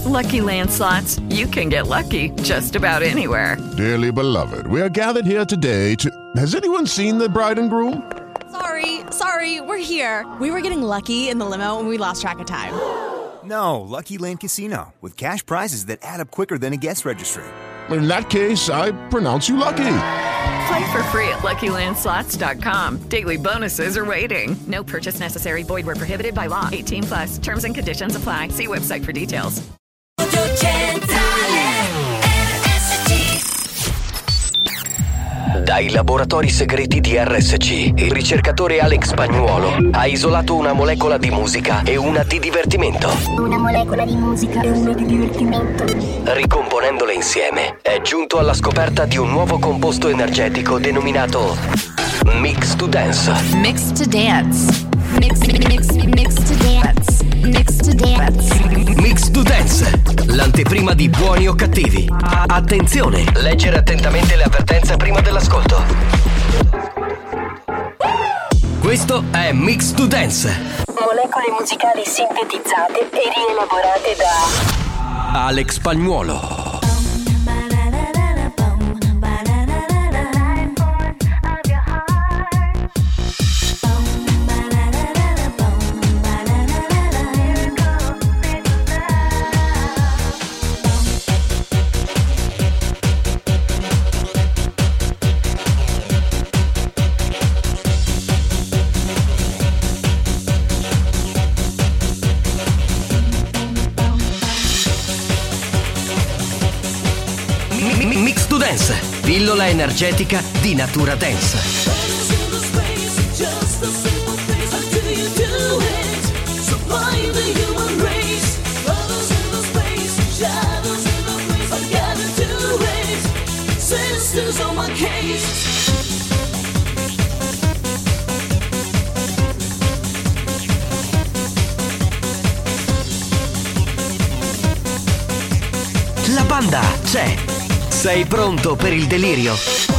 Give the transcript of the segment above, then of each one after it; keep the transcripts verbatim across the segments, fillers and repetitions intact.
Lucky Land Slots, you can get lucky just about anywhere. Dearly beloved, we are gathered here today to... Has anyone seen the bride and groom? Sorry, sorry, we're here. We were getting lucky in the limo and we lost track of time. No, Lucky Land Casino, with cash prizes that add up quicker than a guest registry. In that case, I pronounce you lucky. Play for free at Lucky Land Slots dot com. Daily bonuses are waiting. No purchase necessary. Void where prohibited by law. eighteen plus. Terms and conditions apply. See website for details. Dai laboratori segreti di R S C, il ricercatore Alex Spagnuolo ha isolato una molecola di musica e una di divertimento. Una molecola di musica e una di divertimento. Ricomponendole insieme, è giunto alla scoperta di un nuovo composto energetico denominato Mix to Dance. Mix to Dance. Mix, mix, mix to Dance. Mix to Dance. Mix to Dance, l'anteprima di Buoni o Cattivi. Attenzione, leggere attentamente le avvertenze prima dell'ascolto. Questo è Mix to Dance. Molecole musicali sintetizzate e rielaborate da Alex Spagnuolo. Mix to Dance, pillola energetica di Natura Dance. La banda c'è. Sei pronto per il delirio?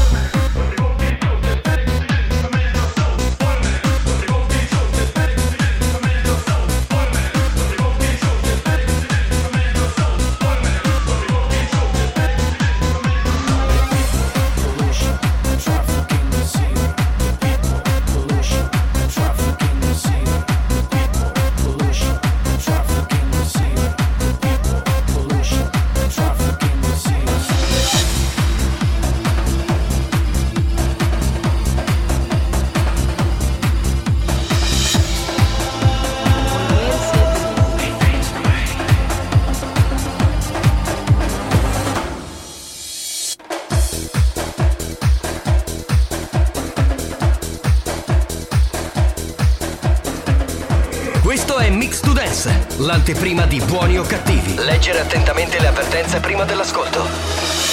Questo è Mix to Dance, l'anteprima di Buoni o Cattivi. Leggere attentamente le avvertenze prima dell'ascolto.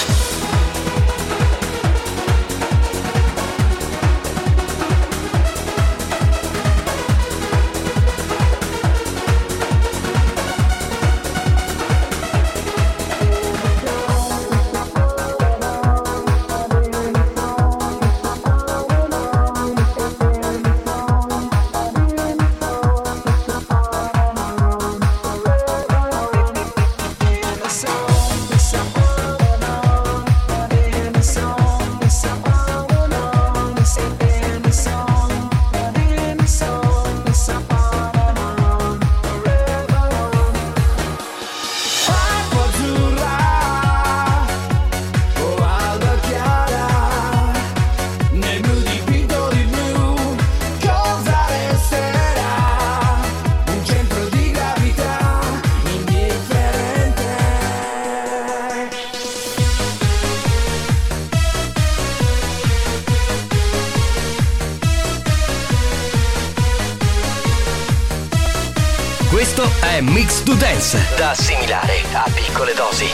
Questo è Mix to Dance, da assimilare a piccole dosi.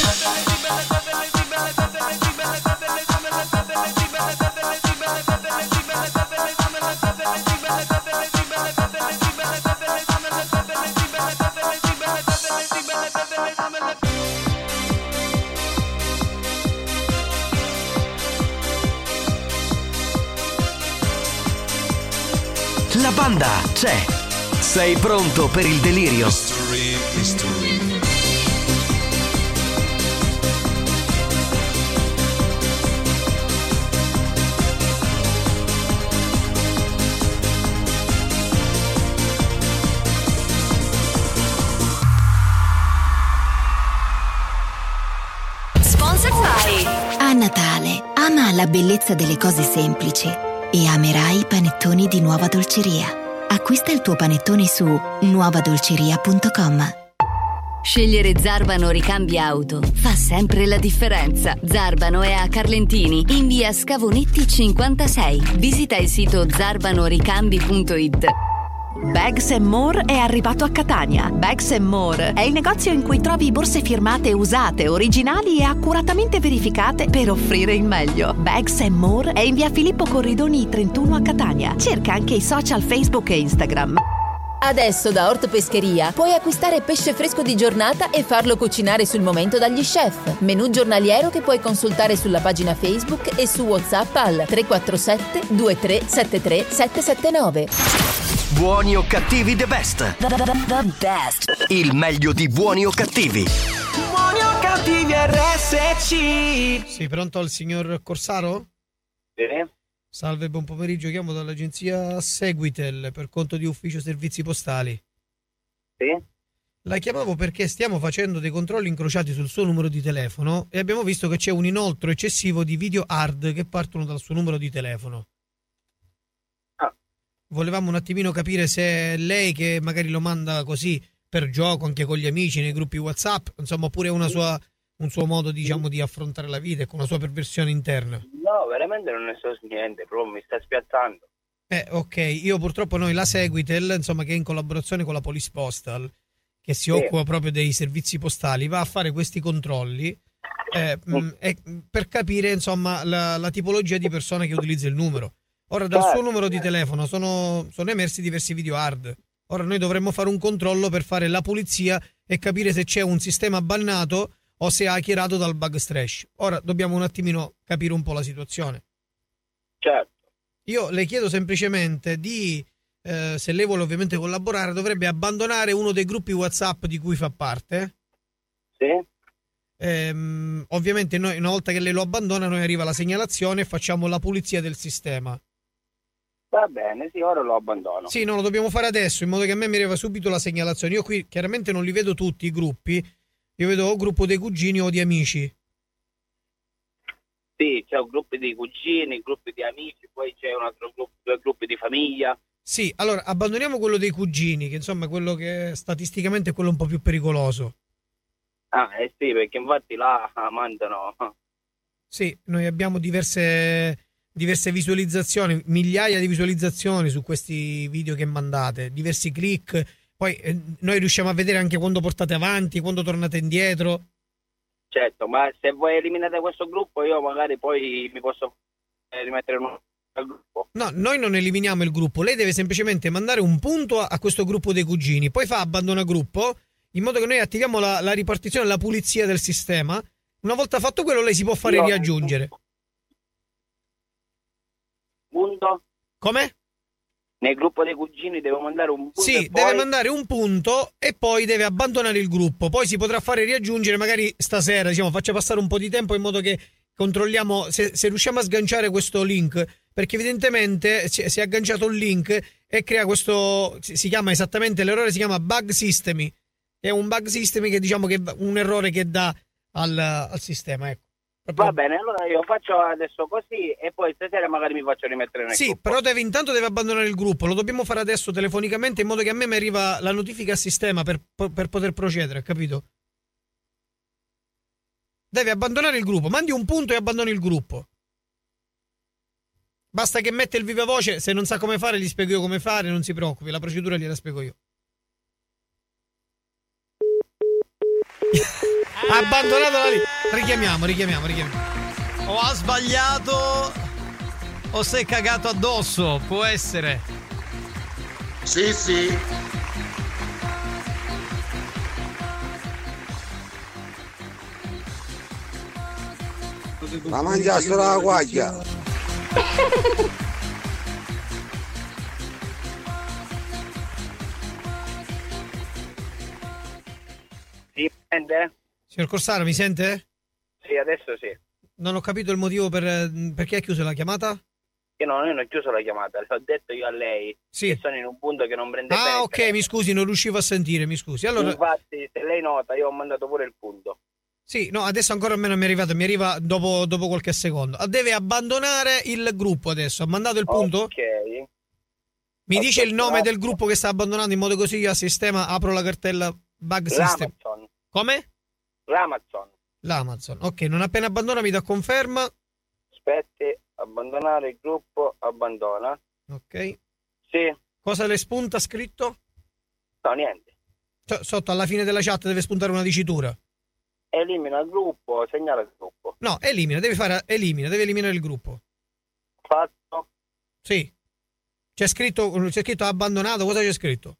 La banda c'è. Sei pronto per il delirio? Mystery, mystery. alla bellezza delle cose semplici e amerai i panettoni di Nuova Dolceria. Acquista il tuo panettone su nuova dolceria punto com. Scegliere Zarbano Ricambi Auto fa sempre la differenza. Zarbano è a Carlentini, in via Scavonetti cinquantasei. Visita il sito zarbano ricambi punto it. Bags and More è arrivato a Catania. Bags and More è il negozio in cui trovi borse firmate usate, originali e accuratamente verificate per offrire il meglio. Bags and More è in via Filippo Corridoni trentuno a Catania. Cerca anche i social Facebook e Instagram. Adesso da Orto Pescheria puoi acquistare pesce fresco di giornata e farlo cucinare sul momento dagli chef. Menù giornaliero che puoi consultare sulla pagina Facebook e su WhatsApp al tre quattro sette due tre sette tre sette sette nove. Buoni o cattivi the best. The, the, the best. Il meglio di Buoni o cattivi. Buoni o cattivi R S C. Sì, pronto al signor Corsaro? Sì. Salve, buon pomeriggio, chiamo dall'agenzia Seguitel per conto di ufficio servizi postali. Sì. La chiamavo perché stiamo facendo dei controlli incrociati sul suo numero di telefono e abbiamo visto che c'è un inoltro eccessivo di video hard che partono dal suo numero di telefono. Ah. Volevamo un attimino capire se è lei che magari lo manda così per gioco anche con gli amici nei gruppi WhatsApp, insomma, oppure una sua, un suo modo, diciamo, di affrontare la vita e con una sua perversione interna. No, veramente non ne so niente, proprio mi sta spiazzando. Eh, ok, io purtroppo noi la Seguitel, insomma, che è in collaborazione con la Police Postal, che si sì. occupa proprio dei servizi postali, va a fare questi controlli eh, mm. eh, per capire, insomma, la, la tipologia di persona che utilizza il numero. Ora, dal suo numero di telefono sono, sono emersi diversi video hard. Ora noi dovremmo fare un controllo per fare la pulizia e capire se c'è un sistema bannato o se ha hackerato dal bug strash. Ora dobbiamo un attimino capire un po' la situazione. Certo. Io le chiedo semplicemente di, eh, se lei vuole ovviamente collaborare, dovrebbe abbandonare uno dei gruppi WhatsApp di cui fa parte. Sì. Ehm, ovviamente noi, una volta che lei lo abbandona, noi arriva la segnalazione e facciamo la pulizia del sistema. Va bene, sì, ora lo abbandono. Sì, no, lo dobbiamo fare adesso, in modo che a me mi arriva subito la segnalazione. Io qui chiaramente non li vedo tutti i gruppi. Io vedo o gruppo dei cugini o di amici. Sì, c'è un gruppo di cugini, gruppi di amici, poi c'è un altro gruppo, due gruppi di famiglia. Sì, allora abbandoniamo quello dei cugini, che insomma è quello che statisticamente è quello un po' più pericoloso. Ah, eh sì, perché infatti là mandano. Sì, noi abbiamo diverse, diverse visualizzazioni, migliaia di visualizzazioni su questi video che mandate, diversi click. Poi eh, noi riusciamo a vedere anche quando portate avanti, quando tornate indietro. Certo, ma se voi eliminate questo gruppo io magari poi mi posso rimettere in un gruppo. No, noi non eliminiamo il gruppo, lei deve semplicemente mandare un punto a, a questo gruppo dei cugini, poi fa abbandona gruppo, in modo che noi attiviamo la, la ripartizione, la pulizia del sistema. Una volta fatto quello lei si può fare io riaggiungere. Punto? Come? Nel gruppo dei cugini devo mandare un punto. Sì, e deve poi... mandare un punto e poi deve abbandonare il gruppo. Poi si potrà fare riaggiungere magari stasera, diciamo, faccia passare un po' di tempo in modo che controlliamo se, se riusciamo a sganciare questo link, perché evidentemente si, si è agganciato un link e crea questo, si, si chiama esattamente, l'errore si chiama bug system. È un bug system che diciamo che è un errore che dà al, al sistema, ecco. Proprio... Va bene, allora io faccio adesso così e poi stasera magari mi faccio rimettere nel sì, gruppo. Però deve, intanto deve abbandonare il gruppo, lo dobbiamo fare adesso telefonicamente in modo che a me mi arriva la notifica al sistema per, per poter procedere, capito? Deve abbandonare il gruppo, mandi un punto e abbandoni il gruppo. Basta che mette il viva voce, se non sa come fare gli spiego io come fare, non si preoccupi, la procedura gliela spiego io. Abbandonato la lì. Richiamiamo, richiamiamo, richiamiamo. O ha sbagliato o si è cagato addosso, può essere. Sì, sì. Ma mangiassero la guaglia. Sì, sente? Signor Corsaro, mi sente? Sì, adesso sì. Non ho capito il motivo per perché ha chiuso la chiamata? Io no, io non ho chiuso la chiamata, l'ho detto io a lei. Sì. Che sono in un punto che non prende Ah, bene. ok, mi scusi, non riuscivo a sentire, mi scusi. Allora... Infatti, se lei nota, io ho mandato pure il punto. Sì, no, adesso ancora a me non mi è arrivato, mi arriva dopo, dopo qualche secondo. Deve abbandonare il gruppo adesso, ha mandato il punto? Ok. Mi dice il nome del gruppo che sta abbandonando in modo così io a sistema apro la cartella bug system. L'Amazon. Come? L'Amazon. L'Amazon. Ok, non appena abbandona mi dà conferma. Aspetti, abbandonare il gruppo, abbandona. Ok. Sì. Cosa le spunta scritto? No, niente. S- sotto alla fine della chat deve spuntare una dicitura. Elimina il gruppo, segnala il gruppo. No, elimina, deve fare elimina, deve eliminare il gruppo. Fatto? Sì. C'è scritto, c'è scritto abbandonato, cosa c'è scritto?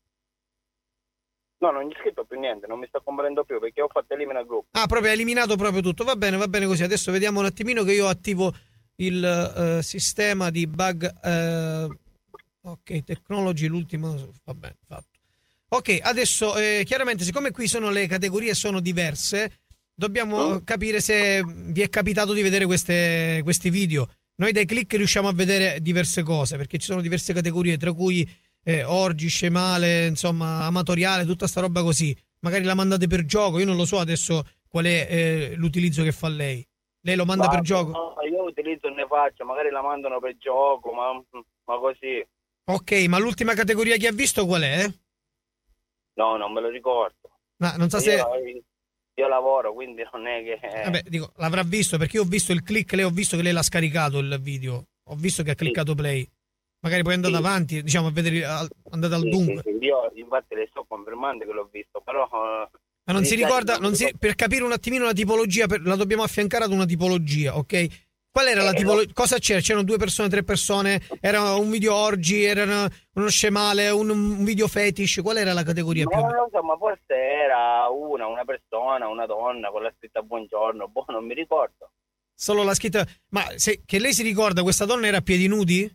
No, non gli ho scritto più niente, non mi sto comprendendo più perché ho fatto elimina il gruppo. Ah, proprio eliminato proprio tutto. Va bene, va bene così. Adesso vediamo un attimino che io attivo il uh, sistema di bug. Uh, ok, technology, l'ultimo. Va bene, fatto. Ok, adesso eh, chiaramente, siccome qui sono le categorie sono diverse, dobbiamo mm. capire se vi è capitato di vedere queste, questi video. Noi dai click riusciamo a vedere diverse cose, perché ci sono diverse categorie, tra cui eh, orgi, scemale, insomma, amatoriale, tutta sta roba così. Magari la mandate per gioco, io non lo so adesso qual è eh, l'utilizzo che fa lei. Lei lo manda ma, per gioco? No, io utilizzo e ne faccio, magari la mandano per gioco, ma, ma così. Ok, ma l'ultima categoria che ha visto qual è? No, non me lo ricordo. Ma non so io, se... Io lavoro, quindi non è che... Vabbè, dico, l'avrà visto, perché io ho visto il click, lei ho visto che lei l'ha scaricato il video. Ho visto che ha cliccato play. Magari poi è andato sì. avanti, diciamo, a vedere, è andato al sì, dunque. Sì, sì. Io infatti le sto confermando che l'ho visto, però... Ma non si ricorda, non si, per capire un attimino la tipologia, per, la dobbiamo affiancare ad una tipologia, ok? Qual era la tipologia? Cosa c'era? C'erano due persone, tre persone? Era un video orgi, era uno scemale, un, un video fetish? Qual era la categoria? No, più? Non lo so, ma forse era una, una persona, una donna con la scritta buongiorno, boh, non mi ricordo. Solo la scritta... Ma se, che lei si ricorda, questa donna era a piedi nudi?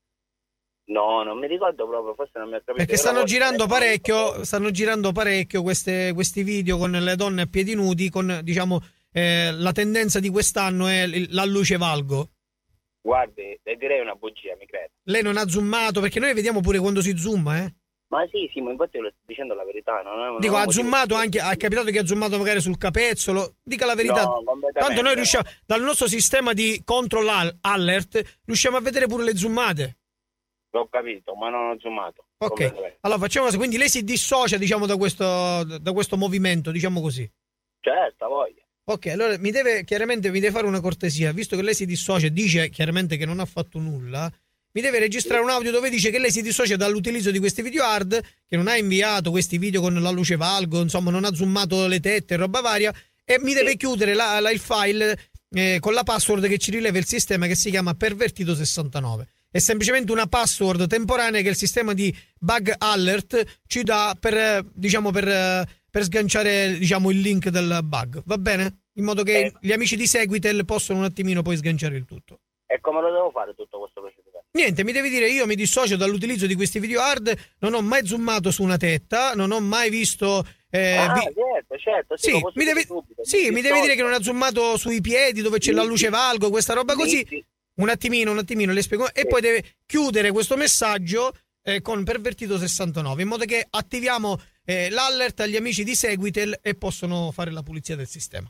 No, non mi ricordo proprio, forse non mi ha capito. Perché stanno girando parecchio, stanno girando parecchio queste, questi video con le donne a piedi nudi, con, diciamo... Eh, la tendenza di quest'anno è la luce valgo. Guardi, le direi una bugia, mi credo. Lei non ha zoomato, perché noi vediamo pure quando si zooma, eh? Ma sì, sì, ma infatti io le sto dicendo la verità. Non è, non Dico, ha zoomato di... anche, è capitato che ha zoomato magari sul capezzolo. Dica la verità. No, tanto noi riusciamo, dal nostro sistema di control alert, riusciamo a vedere pure le zoomate. L'ho capito, ma non ho zoomato. Ok, allora facciamo così. Quindi lei si dissocia, diciamo, da questo, da questo movimento, diciamo così. Certo, voglia. Ok, allora mi deve chiaramente mi deve fare una cortesia, visto che lei si dissocia e dice chiaramente che non ha fatto nulla, mi deve registrare un audio dove dice che lei si dissocia dall'utilizzo di questi video hard, che non ha inviato questi video con la luce valgo, insomma non ha zoomato le tette e roba varia, e mi deve chiudere la, la, il file eh, con la password che ci rileva il sistema, che si chiama pervertito sessantanove. È semplicemente una password temporanea che il sistema di bug alert ci dà per, diciamo, per... per sganciare, diciamo, il link del bug, va bene? In modo che eh. gli amici di Seguitel possono un attimino poi sganciare il tutto. E come lo devo fare tutto questo procedimento? Niente, mi devi dire, io mi dissocio dall'utilizzo di questi video hard, non ho mai zoomato su una tetta, non ho mai visto... Eh, ah, vi... certo, certo. Sì, sì, mi, devi... sì mi, mi devi dire che non ha zoomato sui piedi dove c'è sì, la luce valgo, questa roba così. Sì. Un attimino, un attimino, le spiego. Sì. E poi deve chiudere questo messaggio eh, con pervertito sessantanove, in modo che attiviamo... Eh, l'alert agli amici di Seguitel e possono fare la pulizia del sistema.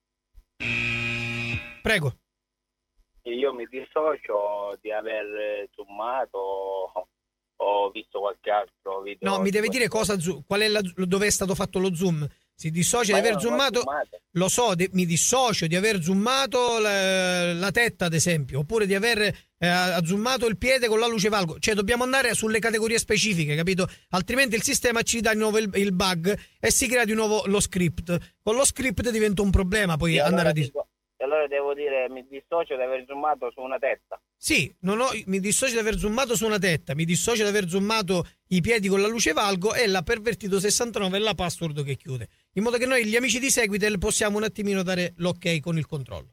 Prego. Io mi dissocio di aver zoomato o visto qualche altro video. No, mi deve dire cosa qual è la, dove è stato fatto lo zoom. Si dissocia Ma di aver zoomato, lo so, de, mi dissocio di aver zoomato la, la tetta, ad esempio, oppure di aver eh, zoomato il piede con la luce valgo. Cioè dobbiamo andare sulle categorie specifiche, capito? Altrimenti il sistema ci dà di nuovo il, il bug e si crea di nuovo lo script. Con lo script diventa un problema poi e andare allora a dis- dico, e allora devo dire mi dissocio di aver zoomato su una tetta. Sì, non ho, mi dissocio di aver zoomato su una tetta, mi dissocio di aver zoomato i piedi con la luce valgo e la pervertito sessantanove è la password che chiude. In modo che noi, gli amici di Seguitel, possiamo un attimino dare l'ok con il controllo.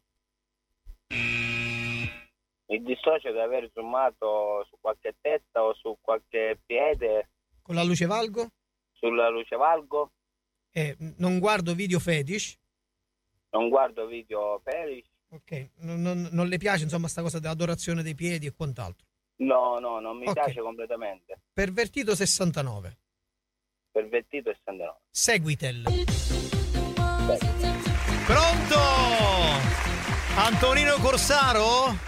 Mi dissocio di aver zoomato su qualche testa o su qualche piede. Con la luce valgo? Sulla luce valgo. Eh, non guardo video fetish. Non guardo video fetish. Ok, non, non, non le piace insomma sta cosa dell'adorazione dei piedi e quant'altro? No, no, non mi okay. piace completamente. Pervertito sessantanove. Pervertito sessantanove. Seguitel. Seguitel. Pronto? Antonino Corsaro?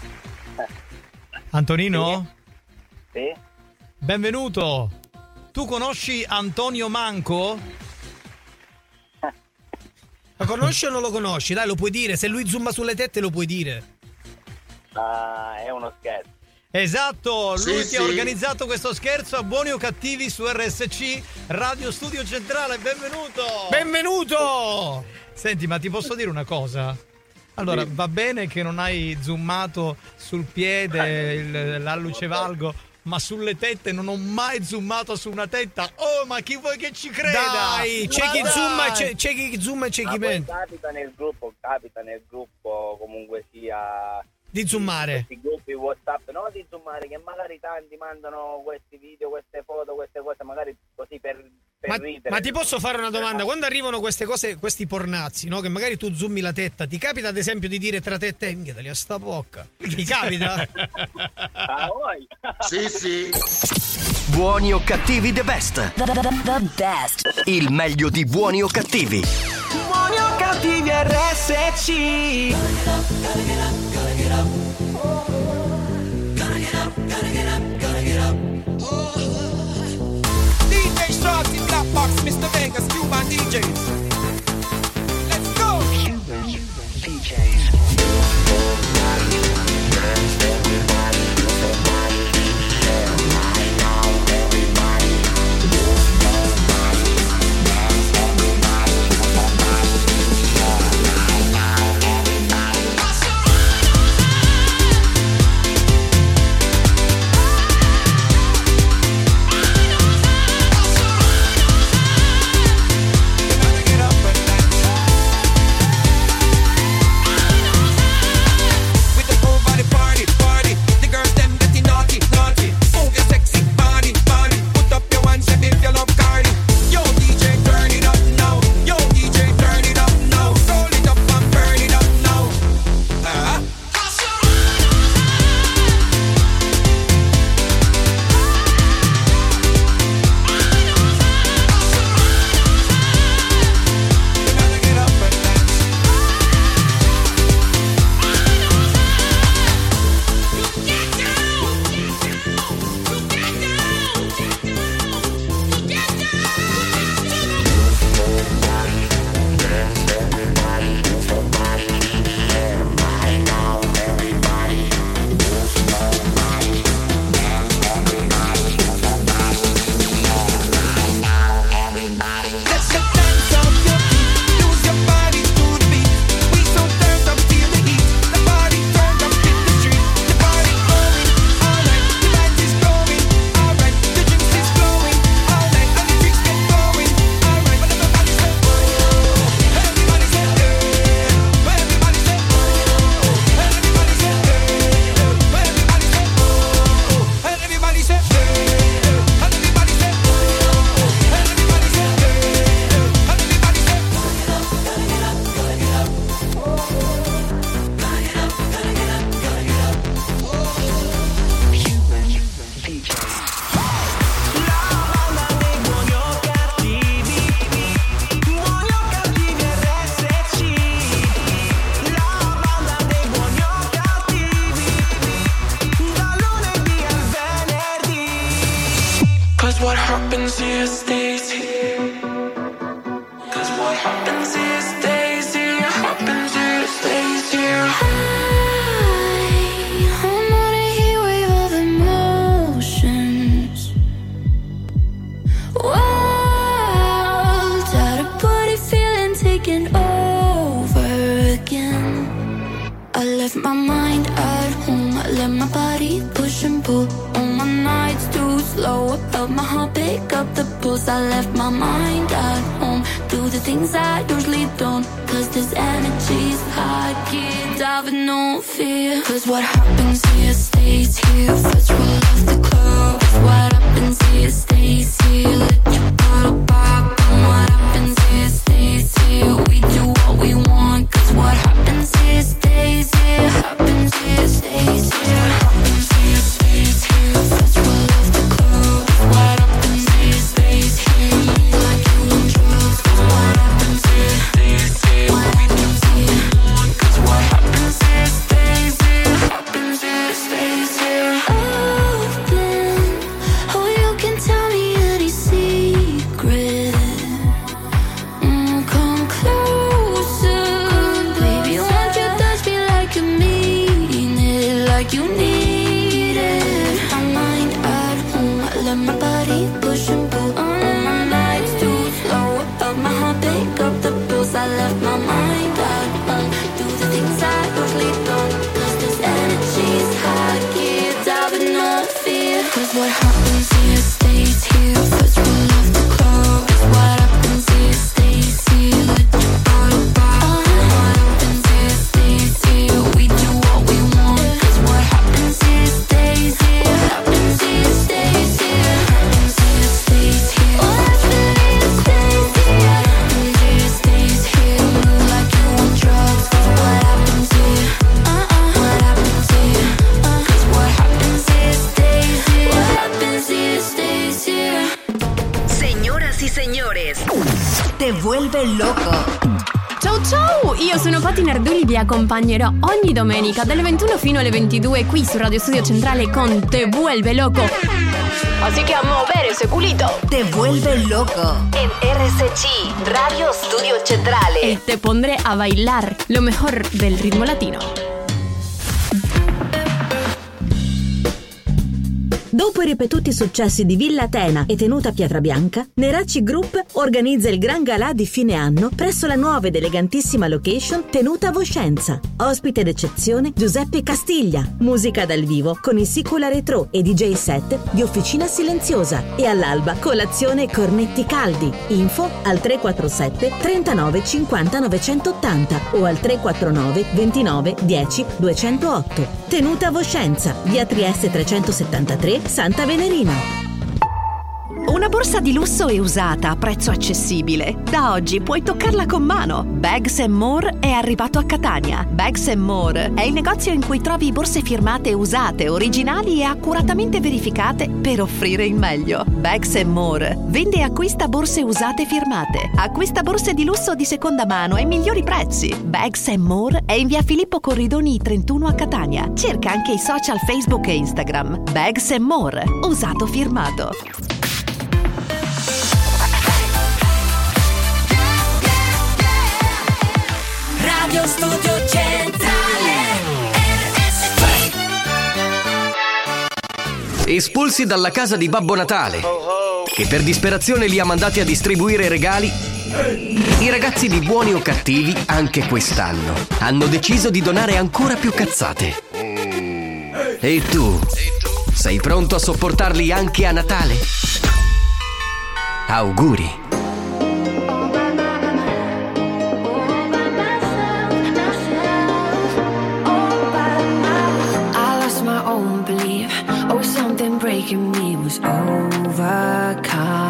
Antonino? Sì. Sì. Benvenuto. Tu conosci Antonio Manco? Lo conosci o non lo conosci? Dai, lo puoi dire. Se lui zooma sulle tette lo puoi dire. Uh, è uno scherzo. Esatto, lui Sì, ti ha sì. organizzato questo scherzo a Buoni o Cattivi su R S C Radio Studio Centrale. Benvenuto. Benvenuto. Senti, ma ti posso dire una cosa? Allora, Sì. va bene che non hai zoomato sul piede il- l'alluce valgo, ma sulle tette non ho mai zoomato su una tetta. Oh, ma chi vuoi che ci creda? Dai, c'è Ma chi dai! zooma, c'è, c'è chi zooma e c'è Ma chi poi mente. capita nel gruppo, capita nel gruppo comunque sia Di zoomare. questi gruppi WhatsApp, non di zoomare, che magari tanti mandano questi video, queste foto, queste cose, magari così per, per Ma, ridere. ma ti posso fare una domanda? Quando arrivano queste cose, questi pornazzi, no? Che magari tu zoomi la tetta, ti capita ad esempio di dire tra tette, minchia, taglia sta bocca? Ti capita? Ah, vuoi? Sì, sì. Buoni o cattivi the best. The, the, the, the best. Il meglio di Buoni o cattivi. Buoni o cattivi R S C. D J Shorty, Black Box, mister Vegas, Cuban D Js. Let's go. D Js. Cause what happens here stays here. Cause what happens here stays here. Happens here stays here. I'm on a heat wave of emotions. Wild, out of body feeling taken over again. I left my mind at home. I let my body push and pull. On my nights too slow. I felt my heart pick up the pulse. I left my mind at home. Do the things I usually don't. Cause this energy's high. Get out with no fear. Cause what happens here stays here. First rule of the club. What happens here stays here. Let your bottle pop. And what happens here stays here. We do what we want. Cause what happens here stays here. Happens here stays here. Happens here stays here. First rule of the club. What happens here stays here. Like you on drugs. Cause what happens here stays here. What happens here. Cause what happens Ciao ciao, io sono Patti Nardulli, vi accompagnerò ogni domenica dalle ventuno fino alle ventidue qui su Radio Studio Centrale con Te Vuelve Loco. Así que a mover ese culito. Te Vuelve Loco en R C C, Radio Studio Centrale. Y te pondré a bailar lo mejor del ritmo latino. Dopo i ripetuti successi di Villa Atena e Tenuta Pietrabianca, Neracci Group organizza il Gran Galà di fine anno presso la nuova ed elegantissima location Tenuta Voscenza. Ospite d'eccezione Giuseppe Castiglia, musica dal vivo con il Sicula Retro e D J set di Officina Silenziosa e all'alba colazione e cornetti caldi. Info al tre quattro sette trentanove cinquanta novecentottanta o al tre quattro nove ventinove dieci duecentootto. Tenuta Voscenza, via Trieste trecentosettantatré, Santa Venerina. Una borsa di lusso e usata a prezzo accessibile. Da oggi puoi toccarla con mano. Bags and More è arrivato a Catania. Bags and More è il negozio in cui trovi borse firmate usate, originali e accuratamente verificate per offrire il meglio. Bags and More vende e acquista borse usate firmate. Acquista borse di lusso di seconda mano ai migliori prezzi. Bags and More è in via Filippo Corridoni trentuno a Catania. Cerca anche i social Facebook e Instagram. Bags and More, usato firmato. Radio Studio Centrale R S C. Espulsi dalla casa di Babbo Natale, che per disperazione li ha mandati a distribuire regali, i ragazzi di Buoni o Cattivi anche quest'anno hanno deciso di donare ancora più cazzate. E tu? Sei pronto a sopportarli anche a Natale? Auguri! Breaking me was overcome.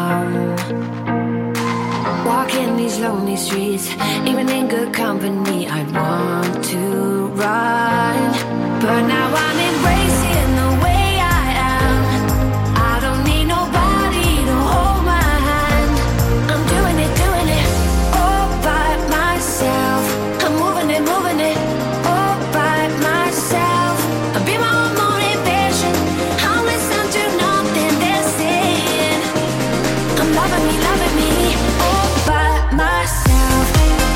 Walking these lonely streets, even in good company, I'd want to run. But now I'm embracing the way I am. I don't need nobody to hold my hand. I'm doing it, doing it, all by myself. I'm moving it, moving it, all by myself. I'll be my own motivation. I'll listen to nothing they're saying. I'm loving me, loving me, all by myself.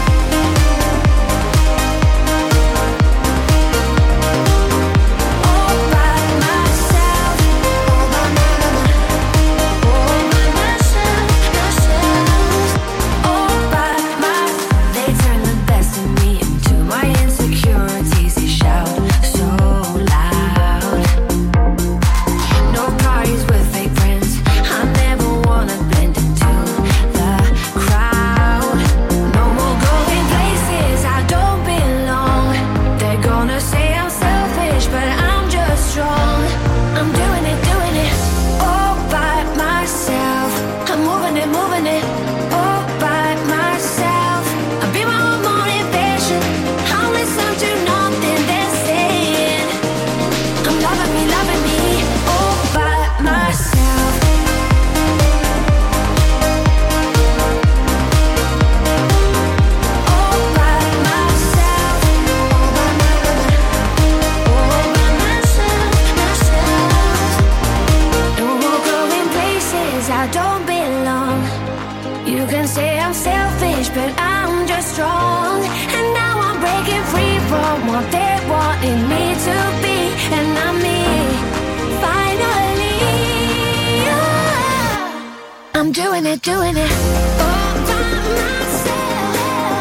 All by myself, all by my, all by myself, myself. All by my, they turn the best in me into my insecurities. They shout so loud. No parties with fake friends. I never wanna blend into the crowd. No more going places I don't belong. They're gonna say I'm selfish, but I'm just strong. I'm doing it, doing it, all by myself. I'm moving it, moving it, all by myself. I'll be my own motivation. I'll listen to nothing they're saying. I'm loving me, loving me, all by myself. All by myself, all by my, all by myself, myself. No more going places I don't belong. You can say I'm selfish, but I'm just strong. And now I'm breaking free from what they wanted me to be. And I'm me, finally. Yeah. I'm doing it, doing it, all by myself.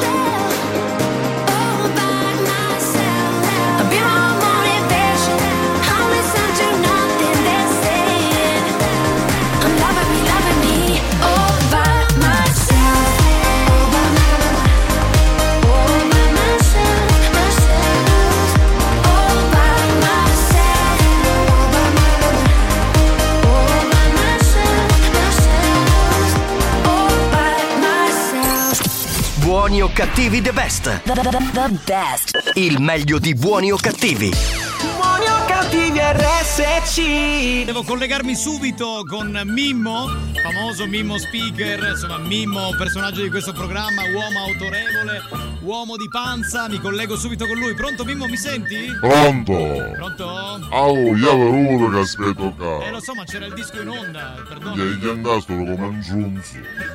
All by myself. I'll be my own motivation. I'll listen to nothing they're saying. I'm loving me, loving me, all by myself. All by my, all by myself, myself. All by myself. All by my, all by myself, myself. All by myself. Buoni o Cattivi the best. The, the, the best. Il meglio di Buoni o Cattivi. Buoni o Cattivi. motivi R S C. Devo collegarmi subito con Mimmo, famoso Mimmo speaker, insomma Mimmo, personaggio di questo programma, uomo autorevole, uomo di panza. Mi collego subito con lui. Pronto Mimmo, mi senti? Pronto? Pronto? Oh, io avevo che aspetto qua. Eh lo so, ma c'era il disco in onda, perdono. Gli andastolo come un giunzo.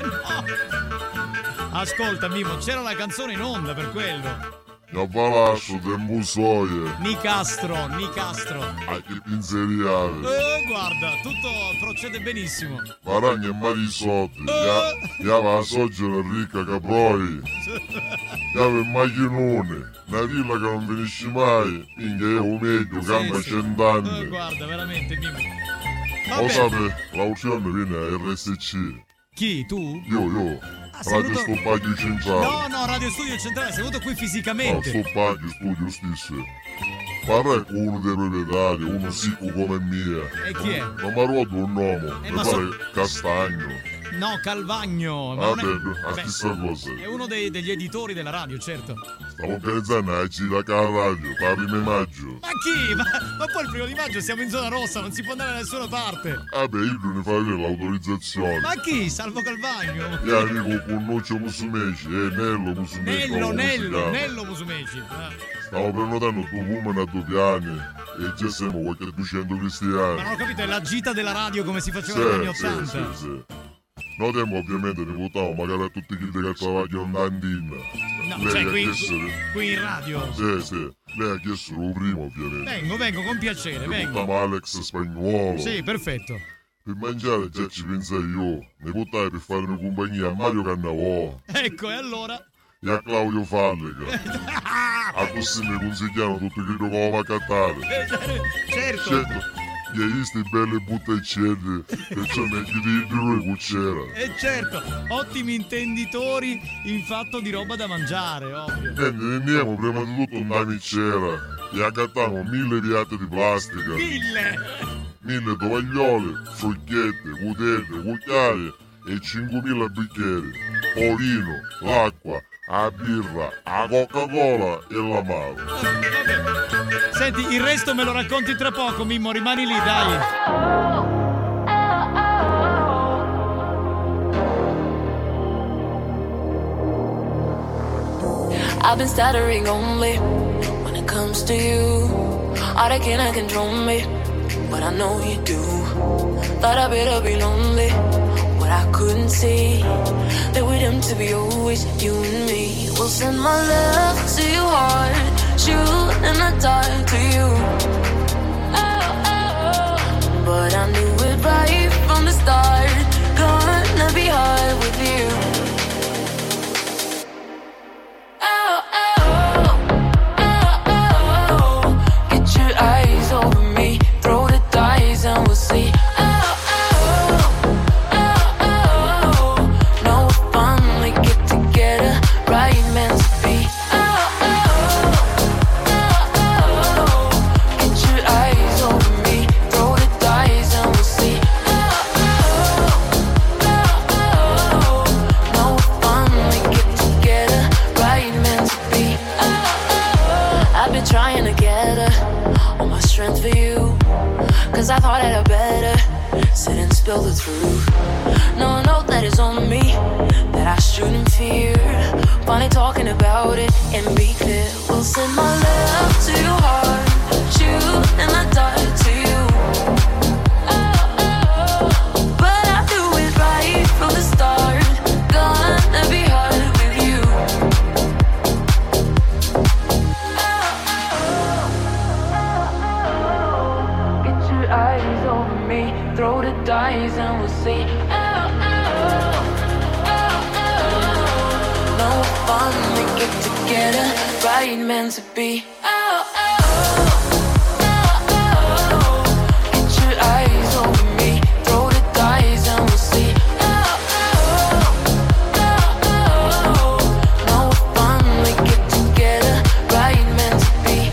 Ascolta Mimmo, c'era la canzone in onda per quello. Io palascio, tempo soie. Nicastro, Nicastro. A che pinzeriale. Eh, guarda, tutto procede benissimo. Maragna e marisotti. Io va a soggere ricca caproi. Io avevo il macchinone. Una villa che non finisce mai. Minchia io meglio, sì, cambia sì. cent'anni. Eh, guarda, veramente Mimmo. Lo sapete, l'auzione viene a R S C. Chi, tu? Io, io. Ah, sei Radio venuto- Stoppaggio Centrale. No, no, Radio Studio Centrale, sei venuto qui No, fisicamente. Stoppaggio Studio stesso. Parla con uno dei proprietari, uno sicuro come mia. E chi è? Non mi ricordo un nome, Eh, mi ma pare so- Castagno. No, Calvagno. Ma Ah, non è... beh, la Beh, stessa cosa. è uno dei- degli editori della radio, certo. Stavo organizzando la gira con la radio, per il primo maggio. Ma chi? Ma, ma poi il primo di maggio siamo in zona rossa, non si può andare da nessuna parte. Ah beh, io ne farei l'autorizzazione. Ma chi? Salvo Calvagno? Io amico con Nuccio Musumeci e Nello Musumeci. Nello, come si Nello, chiama. Nello Musumeci. Ah. Stavo prenotando due pullman a due piani e già siamo qualche duecento cristiani. Ma non ho capito, è la gita della radio come si faceva negli anni Sì, sì, ottanta. sì, sì. No tempo ovviamente ne votavo magari a tutti quelli che travagliano in cantina. No, Lei cioè ha qui, chiesto... qui in radio. Sì, sì. Lei ha chiesto lo primo ovviamente. Vengo, vengo, con piacere, Ne vengo. portavo Alex Spagnuolo. Sì, perfetto. Per mangiare già ci pensa io. Ne portai per fare una compagnia a Mario Cannavò Ecco, e allora? e a Claudio Fallica. A così mi consigliano tutto quello che ho a cattare. Certo. Certo. Gli hai visti belli butticcelli, perciò meglio di due cucciera. E certo, ottimi intenditori in fatto di roba da mangiare, ovvio. Niente, ne andiamo prima di tutto una micera e accattiamo mille piatti di plastica, Mille! mille tovaglioli, forchette, cutelle, cucchiai e cinquemila bicchieri, olino, l'acqua, la birra, la Coca-Cola e la mano. Senti, il resto me lo racconti tra poco, Mimmo, rimani lì, dai. I've been stuttering only when it comes to you. All that cannot control me, but I know you do. Thought I better be lonely, but I couldn't see that we're doomed to be always you and me. We'll send my love to your heart, shoot in the dark to you. Oh, oh, oh. But I knew it right from the start. Gonna be hard with you. Eyes over me, throw the dice and we'll see. Oh, oh, oh, oh, oh. No, we'll finally get together, right meant to be. Oh, oh, oh, oh. Get your eyes over me, throw the dice and we'll see. Oh, oh, oh, oh. No, we'll finally get together, right meant to be. Oh, oh. I've been trying to get her all my strength for you, cause I thought I'd better sit and spill the truth. No, I know that it's on me, that I shouldn't fear. Funny talking about it and be clear. We'll send my love to your heart, shoot in the dark to you. Oh, oh, but I do it right from the start. Gonna be hard with you. Eyes over me, throw the dice and we'll see. Oh, oh, oh, oh. No fun, we get together, right meant to be. Oh, oh, oh, oh. Get your eyes over me, throw the dice and we'll see. Oh, oh, oh, oh. No fun, we get together, right meant to be.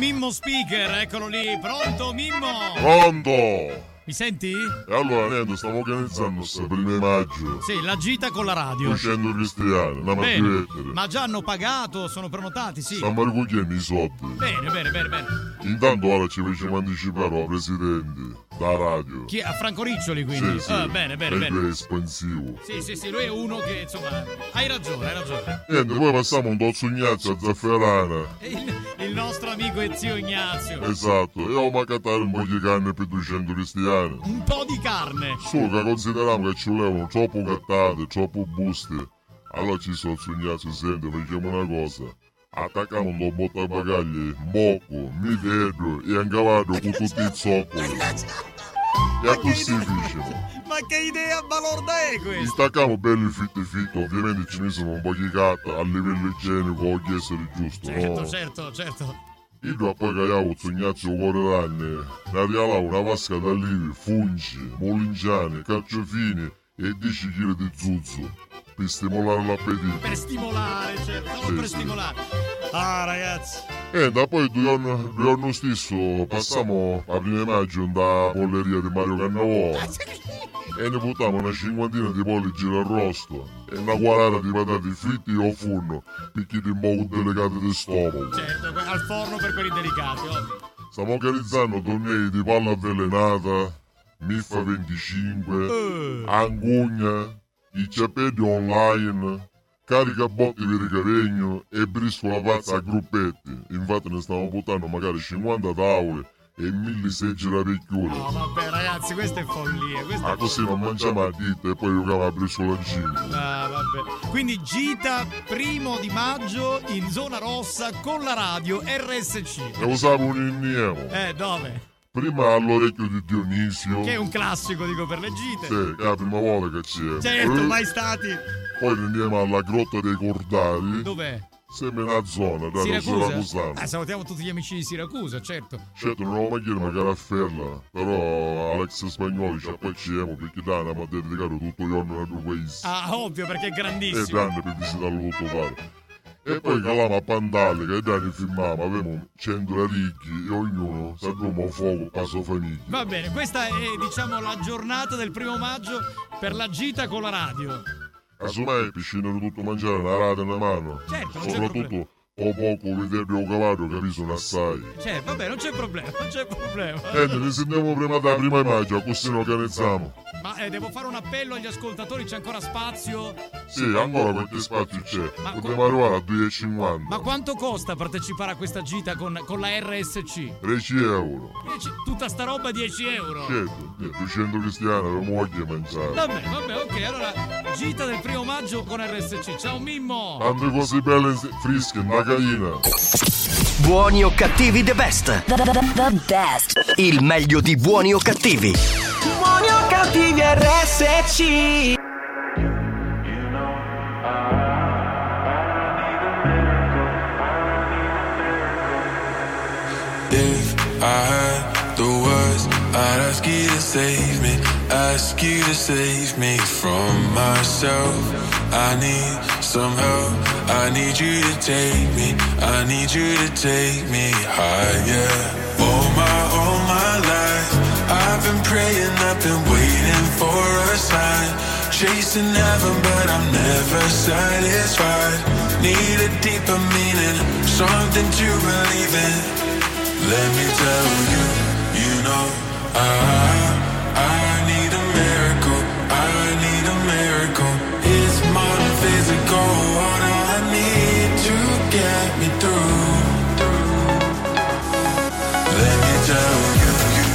Mimmo Speaker, eccolo lì, pronto Mimmo? Pronto! Mi senti? E allora niente, stiamo organizzando sta primo maggio. Sì, la gita con la radio. duecento cristiani, andiamo a Bene, mettere. ma già hanno pagato, sono prenotati, sì. Stiamo ricogliendo i soldi. Bene, bene, bene, bene. Intanto ora ci facciamo anticipare al presidente da radio. Chi? A Franco Riccioli quindi? Sì, sì. Ah, bene, bene, Perché bene. è espansivo. Sì, sì, sì, lui è uno che, insomma, hai ragione, hai ragione. Niente, poi passiamo un tozzo Ignazio a Zafferana. Il, il nostro amico e zio Ignazio. Esatto, e ho macatare un po' di carne per duecento cristiani. Un po' di carne. Solo che consideriamo che ci volevano troppo cattate, troppo buste. Allora ci sono su Ignazio, senti, facciamo una cosa. Attacchiamo un botta bagagli, mocco, mitedo e angavato con tutti i zoccoli. E così facciamo. Ma che idea balorda è questa? Stacchiamo belli fitti fitti, ovviamente ci sono un po' di carta a livello igienico, voglio essere giusto, Certo, no? certo, certo. Io poi caiavo su Ignazio cuore d'anni, ne regalavo una vasca d'allivi, fungi, molingiani, carciofini e dieci chili di zuzzo per stimolare l'appetito. Per stimolare, certo, Sì, per sì. stimolare. Ah, ragazzi. E da poi due giorni, due giorni stesso passiamo a primo maggio da polleria di Mario Cannavò e ne buttiamo una cinquantina di polli girarrosto e una quaranta di patate fritte o forno perché di un po' delicati di stomaco. Certo, al forno per quelli delicati, ovvio. Stiamo organizzando tornei di palla avvelenata, Miffa venticinque, Angugna, i ciappelli online, carica botti per il cavegno e briscola pazza a gruppetti. Infatti ne stiamo buttando magari cinquanta tavole e mille seggi da picchiure. No, vabbè, ragazzi, questa è follia. Questa Ma è così non mangiamo a dita e poi giochiamo a briscola in cinque. Ah, vabbè. Quindi gita primo di maggio in zona rossa con la radio R S C. Ne usavo un inniemo. Eh, dove? Prima all'orecchio di Dionisio. Che è un classico, dico, per le gite. Sì, è la prima volta che c'è. Certo, Eh, mai stati. Poi andiamo alla Grotta dei Cordari. Dov'è? Sembra una zona, da Siracusa? Siracusa. Eh, salutiamo tutti gli amici di Siracusa, certo. Certo, non ho mai chiesto magari a Ferla, però Alex Spagnoli ci appacciamo perché da andiamo a dedicare tutto il giorno al tuo paese. Ah, ovvio, perché è È grandissimo. grande per visitarlo tutto pare. E poi calavamo a Pandalle, che da ne filmavamo, avevamo cento ricchi e ognuno sappiamo un fuoco per la sua famiglia. Va bene, questa è, diciamo, la giornata del primo maggio per la gita con la radio. Casomai, piscina di tutto mangiare, una rata in mano. Certo, non c'è Soprattutto o poco vedervi o cavallo che sono assai. Cioè, vabbè, non c'è problema, non c'è problema. E ne sentiamo prima da prima maggio, così ne organizziamo. Ma eh, devo fare un appello agli ascoltatori, c'è ancora spazio? Sì, ancora qualche spazio c'è. Ma Dobbiamo arrivare a due e cinquanta. Ma quanto costa partecipare a questa gita con, con la R S C? tredici euro. dieci Tutta sta roba dieci euro. Certo, duecento cristiani per moglie mangiare. Vabbè, vabbè, ok, allora gita del primo maggio con R S C. Ciao Mimmo! Tante cose belle e fresche, una gallina. Buoni o cattivi the best. The, the, the, the best. Il meglio di buoni o cattivi. Buoni o cattivi R S C. If I had the words, I'd ask you to save me, ask you to save me from myself. I need some help, I need you to take me, I need you to take me higher. All my, all my life, I've been praying, I've been waiting for a sign, chasing heaven but I'm never satisfied. Need a deeper meaning, something to believe in. Let me tell you, you know, I, I need a miracle, I need a miracle. It's more than physical, what I need to get me through. Let me tell you,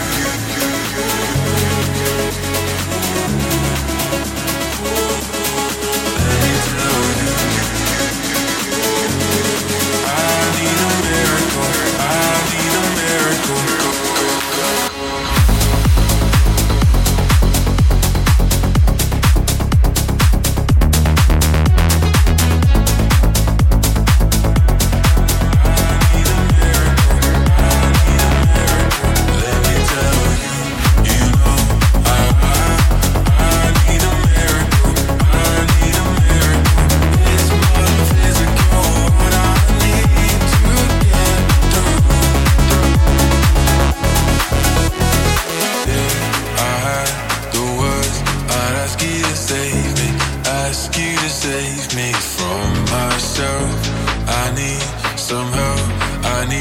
let me tell you, I need a miracle, I need a miracle.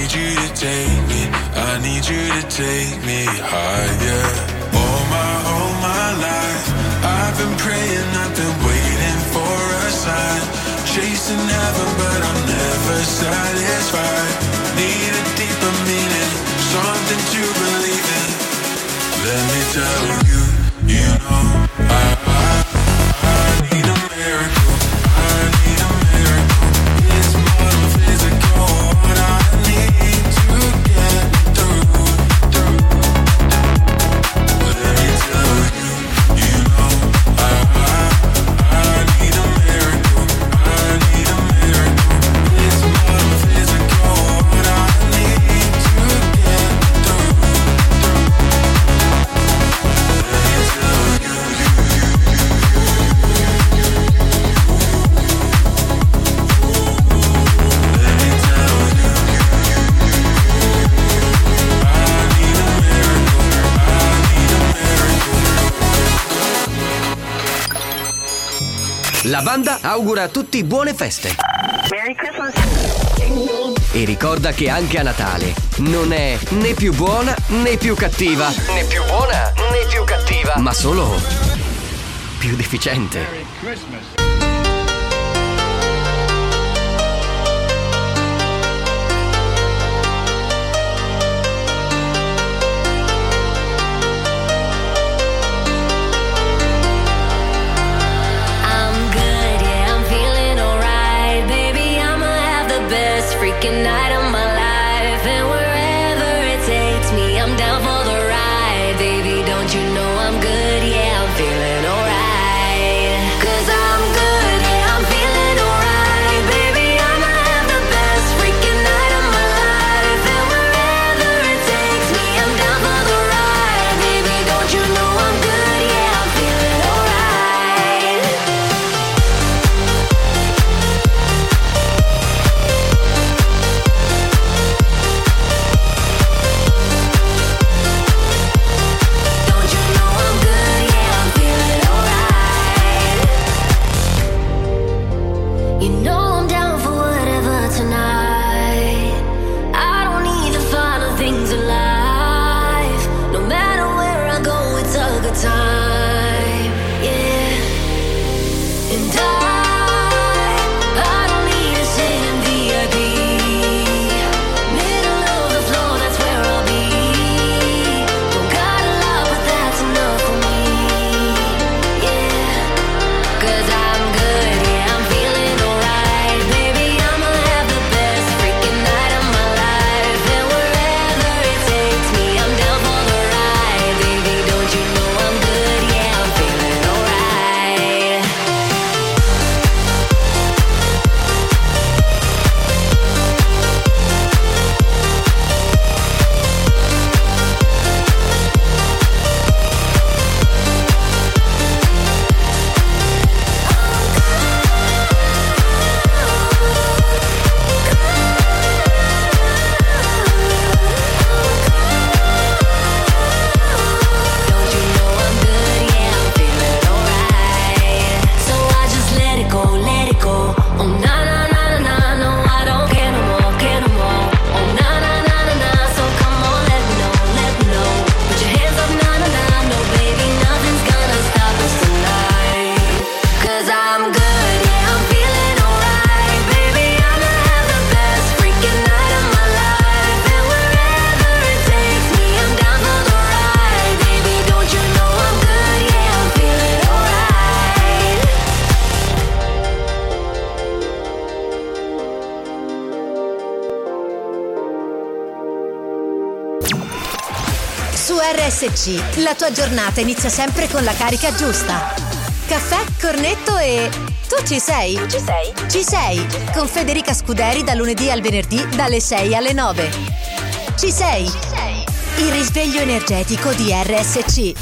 need you to take me, I need you to take me higher. All my, all my life, I've been praying, I've been waiting for a sign. Chasing heaven, but I'm never satisfied. Need a deeper meaning, something to believe in. Let me tell you, you know, I, I, I need a miracle. I need a miracle. It's more than physical. What I need to get through, through. Let me tell you, you know, I, I, I need a miracle. I need a miracle. It's more than physical. What I need to get through, through. Let me tell you, let me tell you, I need a miracle. I need a miracle. La banda augura a tutti buone feste. Merry Christmas. E ricorda che anche a Natale non è né più buona né più cattiva, né più buona né più cattiva, ma solo più deficiente. I'm good, yeah, I'm feeling alright. Baby, I'ma have the best freaking night of my life. And wherever it takes me, I'm down for the ride. Baby, don't you know I'm good, yeah, I'm feeling alright. 'Cause I'm good, yeah, I'm feeling alright. Baby, I'ma have the best freaking night of my life. And wherever it takes me, I'm down for the ride. Baby, don't you know I'm good, yeah, I'm feeling alright. Don't you know I'm good, yeah, I'm feeling alright. You know I'm down for whatever tonight. I don't need the final things in life. No matter where I go, it's a good time, yeah. And I, I don't need to sit in V I P. Middle of the floor, that's where I'll be. Don't got a lot, but that's enough for me, yeah. 'Cause I'm good, yeah, I'm feeling alright. Baby, I'ma have the best freaking night of my life. And wherever it takes me, I'm down for the ride. Baby, don't you know I'm good, yeah, I'm feeling alright. Don't you know I'm good, yeah, I'm feeling alright. So I just let it go, let it go. Oh na na na na na, no, I don't care no more, care no more. Oh na na na na na, so come on, let me know, let me know. Put your hands up, na na na, no baby, nothing's gonna stop us tonight. 'Cause I'm good, yeah, I'm feeling alright. Baby, I'ma have the best freaking night of my life. And wherever it takes me, I'm down for the ride. Baby, don't you know I'm good, yeah, I'm feeling alright. Su R S C, la tua giornata inizia sempre con la carica giusta. Caffè, cornetto e... Tu ci sei? Ci sei? Ci sei, con Federica Scuderi dal lunedì al venerdì dalle sei alle nove. Ci sei? Ci sei. Il risveglio energetico di R S C.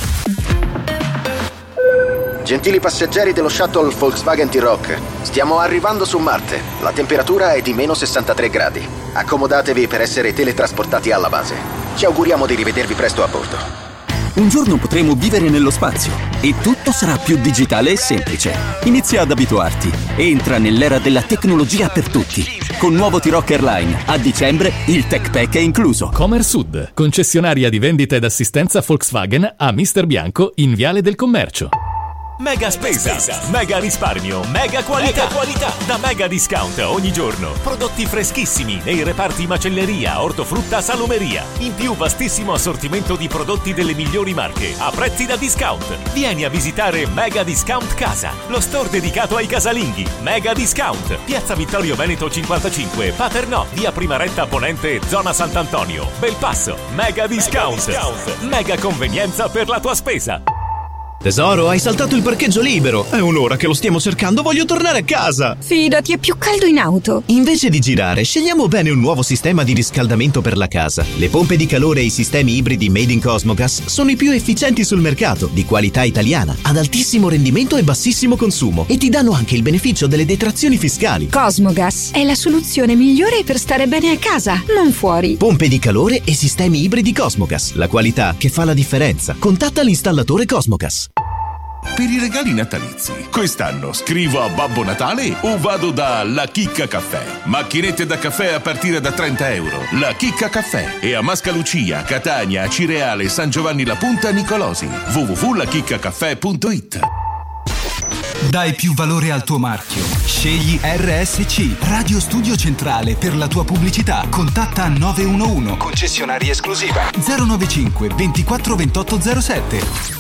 Gentili passeggeri dello shuttle Volkswagen T-Roc, stiamo arrivando su Marte. La temperatura è di meno sessantatré gradi. Accomodatevi per essere teletrasportati alla base. Ci auguriamo di rivedervi presto a bordo. Un giorno potremo vivere nello spazio e tutto sarà più digitale e semplice. Inizia ad abituarti. Entra nell'era della tecnologia per tutti. Con nuovo T-Roc Airline, a dicembre il Tech Pack è incluso. Comersud, concessionaria di vendita ed assistenza Volkswagen a Mister Bianco in Viale del Commercio. Mega spesa, mega risparmio, mega qualità. mega qualità. Da Mega Discount ogni giorno. Prodotti freschissimi nei reparti macelleria, ortofrutta, salumeria. In più vastissimo assortimento di prodotti delle migliori marche a prezzi da discount. Vieni a visitare Mega Discount Casa, lo store dedicato ai casalinghi. Mega Discount, Piazza Vittorio Veneto cinquantacinque, Paternò, via Primaretta Ponente, zona Sant'Antonio, Belpasso. Mega Discount. Mega Discount. Mega convenienza per la tua spesa. Tesoro, hai saltato il parcheggio libero. È un'ora che lo stiamo cercando, voglio tornare a casa. Fidati, è più caldo in auto. Invece di girare, scegliamo bene un nuovo sistema di riscaldamento per la casa. Le pompe di calore e i sistemi ibridi made in Cosmogas sono i più efficienti sul mercato, di qualità italiana, ad altissimo rendimento e bassissimo consumo, e ti danno anche il beneficio delle detrazioni fiscali. Cosmogas è la soluzione migliore per stare bene a casa, non fuori. Pompe di calore e sistemi ibridi Cosmogas, la qualità che fa la differenza. Contatta l'installatore Cosmogas. Per i regali natalizi, quest'anno scrivo a Babbo Natale o vado da La Chicca Caffè? Macchinette da caffè a partire da trenta euro. La Chicca Caffè. E a Mascalucia, Catania, Cireale, San Giovanni La Punta, Nicolosi. w w w punto la chicca caffè punto i t. Dai più valore al tuo marchio. Scegli R S C, Radio Studio Centrale, per la tua pubblicità. Contatta nove uno uno, concessionaria esclusiva, zero nove cinque ventiquattro ventotto zero sette.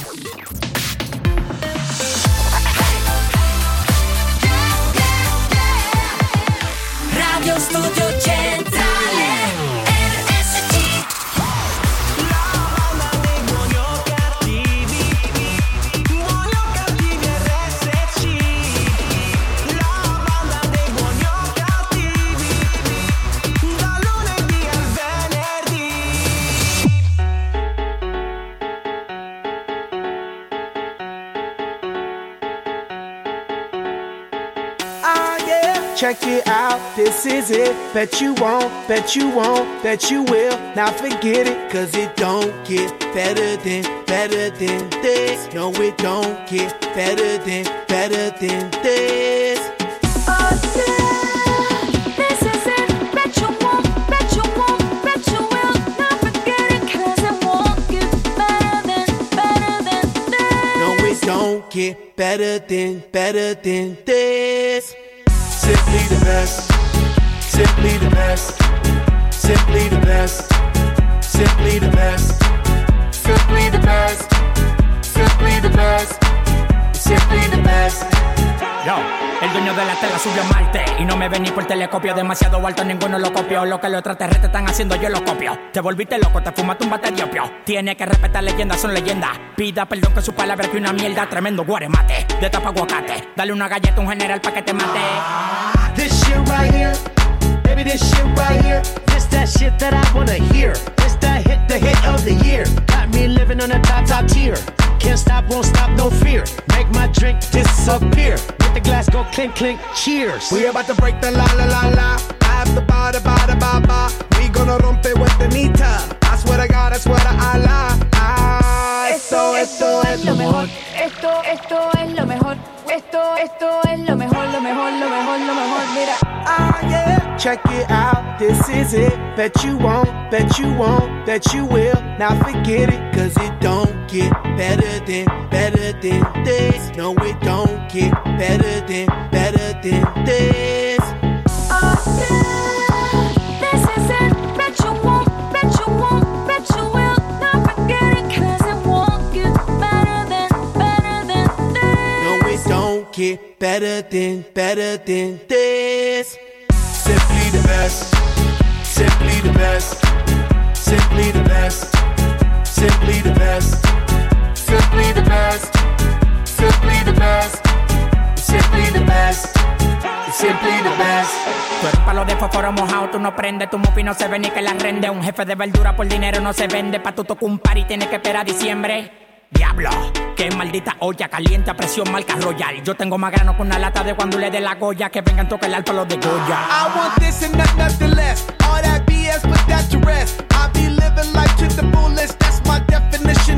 Radio Studio Centrale R S C. La banda dei buoni o cattivi, buoni o cattivi R S C. La banda dei buoni o cattivi, da lunedì al venerdì. Ah yeah, check it out, this is it. Bet you won't, bet you won't, bet you will. Now forget it, cause it don't get better than, better than this. No, it don't get better than, better than this. Oh yeah, this is it. Bet you won't, bet you won't, bet you will. Now forget it, cause it won't get better than, better than this. No, it don't get better than, better than this. Simply the best, simply the best, simply the best, simply the best, simply the best, simply the best, simply the best. Yo, el dueño de la tela subió a Marte y no me vení por telescopio, demasiado alto, ninguno lo copió. Lo que los extraterrestres están haciendo yo lo copio. Te volviste loco, te fumaste un bate de opio. Tiene que respetar leyendas, son leyendas. Pida perdón que su palabra que una mierda, tremendo guaremate. De tapa aguacate, dale una galleta a un general pa' que te mate. This shit right here, baby, this shit right here. This that shit that I wanna hear. This that hit, the hit of the year. Got me living on the top, top tier. Can't stop, won't stop, no fear. Make my drink disappear. Let the glass go clink, clink, cheers. We about to break the la la la la. After ba da ba da ba ba. We gonna rompe with the nita. I swear to God, I swear to Allah. Ah, esto, esto es lo mejor. Esto, esto es lo mejor. Esto, esto es lo mejor, lo mejor, lo mejor, lo mejor. Mira. Ah yeah, check it out, this is it. Bet you won't, bet you won't, bet you will. Now forget it, cause it don't get better than, better than this. No, it don't get better than, better than this. Oh yeah, this is it. Bet you won't, bet you won't, bet you will. Now forget it, cause it won't get better than, better than this. No, it don't get better than, better than this. Simply the best, simply the best, simply the best, simply the best, simply the best, simply the best, simply the best, simply the best. Tú eres palo de fósforo mojado, tú no prendes, tu mufi no se ve ni que la rende. Un jefe de verdura por dinero no se vende, pa' tu tocar un par y tienes que esperar a diciembre. Diablo, qué maldita olla caliente a presión marca Royal. Yo tengo más grano con una lata de cuando le dé la Goya. Que vengan toca el alto los de Goya. I want this and not nothing less. All that B S, put that to rest. I be living life to the fullest. That's my definition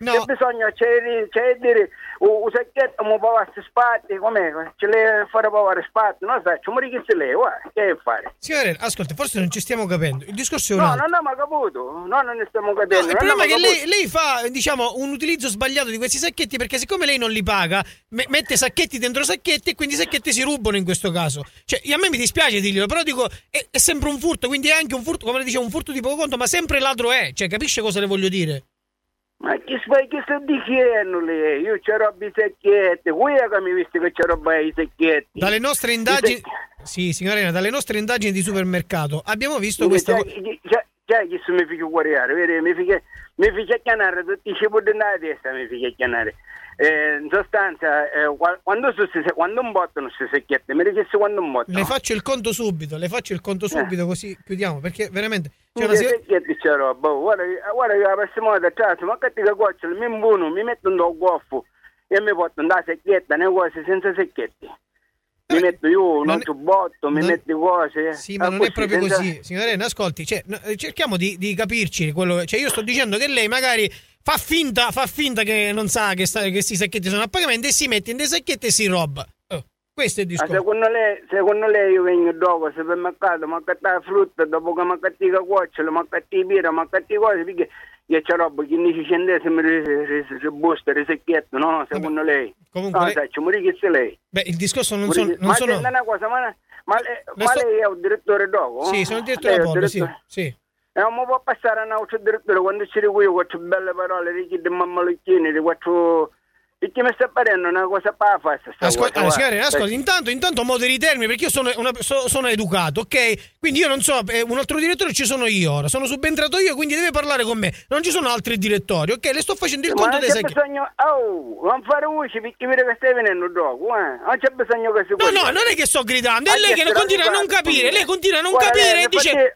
No. C'è bisogno, c'è, c'è dire, un sacchetto mi può fare spatti, com'è? Ce le fare provare spatti, non so, ci muori che se lei, guarda, che fare? Signore, ascolta, forse non ci stiamo capendo. Il discorso è un no, altro. No, non abbiamo capito, no, non ne stiamo capendo. No, il problema è che lei, lei fa, diciamo, un utilizzo sbagliato di questi sacchetti perché siccome lei non li paga, me- mette sacchetti dentro sacchetti e quindi i sacchetti si rubano in questo caso. Cioè, a me mi dispiace dirglielo, però dico, è, è sempre un furto, quindi è anche un furto, come le dicevo, un furto di poco conto, ma sempre ladro è. Cioè, capisce cosa le voglio dire? Ma chi fai che sta dicendo lei? Io c'ho roba i sacchetti, qui è che mi visto che c'ho roba i sacchetti. Dalle nostre indagini, sì signorina, dalle nostre indagini di supermercato abbiamo visto questa cosa. Già che se mi figlio guardare, vedi? Mi figlio, mi figlio chiamare tutti i cibi della testa, mi figlio chiamare. Eh, in sostanza, eh, quando, su, quando un botto non si sacchette, mi richiesto quando un botto. Le faccio il conto subito, le faccio il conto subito eh. così chiudiamo, perché veramente c'è una sacchetti c'è roba, guarda, guarda che la prossima volta tratto, ma che ti cacoccio, mi imbuno, mi metto un do goffo e mi porto una sacchetta, ne cose senza sacchetti. Mi eh, metto io un altro botto, mi non, metti cose. Sì, ma ah, non così, è proprio senza... così, signorina, ascolti, cioè, cerchiamo di, di capirci quello, cioè io sto dicendo che lei magari fa finta, fa finta che non sa che, sta, che questi sacchetti sono a pagamento e si mette in dei sacchetti e si roba. Oh, questo è il discorso. Ma secondo lei, secondo lei io vengo dopo al supermercato, ma cattare frutta, dopo che mi cattiva cuocciolo, ma cattiva birra, ma cattiva cose, perché io c'ho roba quindici centesimi di busta, di sacchetto, no? Secondo Vabbè, lei. Comunque no, lei... sai, ci muori che sei lei. Beh, il discorso non, son, non ma sono... Ma una cosa, ma, ma, lei, ma sto... lei è un direttore dopo? Sì, sono il direttore dopo, sì, sì. E non mi può passare a un altro direttore quando ci dico io quattro belle parole di chi di mammalucchini, di quattro... Perché mi sta parendo una cosa pa' fassa. Ascolta, allora, signore, ascolta, intanto, intanto moderi i termini perché io sono, una, so, sono educato, ok? Quindi io non so, eh, un altro direttore ci sono io ora, sono subentrato io, quindi deve parlare con me. Non ci sono altri direttori, ok? Le sto facendo il ma conto dei sacchetti. Bisogno, oh, non fare voce perché vedo che stai venendo dopo, eh? Non c'è bisogno che si No, no, non è che sto gridando, è lei che non continua a non capire, lei continua a non capire e dice...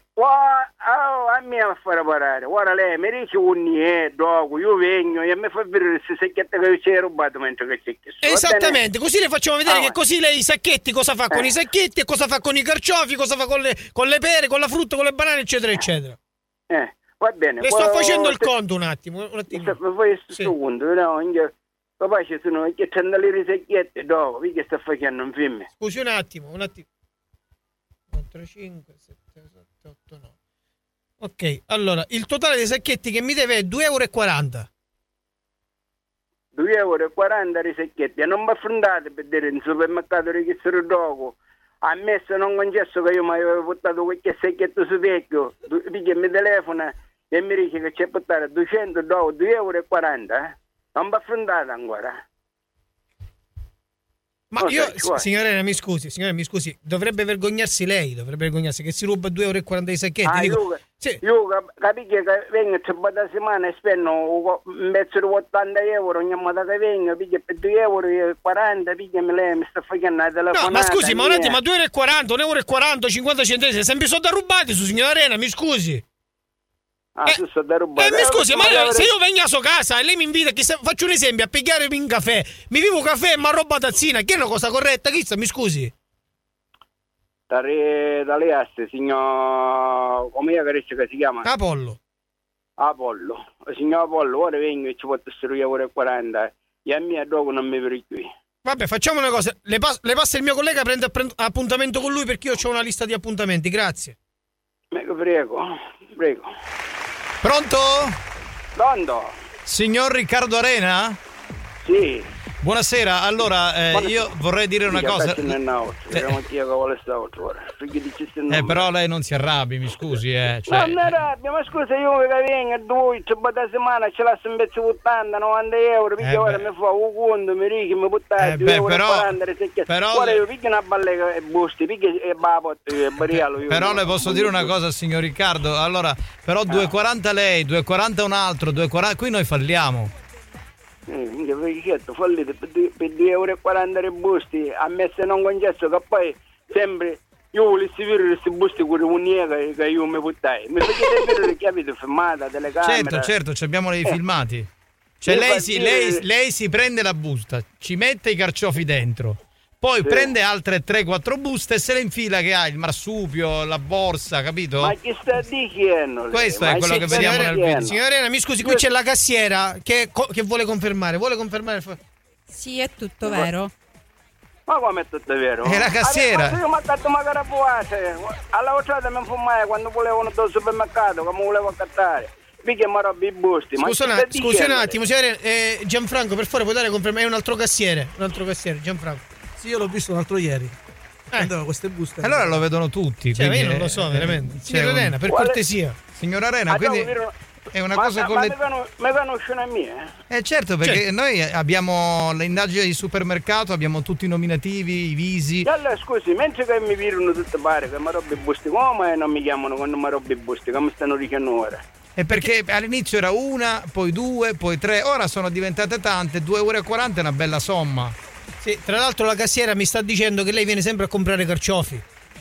Oh, a me a fare parare, guarda lei, mi dice un niente, dopo, io vengo e mi fa vedere queste sacchette che ci hai rubato mentre che c'è chiesto. Esattamente, così le facciamo vedere oh, che così lei i sacchetti, cosa fa eh. con i sacchetti, e cosa fa con i carciofi, cosa fa con le, con le pere, con la frutta, con le banane, eccetera, eccetera. Eh, va bene. Le sto poi, facendo il conto un attimo, un attimo. Poi sto secondo, no, papà ci sono che c'è andare i sacchetti dopo, perché sta facendo un film. Scusi un attimo, un attimo. quattro, cinque, sette, otto, nove. Ok, allora il totale dei sacchetti che mi deve è due euro e quaranta. due euro e quaranta di sacchetti e non mi affrontate per dire in supermercato che sono dopo. Ammesso non concesso che io mi avevo portato qualche sacchetto su vecchio, perché mi telefona e mi dice che c'è portato duecento dopo due euro e quaranta. Eh? Non mi affrontate ancora. Ma oh, io, signorina, mi scusi, signorina, mi scusi, dovrebbe vergognarsi lei, dovrebbe vergognarsi che si ruba due euro e quaranta di sacchetti. Ah, dico, io, sì. io capisco che vengo a settimana e spendo un pezzo di ottanta euro ogni volta che vengo, perché per due euro e quaranta, perché lei mi sta facendo la telefonata. No, ma scusi, ma un attimo, ma due euro e quaranta, un euro e quaranta, cinquanta centesimi, sempre soldi rubati su signora Arena, mi scusi. Ah, eh, tu da rubare. Eh, mi scusi, ma lei, se io vengo a sua casa e lei mi invita, che se, faccio un esempio, a pigliare un caffè, mi vivo un caffè e mi arroba tazzina, che è una cosa corretta, chi sta, mi scusi? Dalle, dalle aste, signor, come che si chiama? Apollo. Apollo, signor Apollo, ora vengo e ci porto questi due euro e quaranta e a me dopo non mi per qui. Vabbè, facciamo una cosa, le, pas- le passa il mio collega, prende appuntamento con lui perché io ho una lista di appuntamenti, grazie. Prego, prego. Pronto? Pronto? Signor Riccardo Arena? Sì. Buonasera, allora eh, Buonasera. io vorrei dire una cosa. Eh, però lei non si arrabbi, mi scusi, eh. Cioè... No, non arrabbia, ma scusa, io che vengo due, c'è da settimana, ce l'ho un pezzo ottanta, novanta euro, perché eh ora mi fa un conto, mi ricchi, mi buttai eh due euro però, quaranta, però ora io picchio una ballega e busti, picchio e babot, e barialo. Però le posso dire una cosa, signor Riccardo, allora, però due e quaranta lei, due e quaranta un altro, due e quaranta, qui noi falliamo. Eh, certo, fallite per due euro e quaranta di busti, a me se non concesso che poi sempre io volessi vedere questi busti con un'unica che io mi buttai. Mi facete vedere che avete filmata, telecamera. Certo, certo, ci abbiamo dei eh. filmati. Cioè lei si, lei, lei si prende la busta, ci mette i carciofi dentro, poi Sì. prende altre tre quattro buste e se le infila che ha il marsupio, la borsa, capito? Ma chi sta dicendo? Questo Ma è quello chi che sta vediamo nel dicendo? video. Signora Arena, mi scusi, qui c'è la cassiera che, che vuole confermare. Vuole confermare? Sì, è tutto vero. Ma come è tutto vero? È la cassiera. Ma io mi ho fatto magari buate. Alla volta mi fumai quando volevo andare al supermercato, come volevo accattare. Perché mi robbi i busti. Ma Scusa, chi un, sta scusi un dicendo? attimo, signora Arena, eh, Gianfranco, per favore, puoi dare conferma? È un altro cassiere. Un altro cassiere, Gianfranco. Sì, io l'ho visto l'altro ieri. Prendeva queste buste. Allora lo vedono tutti. Cioè, quindi io non lo è- so, veramente. c'è Signora un- Arena, per Quale- cortesia. Signora Arena, Ah, quindi devo dire- è una ma, cosa ma collettiva. mi conos- mi conoscono a me? Eh certo, perché noi abbiamo le indagini di supermercato, abbiamo tutti i nominativi, i visi. E allora scusi, mentre che mi virano tutte pare che mi robbi i busti, come non mi chiamano quando mi robbi i busti? Come stanno dicendo ora? E perché all'inizio era una, poi due, poi tre, ora sono diventate tante, due euro e quaranta è una bella somma. Sì, tra l'altro la cassiera mi sta dicendo che lei viene sempre a comprare carciofi.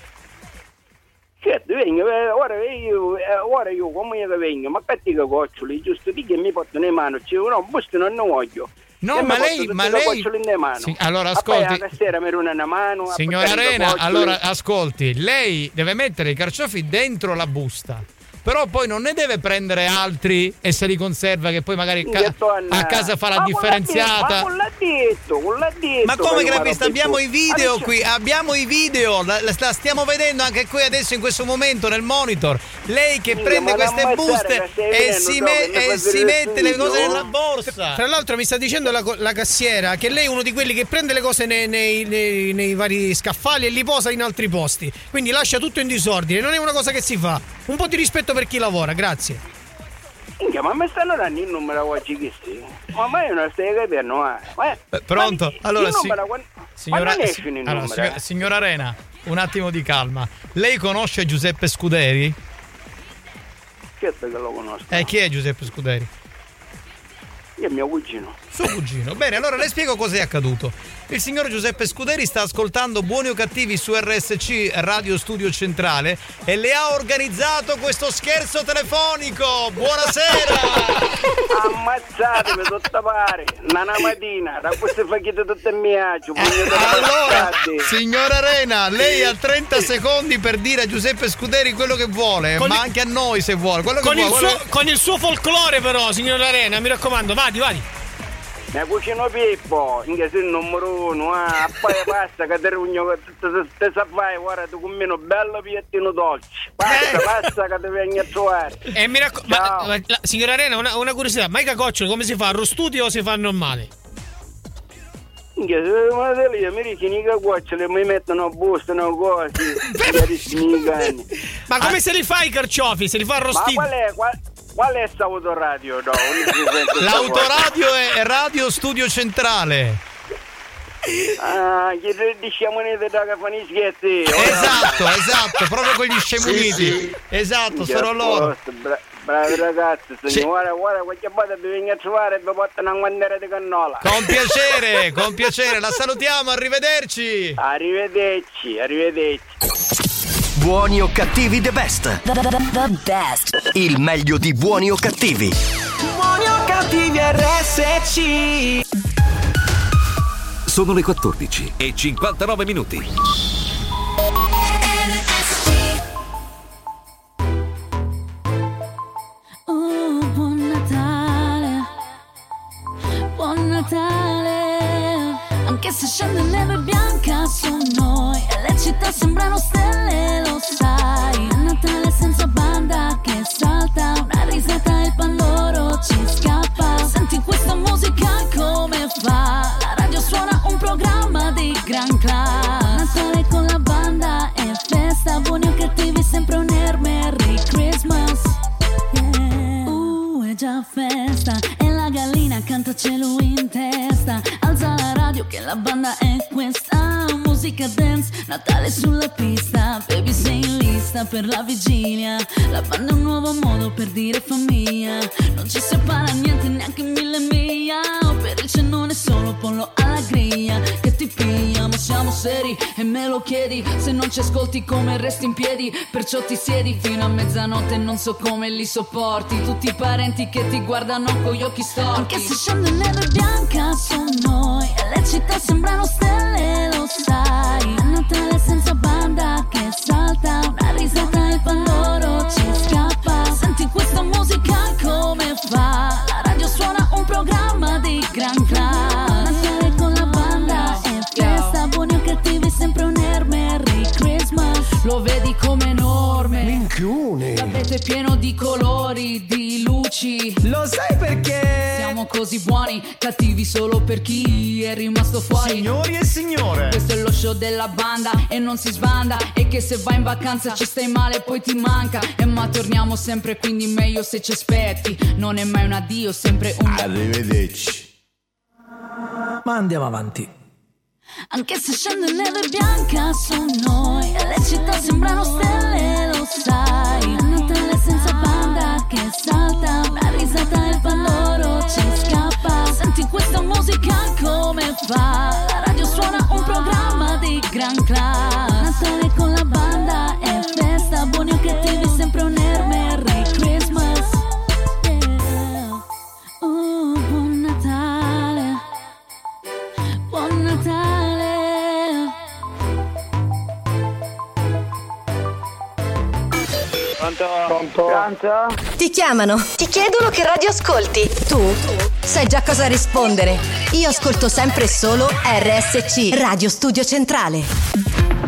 Certo, vengo, eh, ora io, eh, ora io come io che vengo, ma cattivo goccioli, giusto di che mi portano in mano, cioè, no, busti non ne voglio. No, E ma mi lei- porto ma tutte le lei- gocciole in mano. Sì, allora, Ah, poi ascolti. la cassiera mi runa una mano. Signora a portare i Arena, goccioli. allora ascolti, lei deve mettere i carciofi dentro la busta. Però poi non ne deve prendere altri e se li conserva che poi magari ca- Donna. a casa fa la Ma con differenziata. Ma con l'addetto, con l'addetto. Ma come che grafista? mi Abbiamo robbi i tu. video Adesso- qui, abbiamo i video, la, la- la stiamo vedendo anche qui adesso in questo momento nel monitor. Lei che Minchia, prende ma queste non buste ammazzare che stai e vedendo, si, no, me- che mi e fai si vedere mette le subito. cose nella borsa. Tra l'altro mi sta dicendo la, la cassiera che lei è uno di quelli che prende le cose nei, nei- nei- nei vari scaffali e li posa in altri posti. Quindi lascia tutto in disordine, non è una cosa che si fa. Un po' di rispetto per chi lavora, grazie. Minchia, ma mi stanno dando il numero oggi che sì? Ma mai non stai capendo, ma... ma Eh, Pronto? ma Allora, il sì. numero, quando- Signora, quando ne si- escono i allora, numeri, signora, eh? signora Arena, un attimo di calma. Lei conosce Giuseppe Scuderi? Certo che lo conosco. Eh, chi è Giuseppe Scuderi? Io è mio cugino. Suo cugino. Bene, allora le spiego cosa è accaduto. Il signor Giuseppe Scuderi sta ascoltando Buoni o Cattivi su R S C Radio Studio Centrale e le ha organizzato questo scherzo telefonico. Buonasera! Ammazzatemi tutta pare. Nana mattina, da queste facchette tutte mie. Allora, signora Arena, lei ha trenta secondi per dire a Giuseppe Scuderi quello che vuole, Con ma il- anche a noi se vuole. Quello che Con il, vuole, suo, quello- con il suo folklore però, signora Arena, mi raccomando, vadi, vadi. Mio cugino Pippo, inche sei il numero uno, ah, poi basta che te rugno che te, te saprai, guarda tu con meno bello piettino dolce. Basta, basta che ti vengi a trovare. E mi raccomando, ma, ma, la- signora Arena, una, una curiosità, ma i cacoccioli come si fa? Arrostiti o si fa normali? Inche, se ma te lì, mi dici i cacoccioli, mi mettono bustano cose, mi cani. Ma come se li fa i carciofi? Se li fa Ma arrostiti? qual è, qual, qual è sta autoradio, no? L'autoradio è Radio Studio Centrale. Ah, che diciamo ne da che fanno i scherzi. Esatto, esatto, proprio con gli scemuniti. Sì, sì. Esatto, Che sono loro. posto, bra- bravi ragazzi, Sì. guarda, guarda, qualche volta vi vengo a trovare e vi portano una guandiera di cannola. Con piacere, con piacere. La salutiamo, arrivederci. Arrivederci, arrivederci. Buoni o cattivi the best. The, the, the best. Il meglio di buoni o cattivi. Buoni o cattivi R S C. Sono le quattordici e cinquantanove minuti. Oh, buon Natale, buon Natale. Anche se scende neve bianca su noi e le città sembrano stelle, lo sai. Un Natale senza banda che salta, una risata e il pandoro ci scappa. Senti questa musica come fa? La radio suona un programma di gran class. Natale con la banda e festa, buoni o cattivi sempre un air Merry Christmas. Yeah. Uh, è già festa e la gallina canta cielo in testa. Alza la radio che la banda è questa. Musica dance, Natale sulla pista. Baby sei in lista per la vigilia. La banda è un nuovo modo per dire famiglia. Non ci separa niente, neanche mille miglia. Per il cenone solo pollo alla griglia che ti piglia, ma siamo seri e me lo chiedi. Se non ci ascolti come resti in piedi, perciò ti siedi fino a mezzanotte. Non so come li sopporti, tutti i parenti che ti guardano con gli occhi storti. Anche se scende neve bianca su noi e le città sembrano stelle, lo lo sai. A Natale senza banda che salta, una risata e Pandoro ci scappa. Senti questa musica come fa, la radio suona un programma di gran class. Natale con la banda è festa, buoni o cattivi sempre un air, Merry Christmas. Lo vedi come enorme, minchione. L'abete pieno di colori, di luci. Lo sai perché? Siamo così buoni, cattivi solo per chi è rimasto fuori. Signori e signore, questo è lo show della banda e non si sbanda. E che se vai in vacanza ci stai male poi ti manca. E ma torniamo sempre, quindi meglio se ci aspetti. Non è mai un addio, sempre un arrivederci. Ma andiamo avanti. Anche se scende neve bianca su noi e le città sembrano stelle, lo sai. A Natale senza banda che salta, una risata e il Pandoro ci scappa. Senti questa musica come fa, la radio suona un programma di gran class. Natale con la banda è festa, buoni o cattivi sempre un air, Merry Christmas. Yeah. Oh, buon Natale, buon Natale. Pronto? Pronto? Ti chiamano, ti chiedono che radio ascolti. Tu sai già cosa rispondere. Io ascolto sempre e solo R S C, Radio Studio Centrale.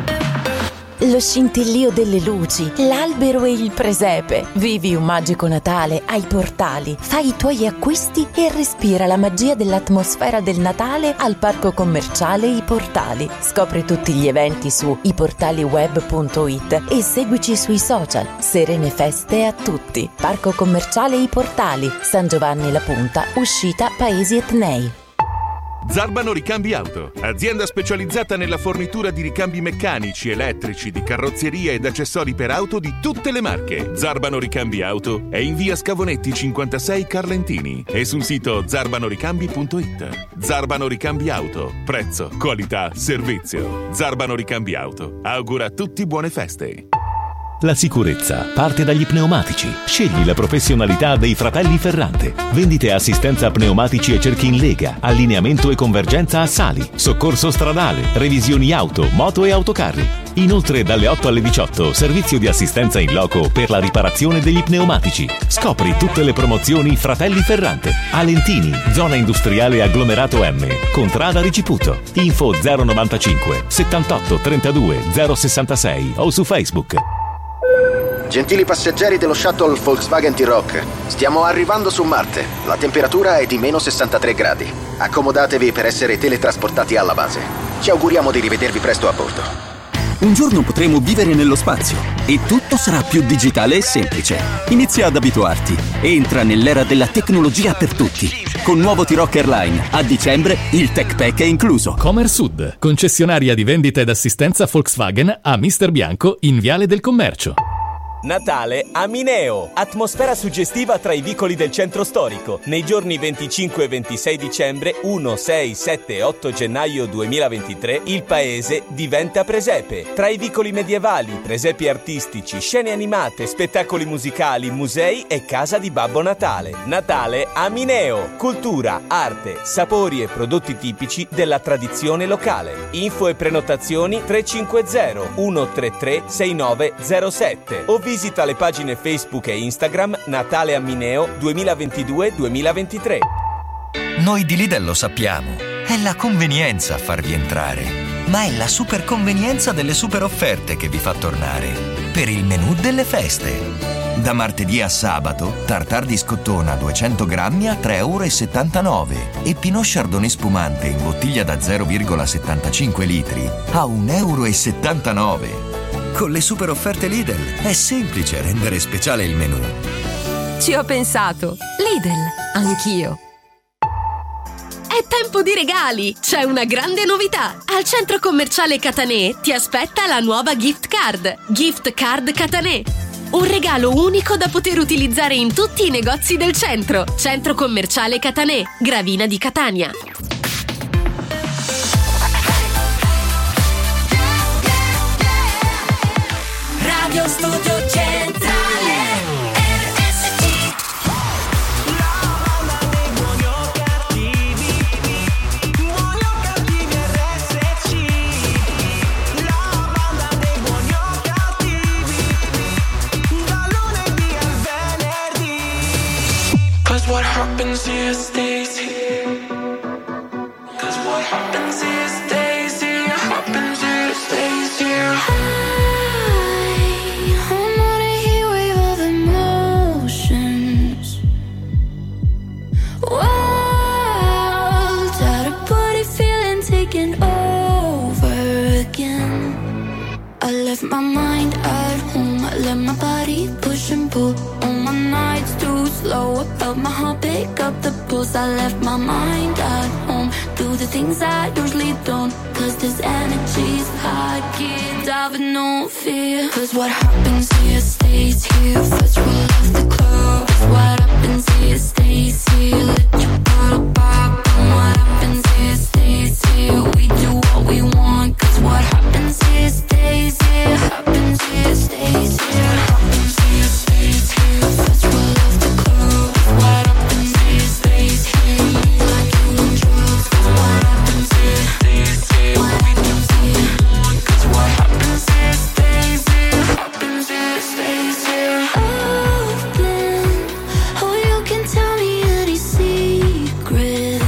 Lo scintillio delle luci, l'albero e il presepe. Vivi un magico Natale ai Portali. Fai i tuoi acquisti e respira la magia dell'atmosfera del Natale al parco commerciale I Portali. Scopri tutti gli eventi su i portali web punto it e seguici sui social. Serene feste a tutti. Parco commerciale I Portali, San Giovanni La Punta, uscita Paesi Etnei. Zarbano Ricambi Auto, azienda specializzata nella fornitura di ricambi meccanici, elettrici, di carrozzeria ed accessori per auto di tutte le marche. Zarbano Ricambi Auto è in via Scavonetti cinquantasei Carlentini e sul sito zarbano ricambi punto it. Zarbano Ricambi Auto, prezzo, qualità, servizio. Zarbano Ricambi Auto augura a tutti buone feste. La sicurezza parte dagli pneumatici. Scegli la professionalità dei fratelli Ferrante. Vendite e assistenza pneumatici e cerchi in lega, allineamento e convergenza a sali, soccorso stradale, revisioni auto, moto e autocarri. Inoltre dalle otto alle diciotto servizio di assistenza in loco per la riparazione degli pneumatici. Scopri tutte le promozioni Fratelli Ferrante. Alentini, zona industriale agglomerato M, Contrada Riciputo. Info zero novantacinque settantotto trentadue zero sessantasei o su Facebook. Gentili passeggeri dello shuttle Volkswagen T-Roc, stiamo arrivando su Marte. La temperatura è di meno sessantatré gradi. Accomodatevi per essere teletrasportati alla base. Ci auguriamo di rivedervi presto a bordo. Un giorno potremo vivere nello spazio e tutto sarà più digitale e semplice. Inizia ad abituarti. Entra nell'era della tecnologia per tutti. Con nuovo T-Roc Airline, a dicembre il Tech Pack è incluso. Comersud, concessionaria di vendita ed assistenza Volkswagen a Mister Bianco in Viale del Commercio. Natale a Mineo, atmosfera suggestiva tra i vicoli del centro storico. Nei giorni venticinque e ventisei dicembre, uno, sei, sette e otto gennaio duemilaventitré, il paese diventa presepe. Tra i vicoli medievali, presepi artistici, scene animate, spettacoli musicali, musei e casa di Babbo Natale. Natale a Mineo, cultura, arte, sapori e prodotti tipici della tradizione locale. Info e prenotazioni tre cinque zero uno tre tre sei nove zero sette o visita le pagine Facebook e Instagram Natale a Mineo duemilaventidue duemilaventitré. Noi di Lidl lo sappiamo, è la convenienza a farvi entrare, ma è la super convenienza delle super offerte che vi fa tornare per il menù delle feste. Da martedì a sabato, tartar di scottona duecento grammi a tre e settantanove euro e Pinot Chardonnay spumante in bottiglia da zero virgola settantacinque litri a un e settantanove euro. Con le super offerte Lidl è semplice rendere speciale il menù. Ci ho pensato. Lidl, anch'io. È tempo di regali! C'è una grande novità! Al centro commerciale Catanè ti aspetta la nuova gift card. Gift Card Catanè. Un regalo unico da poter utilizzare in tutti i negozi del centro. Centro commerciale Catanè, Gravina di Catania. Radio Studio Centrale R S C. La banda dei buoni o cattivi, buoni o cattivi R S C. Cause what happens here stays here. Cause what happens here stays here. Happens here stays here. I'm on a heat wave of emotions. Wild, out of body feeling taken over again. I left my mind at home. I let my body push and pull. On my nights too slow. I felt my heart pick up the pulse. I left my mind at home. Do the things I usually don't. Cause this energy's high. Get out with no fear. Cause what happens here stays here. First rule of the club. What happens here stays here. Let your bottle pop. And what happens here stays here. We do what we want. Cause what happens here stays here. Happens here stays here. Happens here stays here. First rule of the club. What happens here stays here. Like you on drugs. Cause what happens here stays here. We do what we want. Cause what happens here stays here. Happens here stays here. Open. Oh, you can tell me any secret.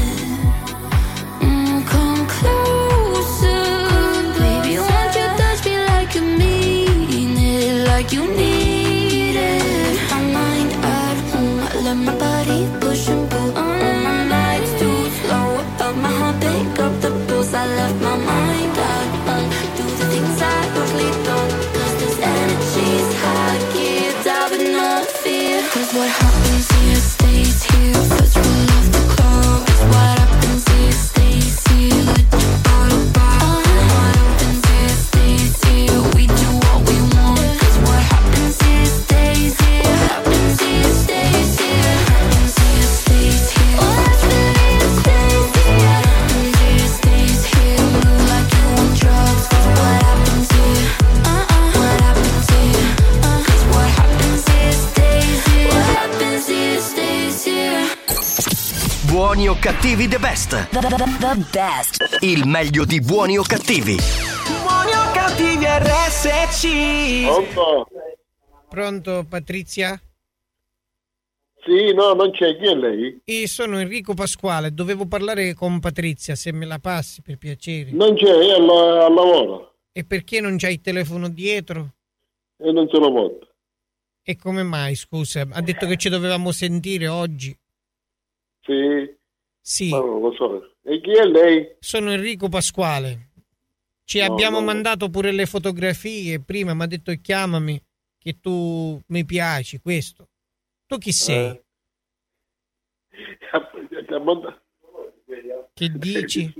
Mm, come closer. Baby, won't you touch me like you mean it, like you need it. My mind at home. I let my body push and pull. On my nights too slow. I felt my heart pick up the pulse. I left my mind at home. Do the things I usually don't. Cause this energy's high. Get out with no fear. Cause what happens here stays here. First rule of the club. What happens here stays here. Let your bottle pop. What happens here stays here. We do what we want. Cause what happens here stays here. Happens here stays here. Happens here stays here. What happens here stays here. Happens here stays here. Move like you on drugs. Cause what happens here. Uh-uh. What happens here. Uh. Cause what happens here stays here. What happens here stays here. Buoni o cattivi the best. The, the, the best. Il meglio di Buoni o cattivi. Buoni o cattivi R S C. Pronto? Pronto, Patrizia? Sì, no, non c'è. Chi è lei? Io sono Enrico Pasquale, dovevo parlare con Patrizia, se me la passi per piacere. Non c'è, è al, al lavoro. E perché non c'hai il telefono dietro? E non se lo porta. E come mai, scusa? Ha detto che ci dovevamo sentire oggi. Sì. Sì. Ma non lo so. E chi è lei? Sono Enrico Pasquale. Ci No, abbiamo no. mandato pure le fotografie. Prima mi ha detto chiamami, che tu mi piaci, questo. Tu chi sei? Eh. Che dici?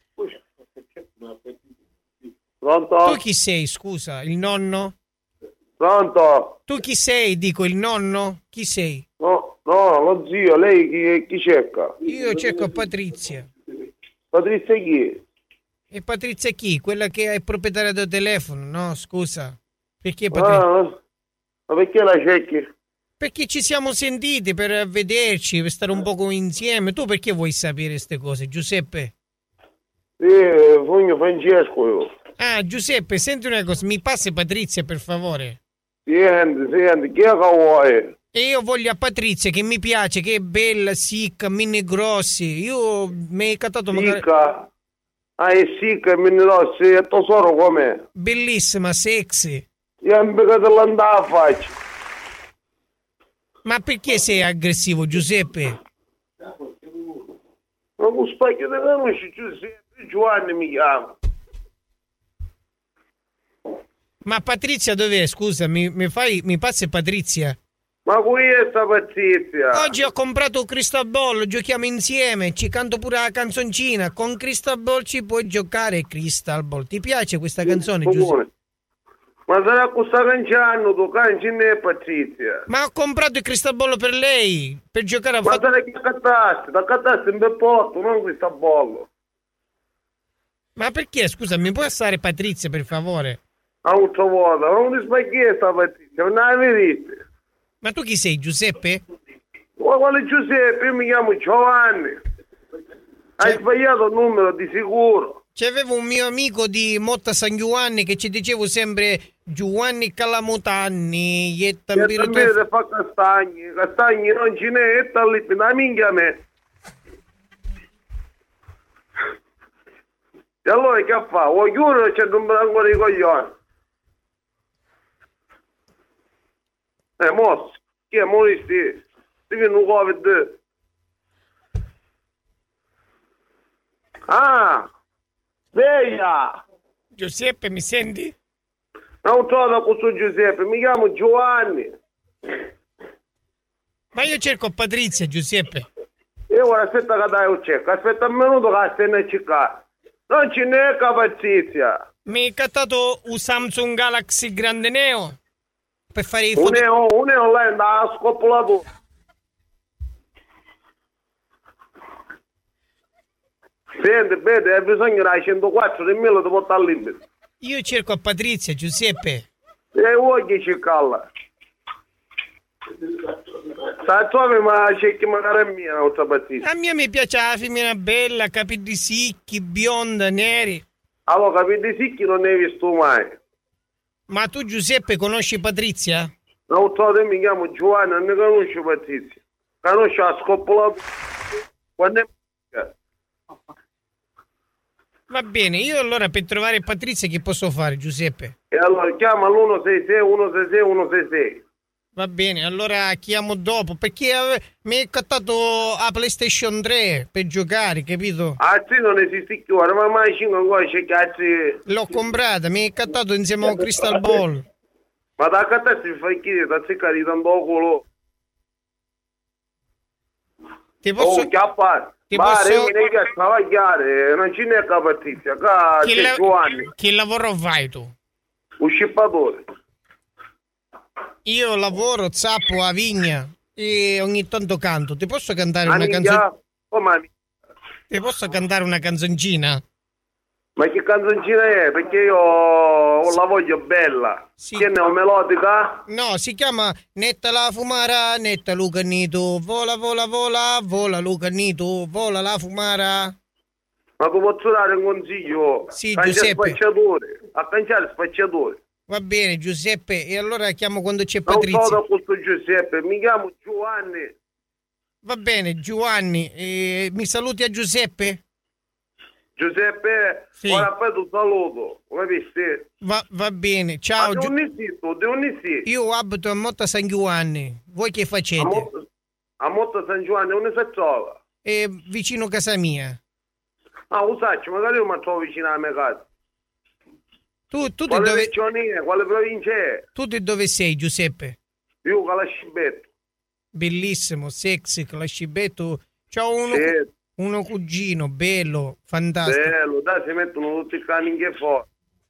Pronto? Tu chi sei, scusa? Il nonno? Pronto? Tu chi sei, dico, il nonno? Chi sei? No, no, lo zio, lei chi, chi cerca? Io cerco Patrizia. Patrizia chi? E Patrizia chi? Quella che è proprietaria del telefono, no? Scusa. Perché Patrizia? Ah, ma perché la cerchi? Perché ci siamo sentiti per vederci, per stare un poco insieme. Tu perché vuoi sapere queste cose, Giuseppe? Sì, Fogno Francesco io. Ah, Giuseppe, senti una cosa, mi passi Patrizia per favore? Senti, senti, chi è che vuoi? E io voglio a Patrizia che mi piace, che è bella, sicca, mini grossi. Io mi hai cattato magari... Sicca? Ah, è sicca, mini grossi, e tesoro com'è? Bellissima, sexy. Io mi peccato l'andare a faccia. Ma perché sei aggressivo, Giuseppe? Ma con spacchio di conosci Giuseppe, Giovanni mi chiama. Ma Patrizia dov'è? Scusa, mi, mi fai, mi passi Patrizia? Ma qui è sta Patrizia? Oggi ho comprato un Crystal Ball, giochiamo insieme, ci canto pure la canzoncina. Con Crystal Ball ci puoi giocare, Crystal Ball. Ti piace questa canzone, Giuseppe? Ma sarà questa canciano, tu canci ne Patrizia. Ma ho comprato il Crystal Ball per lei, per giocare a... Ma sarà che cattaste, da cattaste in bel porto, non Crystal Ball. Ma perché, scusa, mi puoi stare Patrizia, per favore? A un'altra volta, non ti sbagliare sta Patrizia, non la vedete. Ma tu chi sei, Giuseppe? Ma quale Giuseppe? Io mi chiamo Giovanni. Hai C'è... sbagliato il numero di sicuro. C'avevo un mio amico di Motta San Giovanni che ci dicevo sempre Giovanni Calamutanni, E tambire te fa castagni, castagni non ce n'è, e talli, la minchia me. E allora che fa? O chiudo c'è un branco di coglioni. Eh, mosso, chi è moristi? Ti viene un Covid. Ah, sveglia! Giuseppe, mi senti? Non trovo questo Giuseppe, mi chiamo Giovanni. Ma io cerco Patrizia, Giuseppe. E ora aspetta che dai un cerco, aspetta un minuto che stai a cercare. Non ce n'è Patrizia. Mi hai cattato un Samsung Galaxy Grande Neo per fare i Un foto. neo, un neo là da scoppolato. Senti, vedi, hai bisogno dei centoquattro del mille di portare al limite. Io cerco a Patrizia, Giuseppe. E vuoi che cercarla? Sai, tu ma cerchi magari mia, un'altra Patrizia. A mia mi piace la femmina bella, capelli sicchi, bionda, neri. Allora, capelli sicchi non ne hai visto mai. Ma tu, Giuseppe, conosci Patrizia? Non so, mi chiamo Giovanni, non ne conosco Patrizia. Conosco la scoppolato. Quando è... Va bene, io allora per trovare Patrizia che posso fare, Giuseppe? E allora chiama l'uno sei sei uno sei sei uno sei sei. Va bene, allora chiamo dopo, perché ave- mi hai cattato la PlayStation tre per giocare, capito? Ah sì, non esiste più, ora ma mai cinque cose cazzi. L'ho comprata, mi hai cattato insieme a un Crystal Ball. Ma da cattare si fa chiedere, da ziccare tanto culo. Ti posso... Oh, chiappare. Ti Ma posso- io mi che travagliare, non ce n'è Patrizia, qua Che, c'è la- Giovanni, che lavoro fai tu? un scippatore. Io lavoro, zappo a vigna e ogni tanto canto. Ti posso cantare una Amica, canzone? oh, ma, Ti posso cantare una canzoncina? ma che canzoncina è? Perché io la voglio bella. Sì. Che ne ho melodica? No, si chiama Netta la fumara, netta Lucanito, vola vola vola, vola Lucanito, vola la fumara. Ma tu posso dare un consiglio? Sì, Canciare Giuseppe. spacciatore, a canciare spacciatore. Va bene, Giuseppe, e allora chiamo quando c'è Non Patrizia. so da questo Giuseppe, mi chiamo Giovanni. Va bene, Giovanni, e mi saluti a Giuseppe? Giuseppe, Sì. ora poi ti saluto, capisci? Va, va bene, ciao. Ma Giu- devo insisto, devo insisto. Io abito a Motta San Giovanni, voi che A facete? Motta, a Motta San Giovanni, non si trova. È vicino casa mia. Ah, lo saccio, magari io mi trovo vicino alla mia casa. Tu, tu, di Quale dove, regione è? Quale provincia è? tu di dove sei, Giuseppe? Io con la Scibetto. Bellissimo, sexy, clashibetto. C'ho uno, Sì. uno cugino, bello, fantastico. Bello, dai, si mettono tutti i cani che fuori.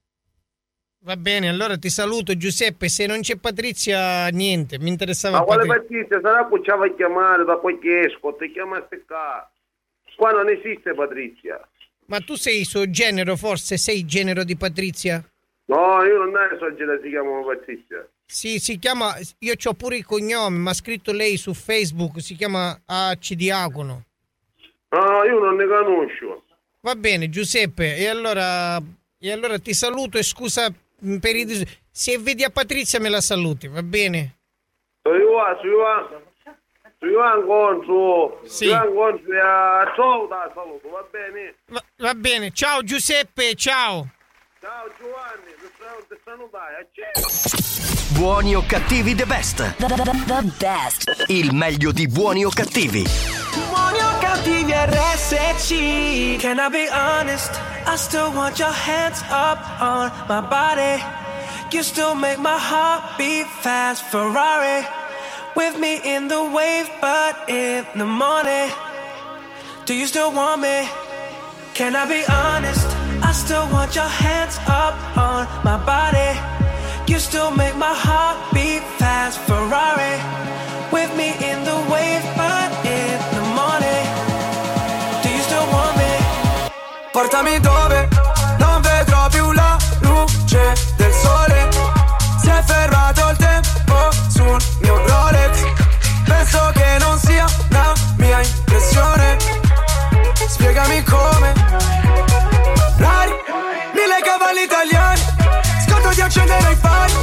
Va bene, allora ti saluto, Giuseppe. Se non c'è Patrizia, niente, mi interessava Ma quale Patrizia. Patrizia? Sarà che ci va a chiamare da qualche esco, ti chiamaste qua. Qua non esiste Patrizia. Ma tu sei suo genero, forse? Sei il genero di Patrizia? No, io non ne so se si chiamano Patrizia. Sì, si chiama. Io c'ho pure il cognome, ma ha scritto lei su Facebook, si chiama A C Diacono. No, io non ne conosco. Va bene, Giuseppe, e allora, e allora ti saluto e scusa per i dis- se vedi a Patrizia me la saluti, va bene? So io va, so io va. So io va incontro. Sì. Io incontro e a ciao, dai, saluto, va bene? Va, va bene, ciao Giuseppe, ciao. Ciao Giovanni, ti sta- ti stanno dai, a ciao. Buoni o cattivi the best. The, the, the best. Il meglio di Buoni o cattivi. Buoni o cattivi R S C. Can I be honest? I still want your hands up on my body. You still make my heart beat fast. Ferrari with me in the wave, but in the morning. Do you still want me? Can I be honest? I still want your hands up on my body. You still make my heart beat fast. Ferrari with me in the wave, but in the morning. Do you still want me? Portami dove non vedrò più la luce del sole. Si è fermato il tempo sul mio Rolex. Penso che non sia una mia impressione. Spiegami come. Rari, mille cavalli italiani. Scordo di accendere i fari.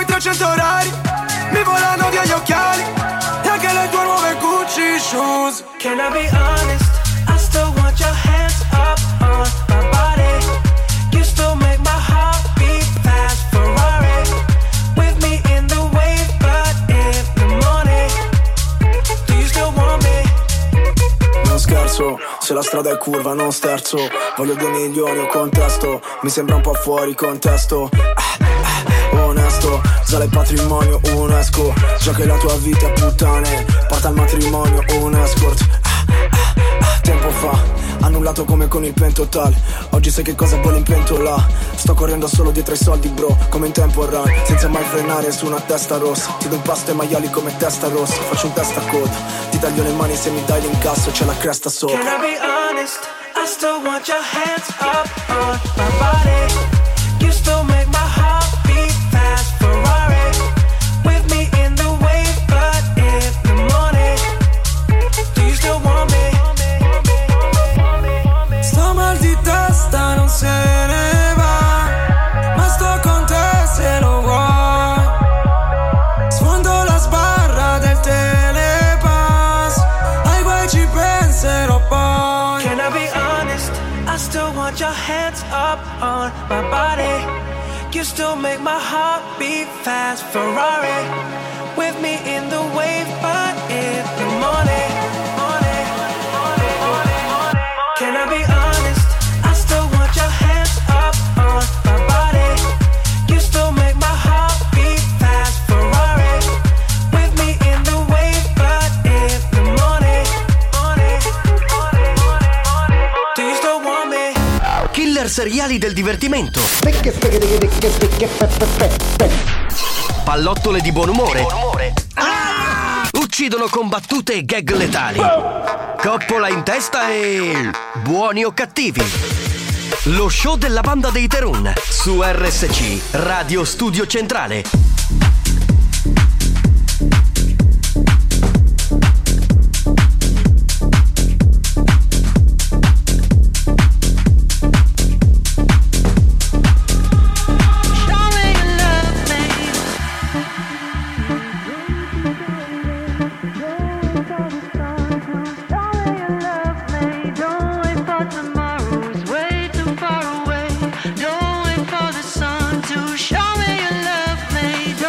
i trecento orari, mi volano via gli occhiali e anche le tue nuove Gucci shoes. Can I be honest? I still want your hands up on my body. You still make my heart beat fast. Ferrari with me in the wave, but in the morning. Do you still want me? Non scherzo, se la strada è curva non sterzo. Voglio due milioni o contesto, mi sembra un po' fuori contesto. ah, ah, Onesto, sale il patrimonio, un esco. Già che la tua vita è puttane, porta al matrimonio, un escort. ah, ah, ah, Tempo fa, annullato come con il pentotale. Oggi sai che cosa vuole in pentola. Sto correndo solo dietro ai soldi bro, come in tempo run, senza mai frenare su una testa rossa. Ti do un pasto ai maiali come testa rossa. Faccio un testa a coda, ti taglio le mani se mi dai l'incasso, c'è la cresta sopra. Can I be honest? I still want your hands up on my body. You still make my heart beat fast. Ferrari with me in the wave, but in the morning. Do you still want me? Sto mal di testa, non se ne va, ma sto con te se lo vuoi. Sfondo la sbarra del telepass, ai guai ci penserò poi. Can I be honest? I still want your hands up on my body. You still make my heart beat fast. Ferrari with me in the wave, but in the morning. morning, morning, morning, morning. Can I be honest? I still want your hands up on my body. You still make my heart beat fast. Ferrari with me in the wave, but in the morning. morning, morning, morning. Do you still want me? Killer seriali del divertimento. Pallottole di buon umore. Uccidono con battute e gag letali. Coppola in testa e buoni o cattivi. Lo show della banda dei Terun su R S C Radio Studio Centrale. Show me your love, mate.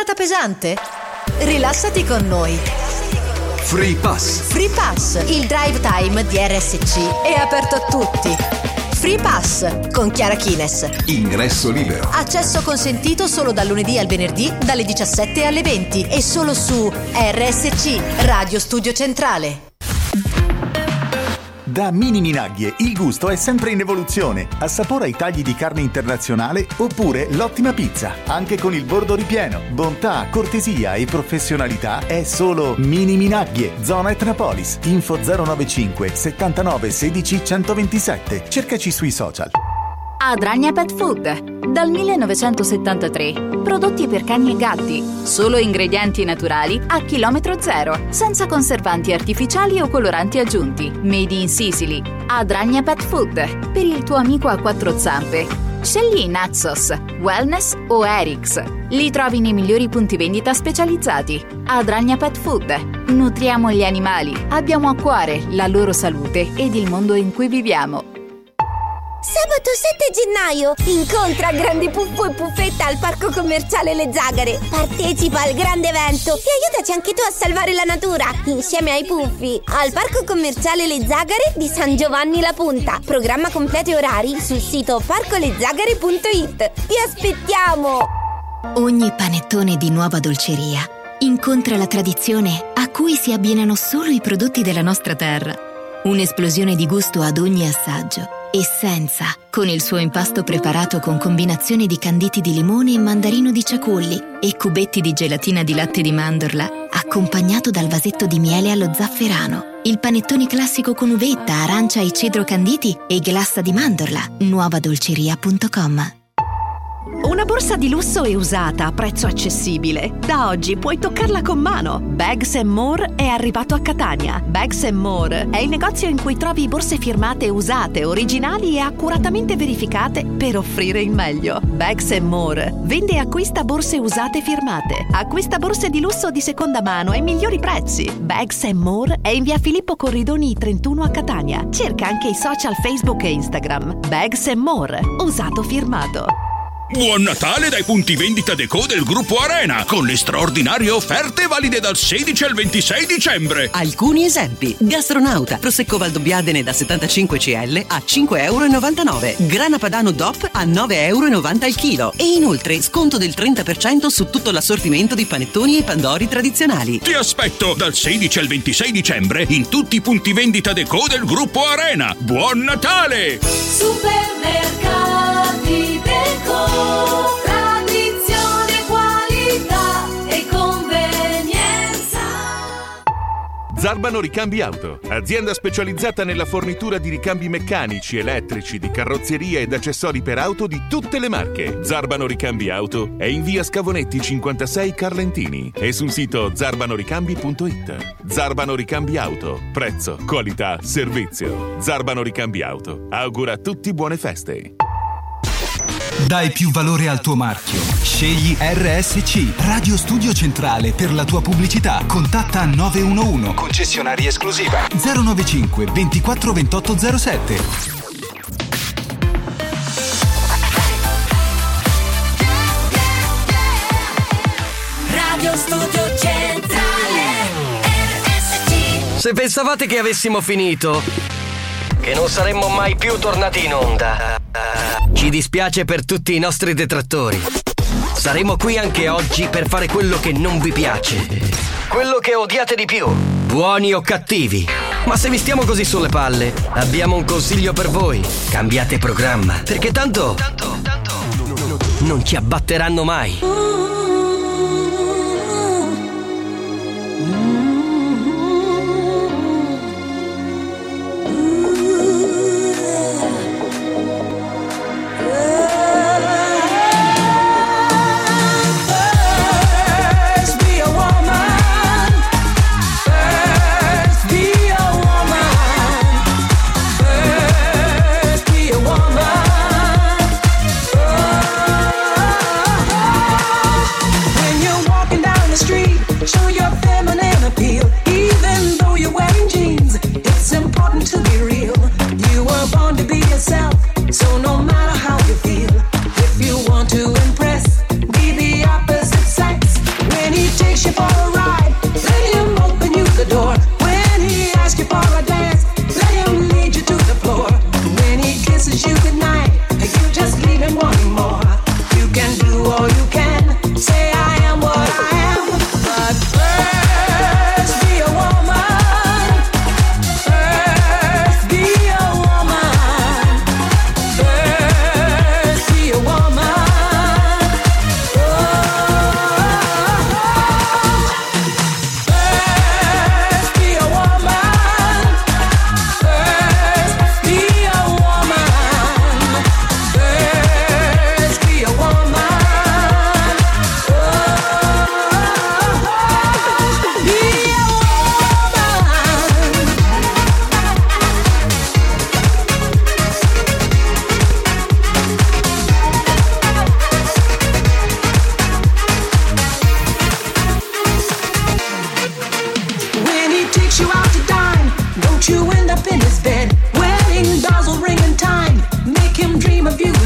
giornata pesante? Rilassati con noi. Free Pass. Free Pass, il drive time di R S C è aperto a tutti. Free Pass con Chiara Kines. Ingresso libero. Accesso consentito solo dal lunedì al venerdì dalle diciassette alle venti e solo su R S C, Radio Studio Centrale. Da Mini Minaglie il gusto è sempre in evoluzione. Assapora i tagli di carne internazionale oppure l'ottima pizza, anche con il bordo ripieno. Bontà, cortesia e professionalità è solo Mini Minaglie, zona Etnapolis. Info zero novantacinque settantanove sedici centoventisette. Cercaci sui social. Adragna Pet Food. Dal millenovecentosettantatré. Prodotti per cani e gatti. Solo ingredienti naturali a chilometro zero. Senza conservanti artificiali o coloranti aggiunti. Made in Sicily. Adragna Pet Food. Per il tuo amico a quattro zampe. Scegli Naxos, Wellness o Erix. Li trovi nei migliori punti vendita specializzati. Adragna Pet Food. Nutriamo gli animali. Abbiamo a cuore la loro salute ed il mondo in cui viviamo. Sabato sette gennaio incontra Grande Puffo e Puffetta al Parco Commerciale Le Zagare. Partecipa al grande evento e aiutaci anche tu a salvare la natura insieme ai puffi al Parco Commerciale Le Zagare di San Giovanni La Punta. Programma completo e orari sul sito parcolezagare punto it. Vi aspettiamo! Ogni panettone di Nuova Dolceria incontra la tradizione a cui si abbinano solo i prodotti della nostra terra. Un'esplosione di gusto ad ogni assaggio. E senza, con il suo impasto preparato con combinazione di canditi di limone e mandarino di ciaculli e cubetti di gelatina di latte di mandorla, accompagnato dal vasetto di miele allo zafferano. Il panettone classico con uvetta, arancia e cedro canditi e glassa di mandorla. nuova dolceria punto com. Una borsa di lusso e usata a prezzo accessibile. Da oggi puoi toccarla con mano. Bags and More è arrivato a Catania. Bags and More è il negozio in cui trovi borse firmate usate, originali e accuratamente verificate per offrire il meglio. Bags and More vende e acquista borse usate firmate. Acquista borse di lusso di seconda mano ai migliori prezzi. Bags and More è in via Filippo Corridoni trentuno a Catania. Cerca anche i social Facebook e Instagram. Bags and More, usato firmato. Buon Natale dai punti vendita Deco del gruppo Arena, con le straordinarie offerte valide dal sedici al ventisei dicembre. Alcuni esempi: Gastronauta, Prosecco Valdobbiadene da settantacinque centilitri a cinque virgola novantanove euro, Grana Padano D O P a nove virgola novanta euro al chilo e inoltre sconto del trenta per cento su tutto l'assortimento di panettoni e pandori tradizionali. Ti aspetto dal sedici al ventisei dicembre in tutti i punti vendita Deco del gruppo Arena. Buon Natale! Supermercati Deco. Tradizione, qualità e convenienza. Zarbano Ricambi Auto, azienda specializzata nella fornitura di ricambi meccanici, elettrici, di carrozzeria ed accessori per auto di tutte le marche. Zarbano Ricambi Auto è in via Scavonetti cinquantasei Carlentini e sul sito zarbano ricambi punto it. Zarbano Ricambi Auto, prezzo, qualità, servizio. Zarbano Ricambi Auto augura a tutti buone feste. Dai più valore al tuo marchio. Scegli R S C, Radio Studio Centrale, per la tua pubblicità. Contatta nove uno uno, concessionaria esclusiva, zero novantacinque ventiquattro ventotto zero sette. Radio Studio Centrale R S C. Se pensavate che avessimo finito, che non saremmo mai più tornati in onda, ci dispiace per tutti i nostri detrattori. Saremo qui anche oggi per fare quello che non vi piace, quello che odiate di più, buoni o cattivi. Ma se vi stiamo così sulle palle, abbiamo un consiglio per voi: cambiate programma, perché tanto, tanto, tanto non ci abbatteranno mai.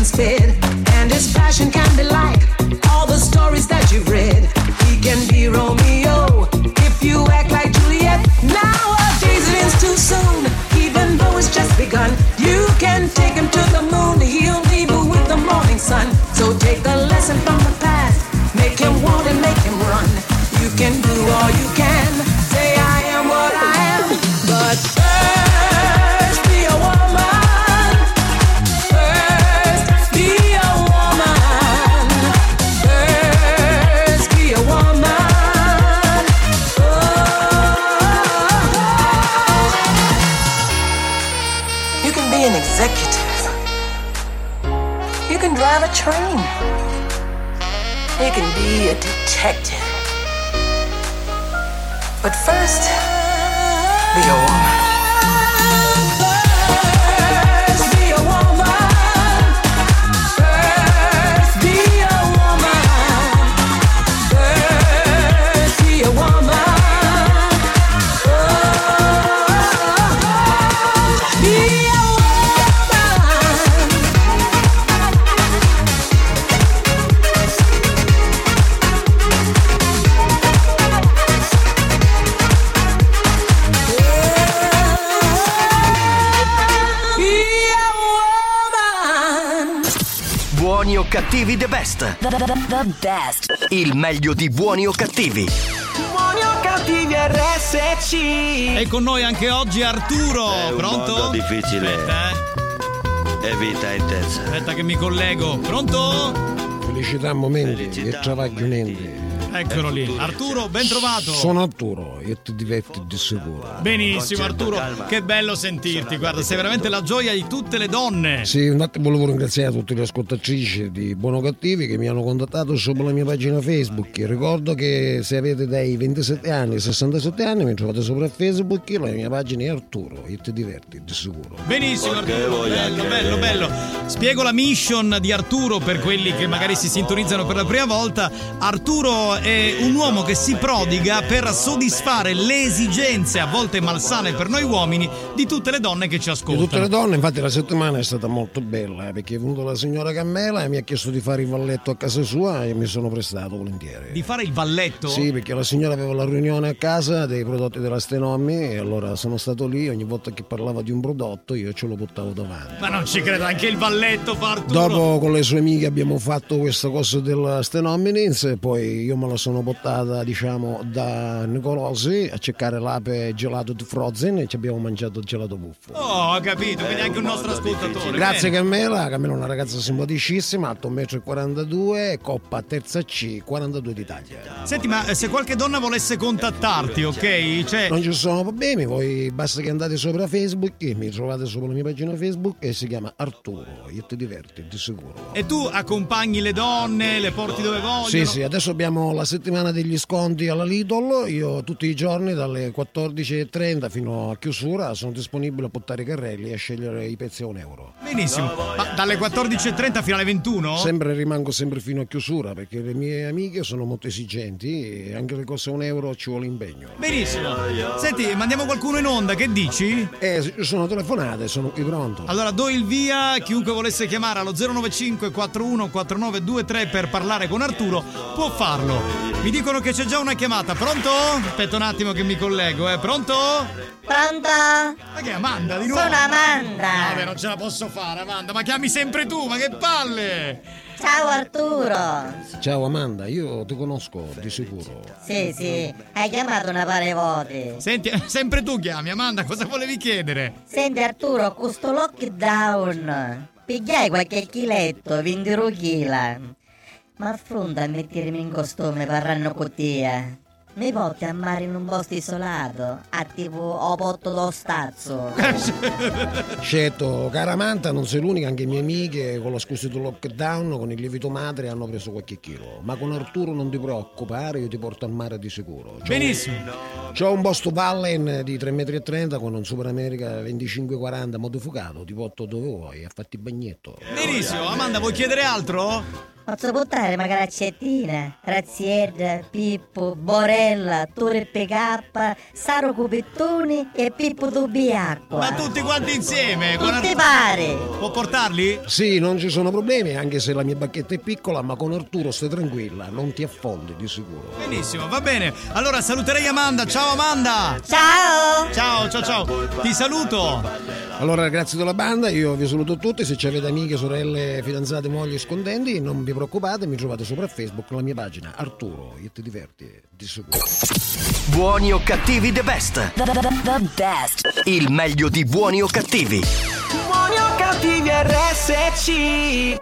demons fed, and his passion can be like all the stories that you've read. He can be Romeo if you act like Juliet. Nowadays it is too soon, even though it's just begun. You can take him to the moon, he'll leave you with the morning sun. So take the lesson from the past, make him want and make him run. You can do all you can, say I am what I am, but first be a woman. First be a woman. First be a woman. Oh. You can be an executive. You can drive a train. You can be a detective. But first, be a woman. First, be a woman. First, be a woman. First, be a woman. Oh, be a Buoni o cattivi the best. The, the, the, the best. Il meglio di Buoni o cattivi. Buoni o cattivi R S C. E con noi anche oggi Arturo. È un Pronto? mondo difficile. Aspetta, eh. E vita intensa. Aspetta che mi collego. Pronto? Felicità momenti e travaglio niente. Eccolo lì. Arturo, ben trovato. Sono Arturo e ti diverti di sicuro. Benissimo Arturo, che bello sentirti. Guarda, sei veramente la gioia di tutte le donne. Sì, un attimo volevo ringraziare tutte le ascoltatrici di Buono Cattivi che mi hanno contattato sopra la mia pagina Facebook. Ricordo che se avete dai ventisette anni ai sessantasette anni mi trovate sopra Facebook, la mia pagina è Arturo e ti diverti di sicuro. Benissimo Arturo, bello, bello, bello. Spiego la mission di Arturo per quelli che magari si sintonizzano per la prima volta. Arturo è un uomo che si prodiga per soddisfare le esigenze, a volte malsane per noi uomini, di tutte le donne che ci ascoltano. Di tutte le donne, infatti la settimana è stata molto bella eh, perché è venuta la signora Cammela e mi ha chiesto di fare il valletto a casa sua e mi sono prestato volentieri. Di fare il valletto? Sì, perché la signora aveva la riunione a casa dei prodotti della Stenommi e allora sono stato lì, ogni volta che parlava di un prodotto io ce lo portavo davanti. Ma non ci credo, anche il valletto fa Arturo. Dopo con le sue amiche abbiamo fatto questa cosa della Stenomminins e poi io me la sono portata diciamo da Nicolosi a cercare l'ape gelato di Frozen e ci abbiamo mangiato il gelato buffo. Oh, ho capito, quindi anche un nostro ascoltatore. Grazie Carmela, Carmela è una ragazza simpaticissima, alto uno e quarantadue metri, coppa terza C, quarantadue d'Italia. Senti, ma se qualche donna volesse contattarti, ok? Cioè... Non ci sono problemi, voi basta che andate sopra Facebook, mi trovate sopra la mia pagina Facebook e si chiama Arturo, io ti diverti, di sicuro. E tu accompagni le donne, le porti dove vogliono? Sì, sì, adesso abbiamo la settimana degli sconti alla Lidl, io tutti i giorni dalle quattordici e trenta fino a chiusura sono disponibile a portare i carrelli e a scegliere i pezzi a un euro. Benissimo, ma dalle quattordici e trenta fino alle ventuno? Sempre rimango sempre fino a chiusura perché le mie amiche sono molto esigenti e anche le cose a un euro ci vuole impegno. Benissimo, senti, mandiamo qualcuno in onda, che dici? Eh, sono telefonate, sono qui pronto. Allora do il via, chiunque volesse chiamare allo zero nove cinque quattro uno quattro nove due tre per parlare con Arturo può farlo. Mi dicono che c'è già una chiamata, pronto? Aspetta un attimo che mi collego, eh, pronto? Pronto? Ma che è Amanda di nuovo? Sono Amanda. Vabbè, non ce la posso fare, Amanda, ma chiami sempre tu, ma che palle! Ciao Arturo. Ciao Amanda, io ti conosco di sicuro. Sì, sì, hai chiamato una pare volte. Senti, sempre tu chiami, Amanda, cosa volevi chiedere? Senti Arturo, questo lockdown, pigliai qualche chiletto, venti chila. Ma affronta a mettermi in costume parranno con te. Mi porti a mare in un posto isolato, a tipo o porto do stazzo. Certo, cara Manta, non sei l'unica, anche mie amiche con la scusa del lockdown, con il lievito madre hanno preso qualche chilo. Ma con Arturo non ti preoccupare, io ti porto al mare di sicuro. C'ho Benissimo. Un, c'ho un Boston Vallen di tre metri e trenta con un Super America venticinque quaranta modificato, ti porto dove vuoi, a fatti bagnetto. Benissimo, Amanda, vuoi chiedere altro? Posso buttare magari accettina, Razzietta, Pippo, Borella, Tore P K, Saro Cupettoni e Pippo Dubbiacqua. Ma tutti quanti insieme? Non ti pare? Può portarli? Sì, non ci sono problemi, anche se la mia bacchetta è piccola, ma con Arturo stai tranquilla, non ti affondi di sicuro. Benissimo, va bene. Allora saluterei Amanda. Ciao Amanda! Ciao! Ciao, ciao, ciao. Ti saluto. Allora ragazzi della banda, io vi saluto tutti, se ci avete amiche, sorelle, fidanzate, mogli, scondenti, non vi preoccupate, mi trovate sopra Facebook la mia pagina Arturo, io ti diverti di sicuro. Buoni o cattivi the best. The, the, the best. Il meglio di Buoni o cattivi. Buoni o cattivi R S C.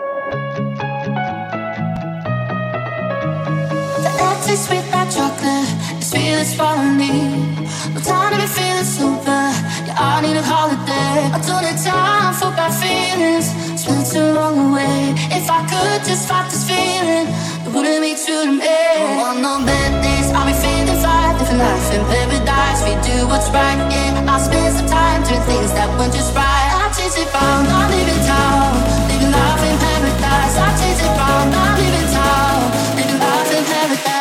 That's sweet like chocolate, it's sweet as falling me. No time to be feeling super, yeah, I need a holiday. I don't have time for bad feelings, spent too long away. If I could just fight this feeling, it wouldn't be true to me. Don't want no bad days, I'll be feeling fine, living life in paradise. We do what's right, yeah, I'll spend some time doing things that weren't just right. I'll chase it round, I'm leaving town, living life in paradise. I'll chase it round, I'm leaving town, living life in paradise.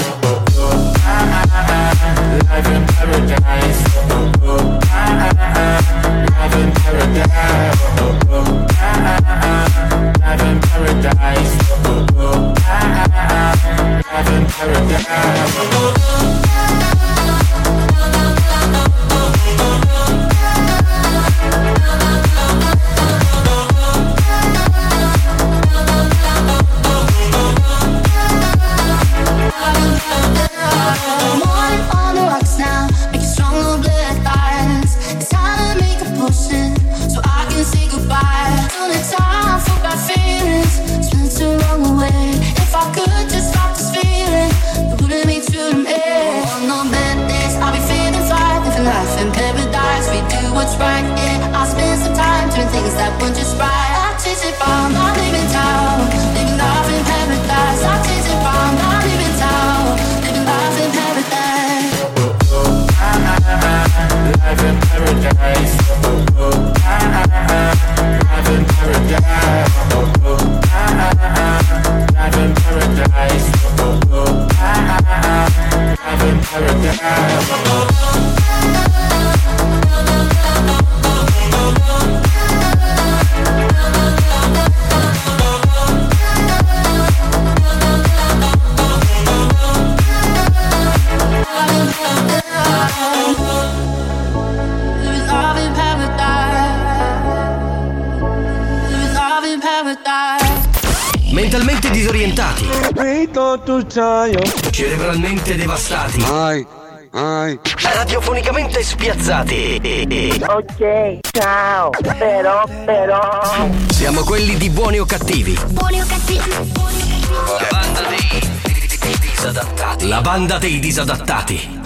Life in paradise. Life in paradise. Life in paradise. Life in paradise. Things that weren't just right. I chase it round, I'm leaving town, living life in paradise. I chase it round, I'm leaving town, living life in paradise. Life in paradise. Life in paradise. Life in paradise. Life in paradise. Mentalmente disorientati, cerebralmente devastati, radiofonicamente spiazzati. Ok, ciao, però, però. Siamo quelli di Buoni o cattivi. Buoni o cattivi. La banda dei disadattati. La banda dei disadattati.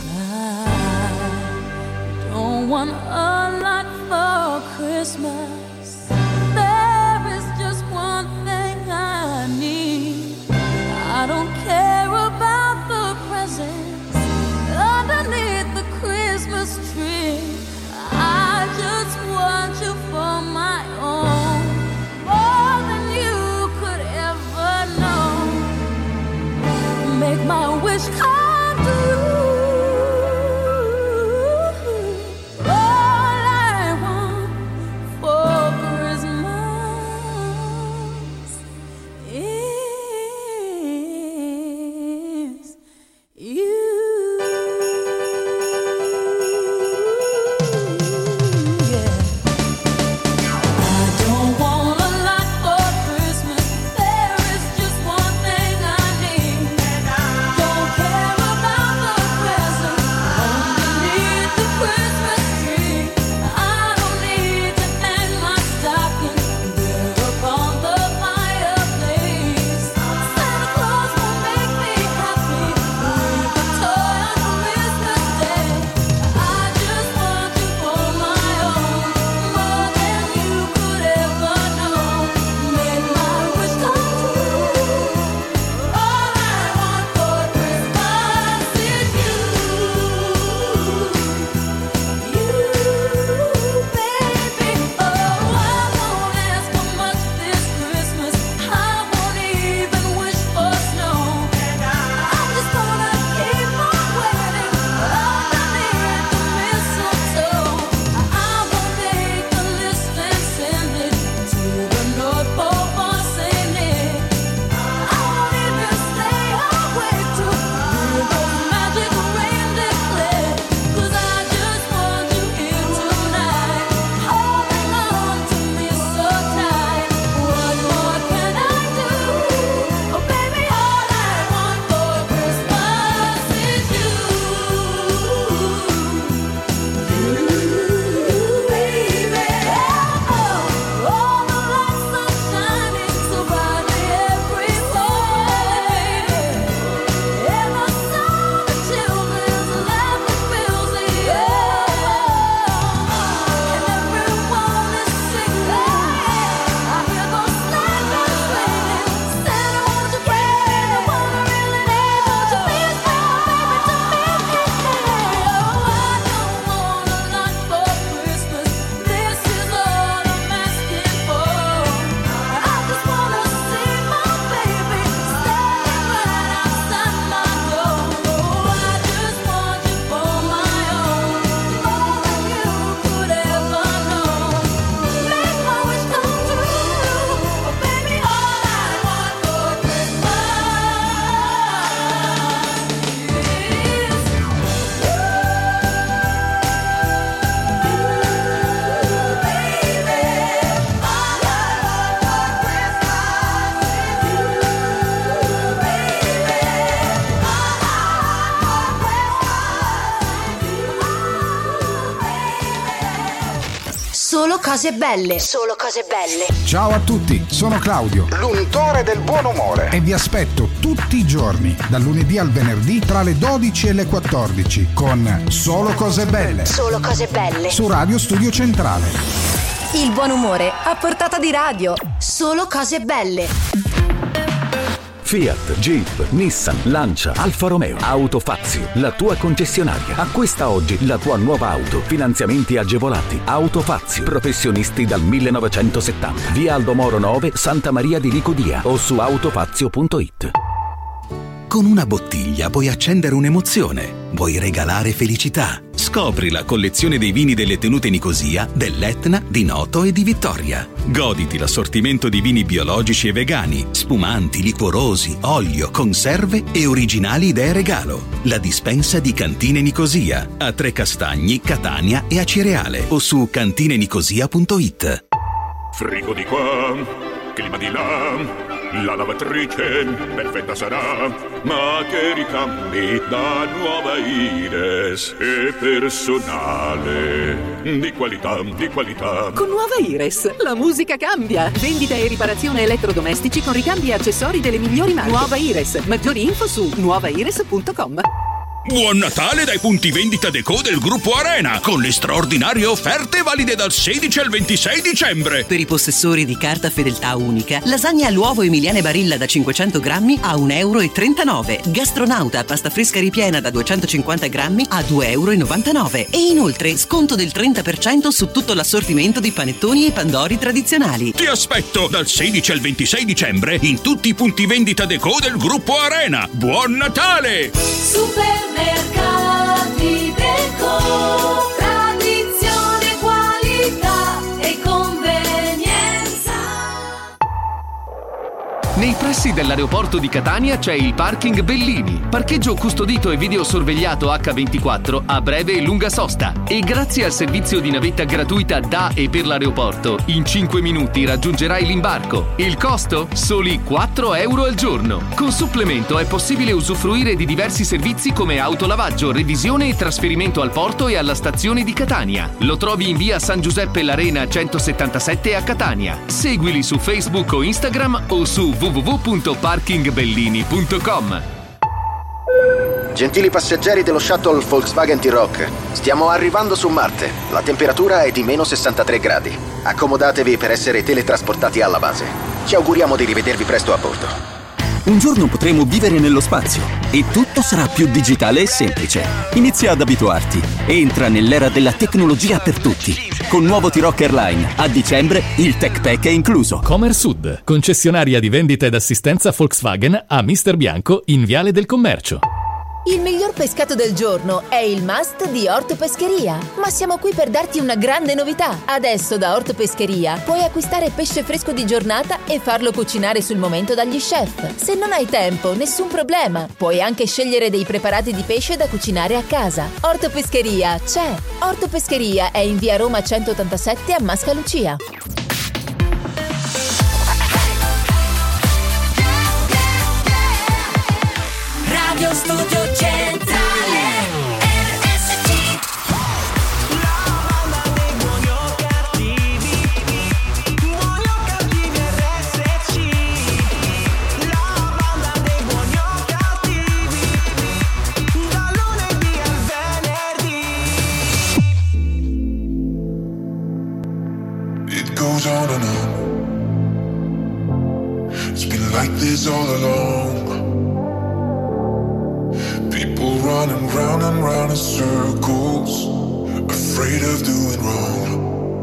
Don't want a lot for Christmas. There is just one thing I need. I don't care about the presents underneath the Christmas tree. I just want you for my own, more than you could ever know. Make my wish come true. Care Solo cose belle. Solo cose belle. Ciao a tutti, sono Claudio, l'untore del buon umore, e vi aspetto tutti i giorni, dal lunedì al venerdì, tra le dodici e le quattordici, con Solo cose belle. Solo cose belle. Su Radio Studio Centrale. Il buon umore a portata di radio. Solo cose belle. Fiat, Jeep, Nissan, Lancia, Alfa Romeo, Autofazio, la tua concessionaria. Acquista oggi la tua nuova auto. Finanziamenti agevolati. Autofazio, professionisti dal millenovecentosettanta. Via Aldo Moro nove, Santa Maria di Licodia o su autofazio punto it. Con una bottiglia puoi accendere un'emozione, vuoi regalare felicità. Scopri la collezione dei vini delle tenute Nicosia, dell'Etna, di Noto e di Vittoria. Goditi l'assortimento di vini biologici e vegani, spumanti, liquorosi, olio, conserve e originali idee regalo. La dispensa di Cantine Nicosia, a Trecastagni, Catania e a Cireale o su cantine nicosia punto it. Frigo di qua, clima di là, la lavatrice perfetta sarà, ma che ricambi da nuova Ires è personale, di qualità, di qualità. Con nuova Ires la musica cambia. Vendita e riparazione elettrodomestici con ricambi e accessori delle migliori marche. Nuova Ires. Maggiori info su nuova ires punto com. Buon Natale dai punti vendita Deco del gruppo Arena, con le straordinarie offerte valide dal sedici al ventisei dicembre. Per i possessori di carta fedeltà unica, lasagna all'uovo Emiliane Barilla da cinquecento grammi a un euro e trentanove. Gastronauta pasta fresca ripiena da duecentocinquanta grammi a due euro e novantanove. E inoltre sconto del trenta per cento su tutto l'assortimento di panettoni e pandori tradizionali. Ti aspetto dal sedici al ventisei dicembre in tutti i punti vendita Deco del gruppo Arena. Buon Natale! Supermercati Deco, tradizione, qualità e convenienza. Nei pressi dell'aeroporto di Catania c'è il Parking Bellini, parcheggio custodito e videosorvegliato acca ventiquattro a breve e lunga sosta. E grazie al servizio di navetta gratuita da e per l'aeroporto, in cinque minuti raggiungerai l'imbarco. Il costo? Soli quattro euro al giorno. Con supplemento è possibile usufruire di diversi servizi come autolavaggio, revisione e trasferimento al porto e alla stazione di Catania. Lo trovi in via San Giuseppe L'Arena centosettantasette a Catania. Seguili su Facebook o Instagram o su w w w punto parking bellini punto com. Gentili passeggeri dello shuttle Volkswagen T-Roc, stiamo arrivando su Marte. La temperatura è di meno sessantatré gradi. Accomodatevi per essere teletrasportati alla base. Ci auguriamo di rivedervi presto a bordo. Un giorno potremo vivere nello spazio e tutto sarà più digitale e semplice. Inizia ad abituarti. Entra nell'era della tecnologia per tutti. Con nuovo T-Roc Airline, a dicembre il Tech Pack è incluso. Comersud, concessionaria di vendita ed assistenza Volkswagen a Mister Bianco in Viale del Commercio. Il miglior pescato del giorno è il must di Orto Pescheria. Ma siamo qui per darti una grande novità. Adesso da Orto Pescheria puoi acquistare pesce fresco di giornata e farlo cucinare sul momento dagli chef. Se non hai tempo, nessun problema. Puoi anche scegliere dei preparati di pesce da cucinare a casa. Orto Pescheria c'è. Orto Pescheria è in via Roma centottantasette a Mascalucia. Radio Studio Centrale R S C. La banda dei buoni o cattivi, buoni o cattivi R S C. La banda dei buoni o cattivi, da lunedì al venerdì. It goes on and on. It's been like this all along. People running round and round in circles, afraid of doing wrong.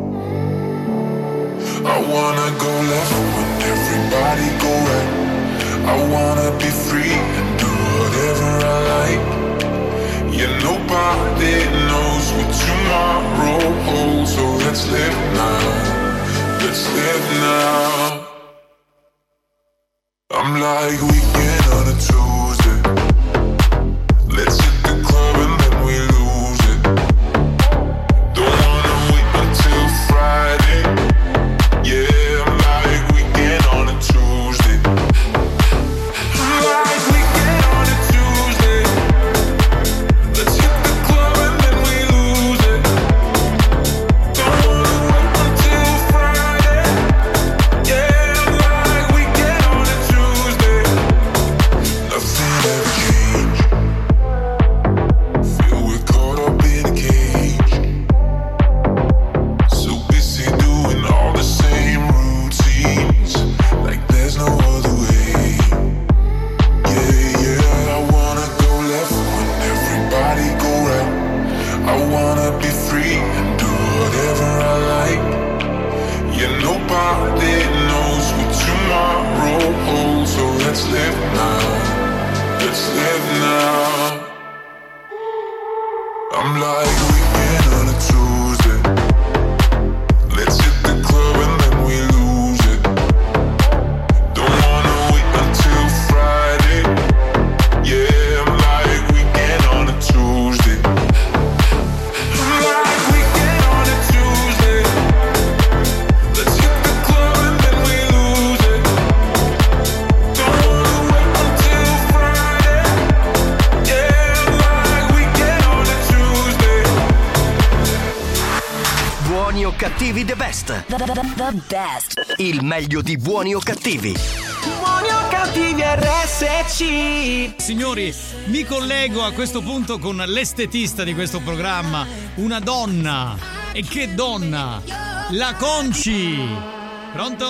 I wanna go left when everybody go right. I wanna be free and do whatever I like. Yeah, nobody knows what tomorrow holds, so let's live now, let's live now. I'm like weekend on a Tuesday. Let's hit the club and then we lose it. Don't wanna wait until Friday. Yeah, I'm like weekend on a Tuesday. I'm like weekend on a Tuesday. Let's hit the club and then we lose it. Don't wanna wait until cattivi the best. The, the, the, the best. Il meglio di buoni o cattivi. Buoni o cattivi R S C. Signori, mi collego a questo punto con l'estetista di questo programma, una donna. E che donna! La Conci. Pronto?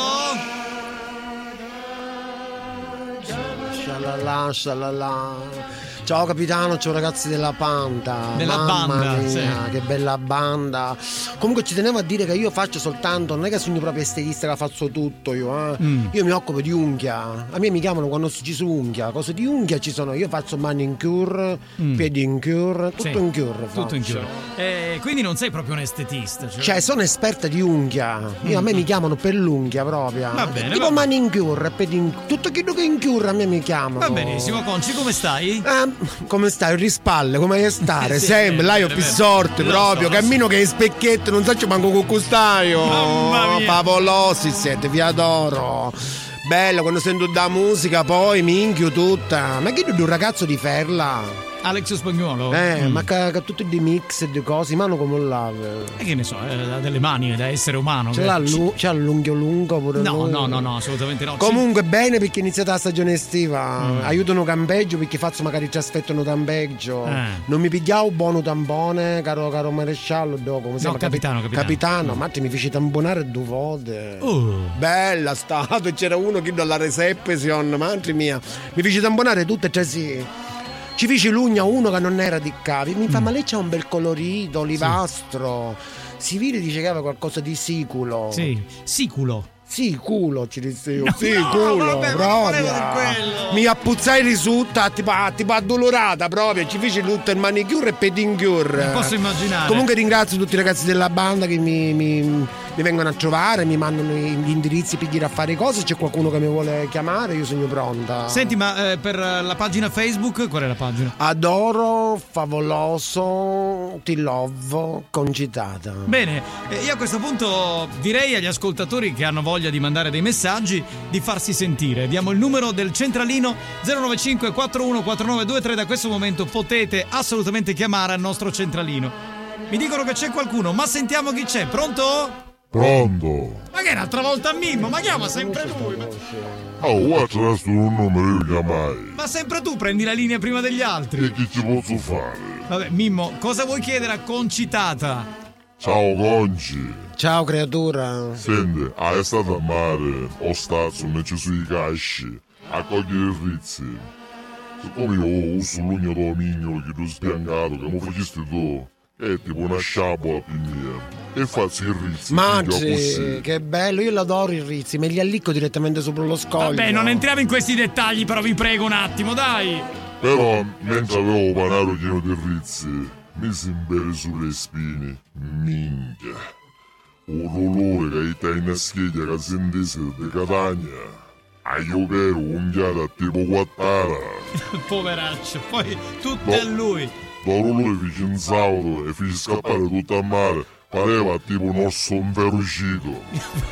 Shalala, shalala. Ciao capitano, ciao ragazzi della banda. Della Mamma banda, mia, sì. Che bella banda. Comunque ci tenevo a dire che io faccio soltanto, non è che sono proprio estetista che faccio tutto io, eh. Mm. Io mi occupo di unghia. A me mi chiamano quando ci sono unghia. Cose di unghia ci sono. Io faccio manicure, Mm. pedicure, tutto Sì, in cure faccio. Tutto in cure. Eh, quindi non sei proprio un estetista. Cioè, Cioè sono esperta di unghia. Io, a me mi chiamano per l'unghia proprio. Va bene, Tipo va bene. manicure, pedicure, tutto quello che è in cure a me mi chiamano. Va benissimo, Conci, come stai? Eh, come stai? Rispalle, come hai stare? Sì, Sempre, là io vero, più vero. sorte Lo proprio, so, lo cammino che è specchietto, non so ci manco con custaio. Mamma mia. Favolosi siete, vi adoro. Bello, quando sento da musica poi mi inchio tutta. Ma che tu un ragazzo di Ferla? Alex Spagnuolo? Eh, Mm. ma che che tutti di mix e di cose, mano come lave. E che ne so, eh, ha delle mani da essere umano. Ce che- l'ha, lu- c'ha l'unghio lungo pure No, lui? no, no, no, assolutamente no. Comunque bene perché è iniziata la stagione estiva. Mm. Aiutano campeggio perché faccio magari ci aspettano campeggio. Eh. Non mi pigliavo buono tampone, caro, caro maresciallo. Do, come si No, chiama? capitano, capitano. Capitano, ma te mi feci tamponare due volte. Oh. Bella stato, c'era uno che dalla reception, madre mia. Mi feci tamponare tutte e tre sì. Ci feci l'ugna uno che non era di cavi. Mi fa, Mm. ma lei c'ha un bel colorito, olivastro. Si vede, dice che aveva qualcosa di siculo. Sì, siculo. Sì, culo ci disse io. No, sì, no, culo, vabbè, ma non volevo proprio. dire quello. Mi appuzzai risulta, tipo, tipo addolorata proprio. Ci feci tutto il manicure e pedicure. Mi posso immaginare. Comunque ringrazio tutti i ragazzi della banda che mi, mi, mi vengono a trovare, mi mandano gli indirizzi per dire a fare cose. C'è qualcuno che mi vuole chiamare, io sono pronta. Senti, ma eh, per la pagina Facebook, qual è la pagina? Adoro, favoloso, ti love, concitata. Bene, eh, io a questo punto direi agli ascoltatori che hanno voglia di mandare dei messaggi di farsi sentire. Diamo il numero del centralino zero nove cinque quattro uno quattro nove due tre. Da questo momento potete assolutamente chiamare al nostro centralino. Mi dicono che c'è qualcuno, ma sentiamo chi c'è. Pronto? Pronto? Ma che l'altra volta Mimmo? Ma chiama sempre lui. Ma, Oh, guarda, resto un numero io chiamai. ma sempre tu prendi la linea prima degli altri. E che ci posso fare? Vabbè, Mimmo, cosa vuoi chiedere a Concitata? Ciao Conci. Ciao creatura. Senti, hai stato a mare o stato messo sui casci a cogliere i rizzi. Siccome io uso l'ugno tuo mignolo che tu spiangato, che mi facesti tu, è tipo una sciabola più mia. E faccio i rizzi. Maggi, figlio, così. che bello, io l'adoro i rizzi, me li allicco direttamente sopra lo scoglio. Vabbè, non entriamo in questi dettagli, però vi prego un attimo, dai. Però, mentre avevo panaro pieno di rizzi, mi si imbere sulle spine. Minchia. Un rumore che hai in scheglia che sentisse di Catania. A io vero unghiata tipo quattara. Poveraccio, poi tutte No. a lui. Dopo lui fece un salto e fece scappare tutto a mare. Pareva tipo un orso inferocito.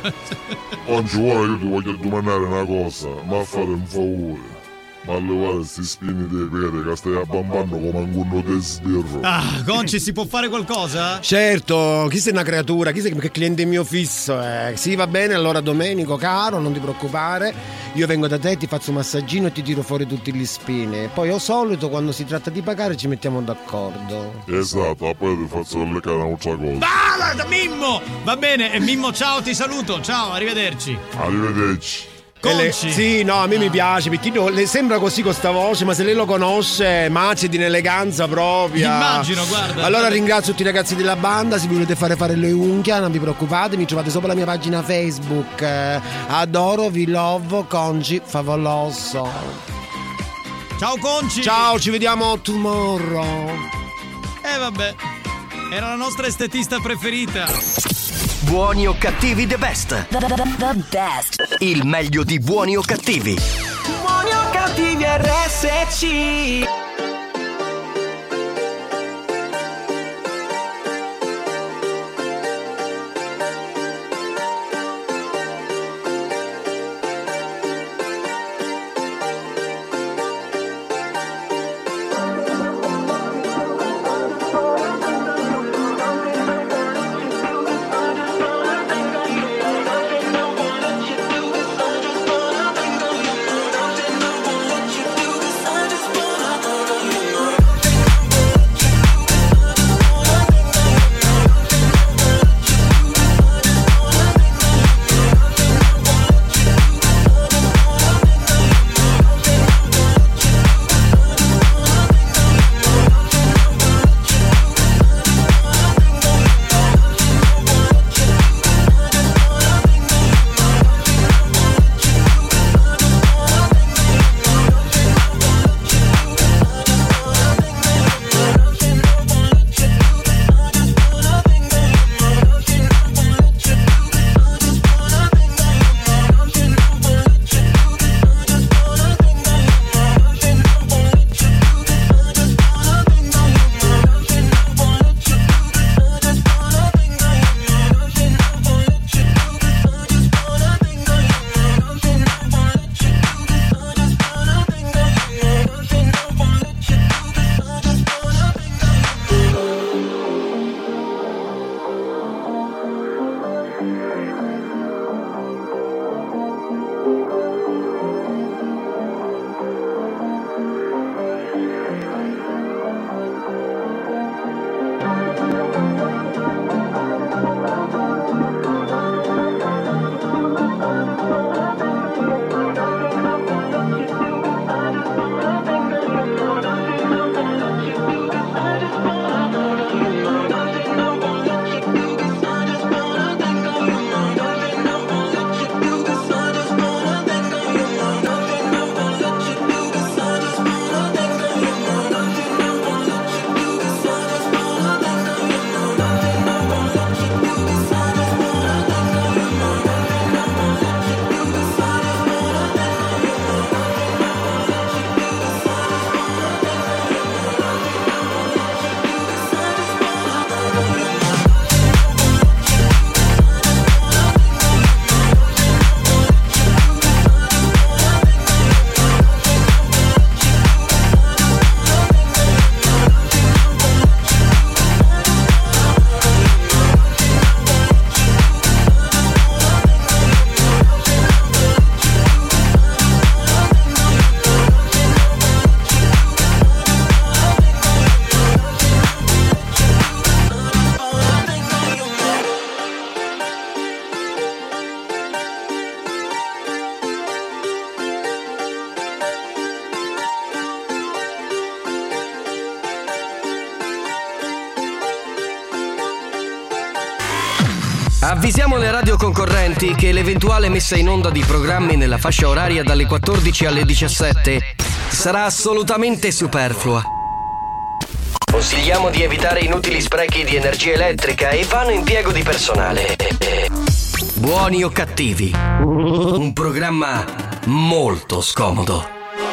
Oggi ora io ti voglio domandare una cosa, ma fate un favore. Ma levate questi spini dei pere che stai abbambando come un gunno di sbirro. Ah, Conci, si può fare qualcosa? Certo, chi sei una creatura, chi sei che cliente mio fisso, eh. Sì, va bene, allora Domenico, caro, non ti preoccupare. Io vengo da te, ti faccio un massaggino e ti tiro fuori tutti gli spini. Poi al solito, quando si tratta di pagare, ci mettiamo d'accordo. Esatto, poi ti faccio leccare un'altra cosa. Ah, da Mimmo! Va bene, e Mimmo, ciao, ti saluto. Ciao, arrivederci. Arrivederci. E le- Conci. sì, no, a me mi piace perché no, le sembra così con sta voce, ma se lei lo conosce, mazzi di un'eleganza propria. Immagino, guarda. Allora ringrazio tutti i ragazzi della banda, se vi volete fare fare le unghie, non vi preoccupate, mi trovate sopra la mia pagina Facebook. Eh, adoro, vi love, Conci, favoloso. Ciao Conci. Ciao, ci vediamo tomorrow. Eh vabbè, era la nostra estetista preferita. Buoni o cattivi the best. The, the, the, the best. Il meglio di buoni o cattivi. Buoni o cattivi R S C. Avvisiamo le radio concorrenti che l'eventuale messa in onda di programmi nella fascia oraria dalle quattordici alle diciassette sarà assolutamente superflua. Consigliamo di evitare inutili sprechi di energia elettrica e vano impiego di personale. Buoni o cattivi, un programma molto scomodo.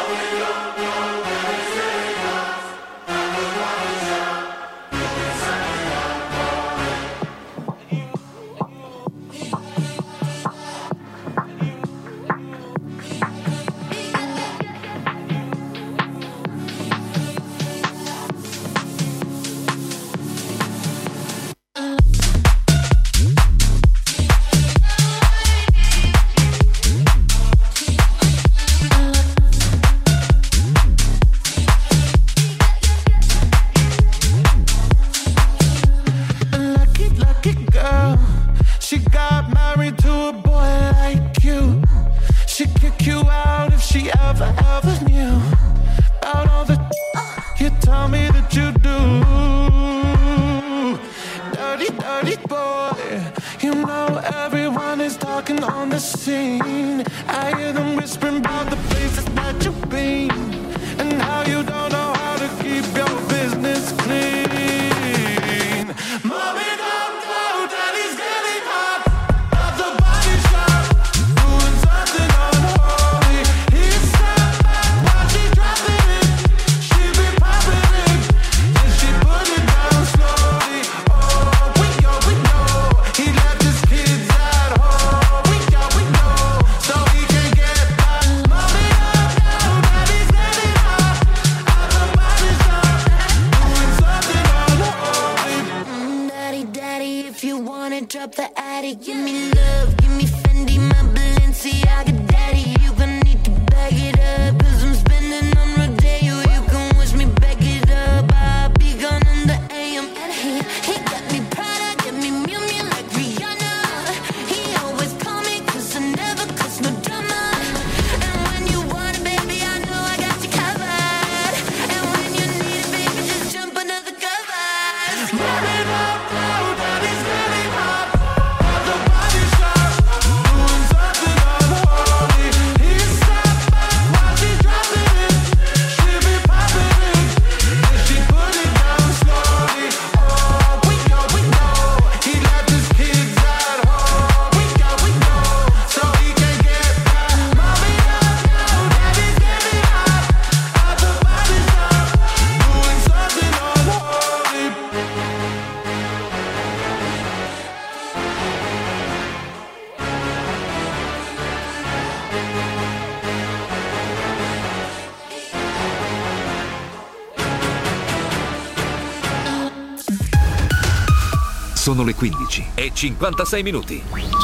Sono le quindici e cinquantasei minuti.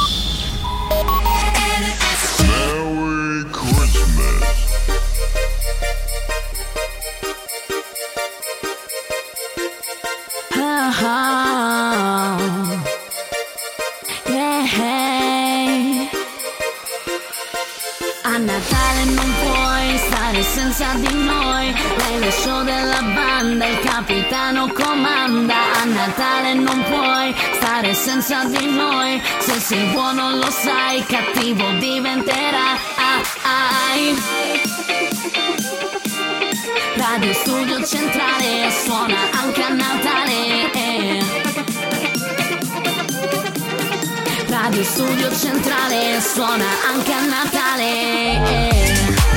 Merry Christmas. Oh, yeah. A Natale non puoi stare senza di noi. Lei è lo show della banda, il capitano comanda. A Natale non puoi stare senza di noi. Se sei buono lo sai, cattivo diventerà. Radio Studio Centrale suona anche a Natale. Radio Studio Centrale suona anche a Natale.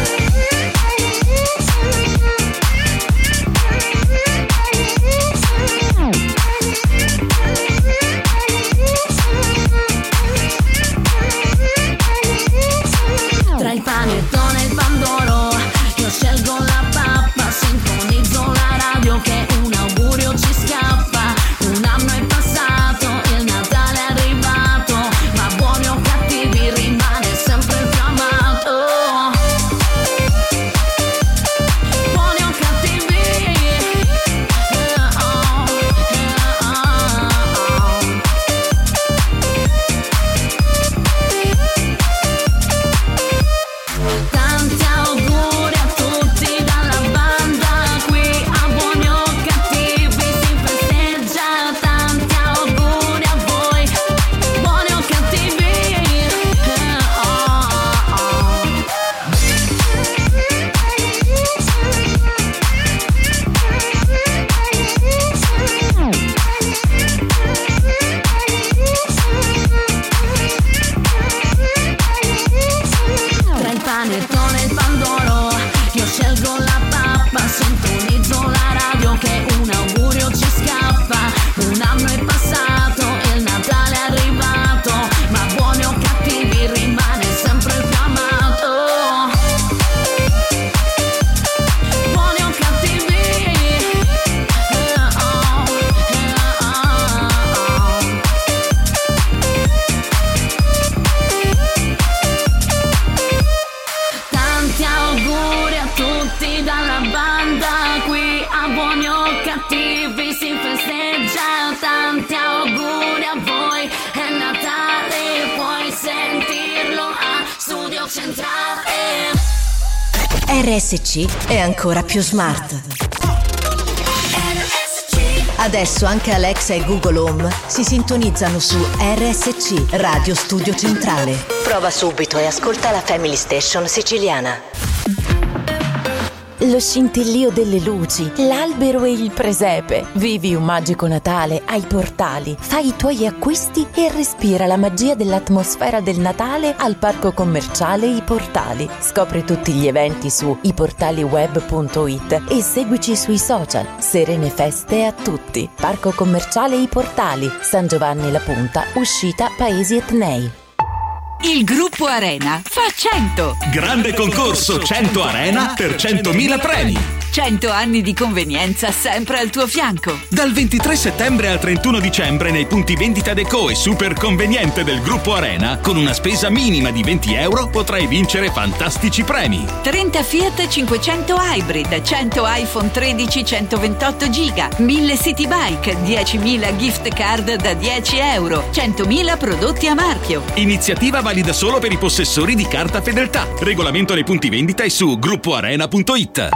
Tra il panettone e il pandoro io scelgo la pappa, sintonizzo la radio che un augurio ci scappa. Un anno è passato, il Natale è arrivato, ma buoni o cattivi rimane sempre il più amato. centrale. R S C è ancora più smart. Adesso anche Alexa e Google Home si sintonizzano su R S C, Radio Studio Centrale. Prova subito e ascolta la Family Station siciliana. Lo scintillio delle luci, l'albero e il presepe. Vivi un magico Natale ai Portali. Fai i tuoi acquisti e respira la magia dell'atmosfera del Natale al parco commerciale I Portali. Scopri tutti gli eventi su i portali web punto it e seguici sui social. Serene feste a tutti. Parco commerciale I Portali, San Giovanni La Punta, uscita Paesi Etnei. Il gruppo Arena fa cento. Grande concorso cento Arena per centomila premi. cento anni di convenienza sempre al tuo fianco. Dal ventitré settembre al trentuno dicembre nei punti vendita Deco e Super Conveniente del gruppo Arena, con una spesa minima di venti euro potrai vincere fantastici premi. trenta Fiat cinquecento Hybrid, cento iPhone tredici centoventotto giga, mille City Bike, diecimila gift card da dieci euro, centomila prodotti a marchio. Iniziativa valida solo per i possessori di carta fedeltà. Regolamento nei punti vendita e su gruppo arena punto it.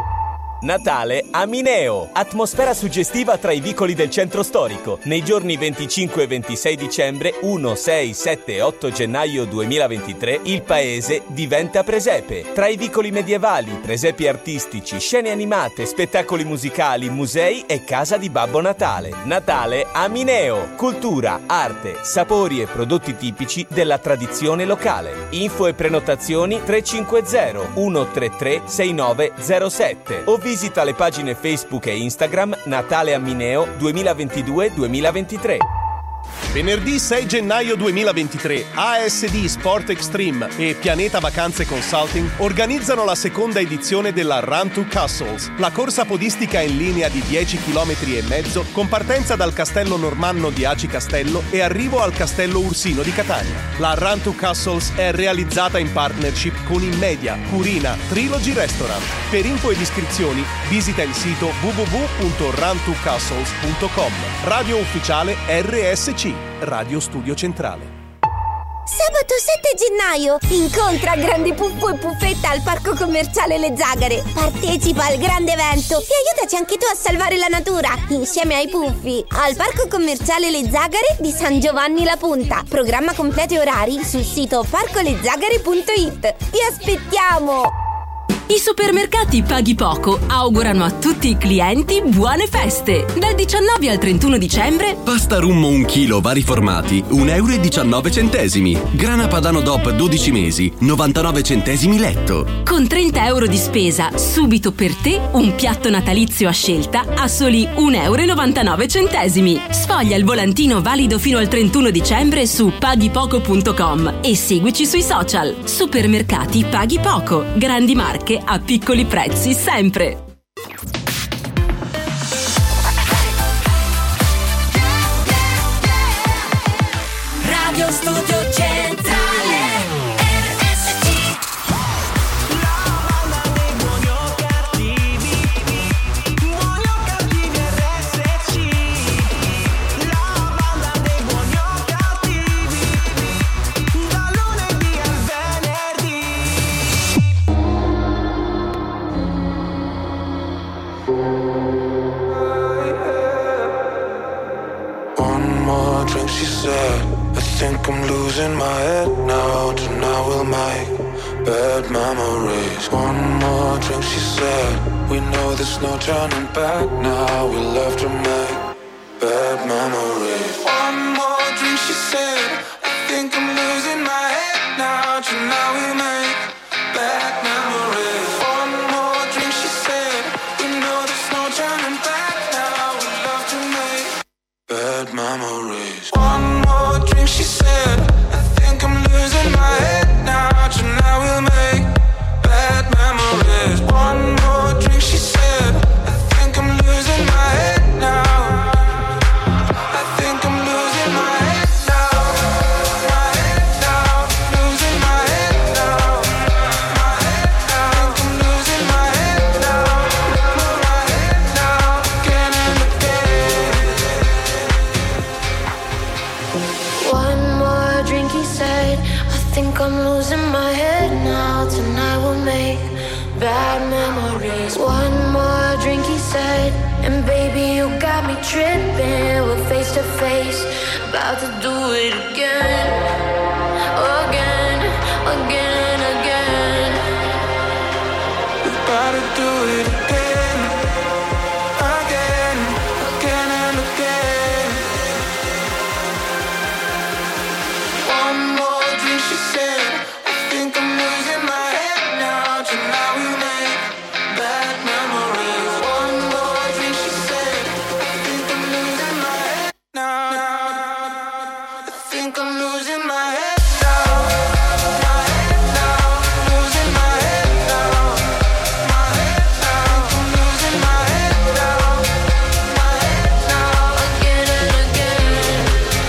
Natale a Mineo. Atmosfera suggestiva tra i vicoli del centro storico. Nei giorni venticinque e ventisei dicembre, uno, sei, sette e otto gennaio duemilaventitré, il paese diventa presepe. Tra i vicoli medievali, presepi artistici, scene animate, spettacoli musicali, musei e casa di Babbo Natale. Natale a Mineo. Cultura, arte, sapori e prodotti tipici della tradizione locale. Info e prenotazioni tre cinque zero uno tre tre sei nove zero sette o visita le pagine Facebook e Instagram Natale a Mineo duemilaventidue duemilaventitré. Venerdì sei gennaio duemilaventitré, A S D Sport Extreme e Pianeta Vacanze Consulting organizzano la seconda edizione della Run to Castles, la corsa podistica in linea di dieci chilometri e mezzo con partenza dal castello normanno di Aci Castello e arrivo al castello Ursino di Catania. La Run to Castles è realizzata in partnership con Inmedia, Purina, Trilogy Restaurant. Per info ed iscrizioni visita il sito w w w punto run to castles punto com. Radio ufficiale R S C, Radio Studio Centrale. Sabato sette gennaio incontra Grandi Puffo e Puffetta al parco commerciale Le Zagare. Partecipa al grande evento e aiutaci anche tu a salvare la natura insieme ai puffi al parco commerciale Le Zagare di San Giovanni La Punta. Programma completo e orari sul sito parco le zagare punto it. Vi aspettiamo! I supermercati Paghi Poco augurano a tutti i clienti buone feste. Dal diciannove al trentuno dicembre pasta Rummo un chilo vari formati un euro e diciannove centesimi. Grana Padano D O P dodici mesi novantanove centesimi letto. Con trenta euro di spesa subito per te un piatto natalizio a scelta a soli un euro e novantanove centesimi. Sfoglia il volantino valido fino al trentuno dicembre su paghipoco punto com e seguici sui social. Supermercati Paghi Poco, grandi marche a piccoli prezzi sempre. Radio Studio Centrale R S C. La banda dei buoni o cattivi, buoni o cattivi R S C. La banda dei buoni o cattivi, da lunedì al venerdì. One more drink, she said. I think I'm losing my head now. Tonight we'll make bad memories. One more drink, she said. We know there's no turning back now. We'll have to make bad memories. One more drink, she said. I think I'm losing my head now. Tonight we'll make bad memories. One more drink, she said. We know there's no turning back now. We'll have to make bad memories. One more drink, she said. I think I'm losing my head now. Tonight we'll make bad memories. One more drink, she said. I think I'm losing my head now. I think I'm losing my head now. My head now. Losing my head now. My head now. bad memories. One more drink, he said, and baby, you got me tripping. We're face to face, about to do it again, again, again, again. We gotta do it again, again, again and again. One more drink, she said, I think I'm losing my head now. Tonight we make bad memories. One more drink, she said, I think I'm losing my head now. I think I'm losing my head now. My head now, losing my head now. My head now, I'm losing my head now. My head now, again and again.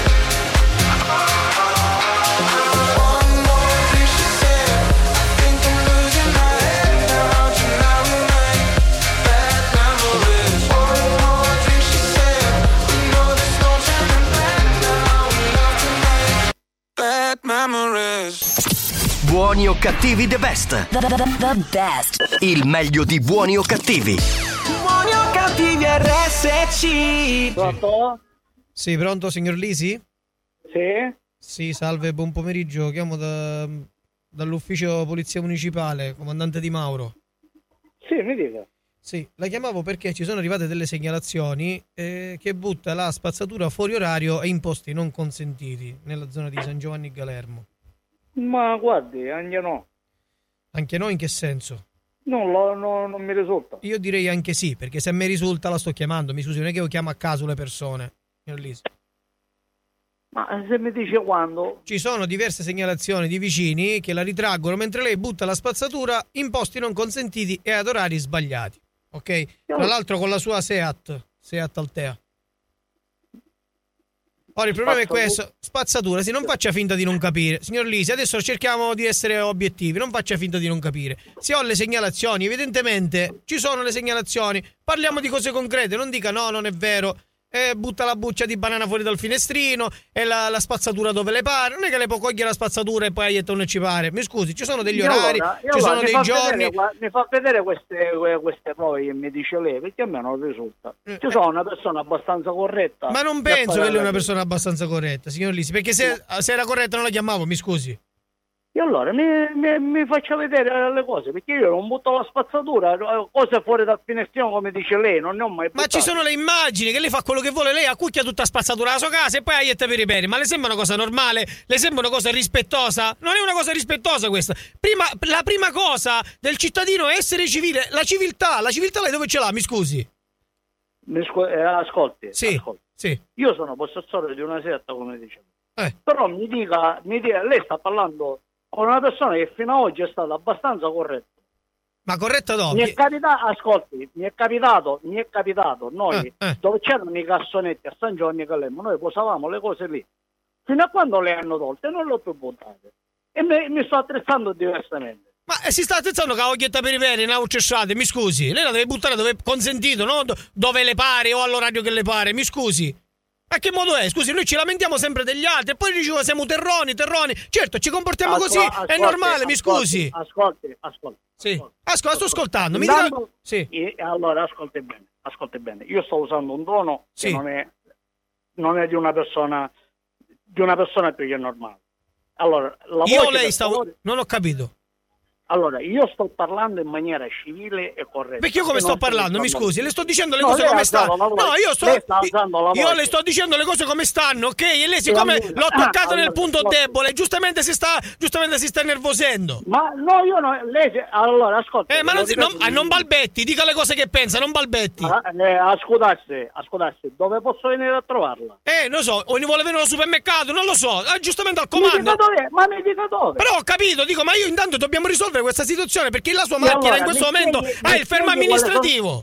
One more drink, she said, I think I'm losing my head now. Tonight we make bad memories. One more drink, she said, we know there's no turning back now. We love to make bad memories. Buoni o cattivi the best. The, the, the, the best. Il meglio di Buoni o cattivi. Buoni o cattivi R S C. Pronto? Sì, pronto, signor Lisi? Sì? Sì, salve, buon pomeriggio. Chiamo da, dall'ufficio Polizia Municipale, comandante Di Mauro. Sì, mi dica. Sì, la chiamavo perché ci sono arrivate delle segnalazioni eh, che butta la spazzatura fuori orario e in posti non consentiti nella zona di San Giovanni Galermo. Ma guardi, anche no. Anche no, in che senso? Non, lo, no, non mi risulta. Io direi anche sì, perché se mi risulta la sto chiamando. Mi scusi, non è che io chiamo a caso le persone, signor Lisi. Ma se mi dice quando? Ci sono diverse segnalazioni di vicini che la ritraggono mentre lei butta la spazzatura in posti non consentiti e ad orari sbagliati. Ok? Tra l'altro con la sua Seat, Seat Altea. Ora il problema è questo, spazzatura, sì, non faccia finta di non capire. Signor Lisi, adesso cerchiamo di essere obiettivi, non faccia finta di non capire. Se ho le segnalazioni, evidentemente ci sono le segnalazioni, parliamo di cose concrete, non dica no, non è vero. E butta la buccia di banana fuori dal finestrino e la, la spazzatura dove le pare. Non è che le può cogliere la spazzatura e poi aietta non ci pare. Mi scusi, ci sono degli orari, allora, ci allora, sono dei giorni. Vedere, mi fa vedere queste, queste prove che mi dice lei, perché a me non risulta. Ci sono una persona abbastanza corretta. Ma non penso che lei è una persona abbastanza corretta, signor Lisi, perché se, se era corretta non la chiamavo, mi scusi. E allora mi, mi, mi faccia vedere le cose, perché io non butto la spazzatura, cose fuori dal finestrino come dice lei, non ne ho mai buttate. Ma ci sono le immagini che lei fa quello che vuole, lei accucchia tutta spazzatura alla sua casa e poi aietta per i peri. Ma le sembra una cosa normale? Le sembra una cosa rispettosa? Non è una cosa rispettosa questa. Prima, la prima cosa del cittadino è essere civile, la civiltà, la civiltà lei dove ce l'ha, mi scusi? Mi scu- eh, ascolti, sì, ascolti. Sì. Io sono possessore di una setta, come dicevo. Eh. Però mi dica, mi dica, lei sta parlando con una persona che fino ad oggi è stata abbastanza corretta. Ma corretta dove? Mi è capitato, ascolti, mi è capitato, mi è capitato, noi eh, eh. dove c'erano i cassonetti a San Giovanni Galermo, noi posavamo le cose lì. Fino a quando le hanno tolte non le ho più buttate. E mi, mi sto attrezzando diversamente. Ma eh, si sta attrezzando che la oglietta per i peri, una uccesciate, mi scusi. Lei la deve buttare dove è consentito, no? Dove le pare o all'orario che le pare, mi scusi. Ma che modo è? Scusi, noi ci lamentiamo sempre degli altri e poi dicevo siamo terroni, terroni. Certo, ci comportiamo Ascol- così, ascolti, è normale, mi ascolti, scusi. Ascolti, ascolti. Sì. Ascolta, sto ascoltando. Mi Intanto, dica... Sì. e, allora, ascolti bene, ascolti bene. Io sto usando un tono sì. che non è, non è di una persona di una persona più che normale. Allora, la Io voce lei sta... favore... Non ho capito. Allora, io sto parlando in maniera civile e corretta. Perché io come sto parlando? Mi scusi, le sto dicendo le no, cose come stanno. No, io sto io, io le sto dicendo le cose come stanno, ok? E lei siccome l'ho toccato ah, nel punto allora, debole, giustamente si sta giustamente si sta nervosendo. Ma no, io no, lei allora ascolta. Eh, ma non, si, non, ah, non balbetti, dica le cose che pensa, non balbetti. Ah, eh, ascoltarsi, ascoltarsi, dove posso venire a trovarla? Eh, non so, o ne vuole venire al supermercato, non lo so, ah, giustamente al comando. Mi dica dove, ma mi dica dove? Però ho capito, dico, ma io intanto dobbiamo risolvere questa situazione perché la sua macchina allora, in questo momento spieghi, ha il fermo amministrativo. Sono...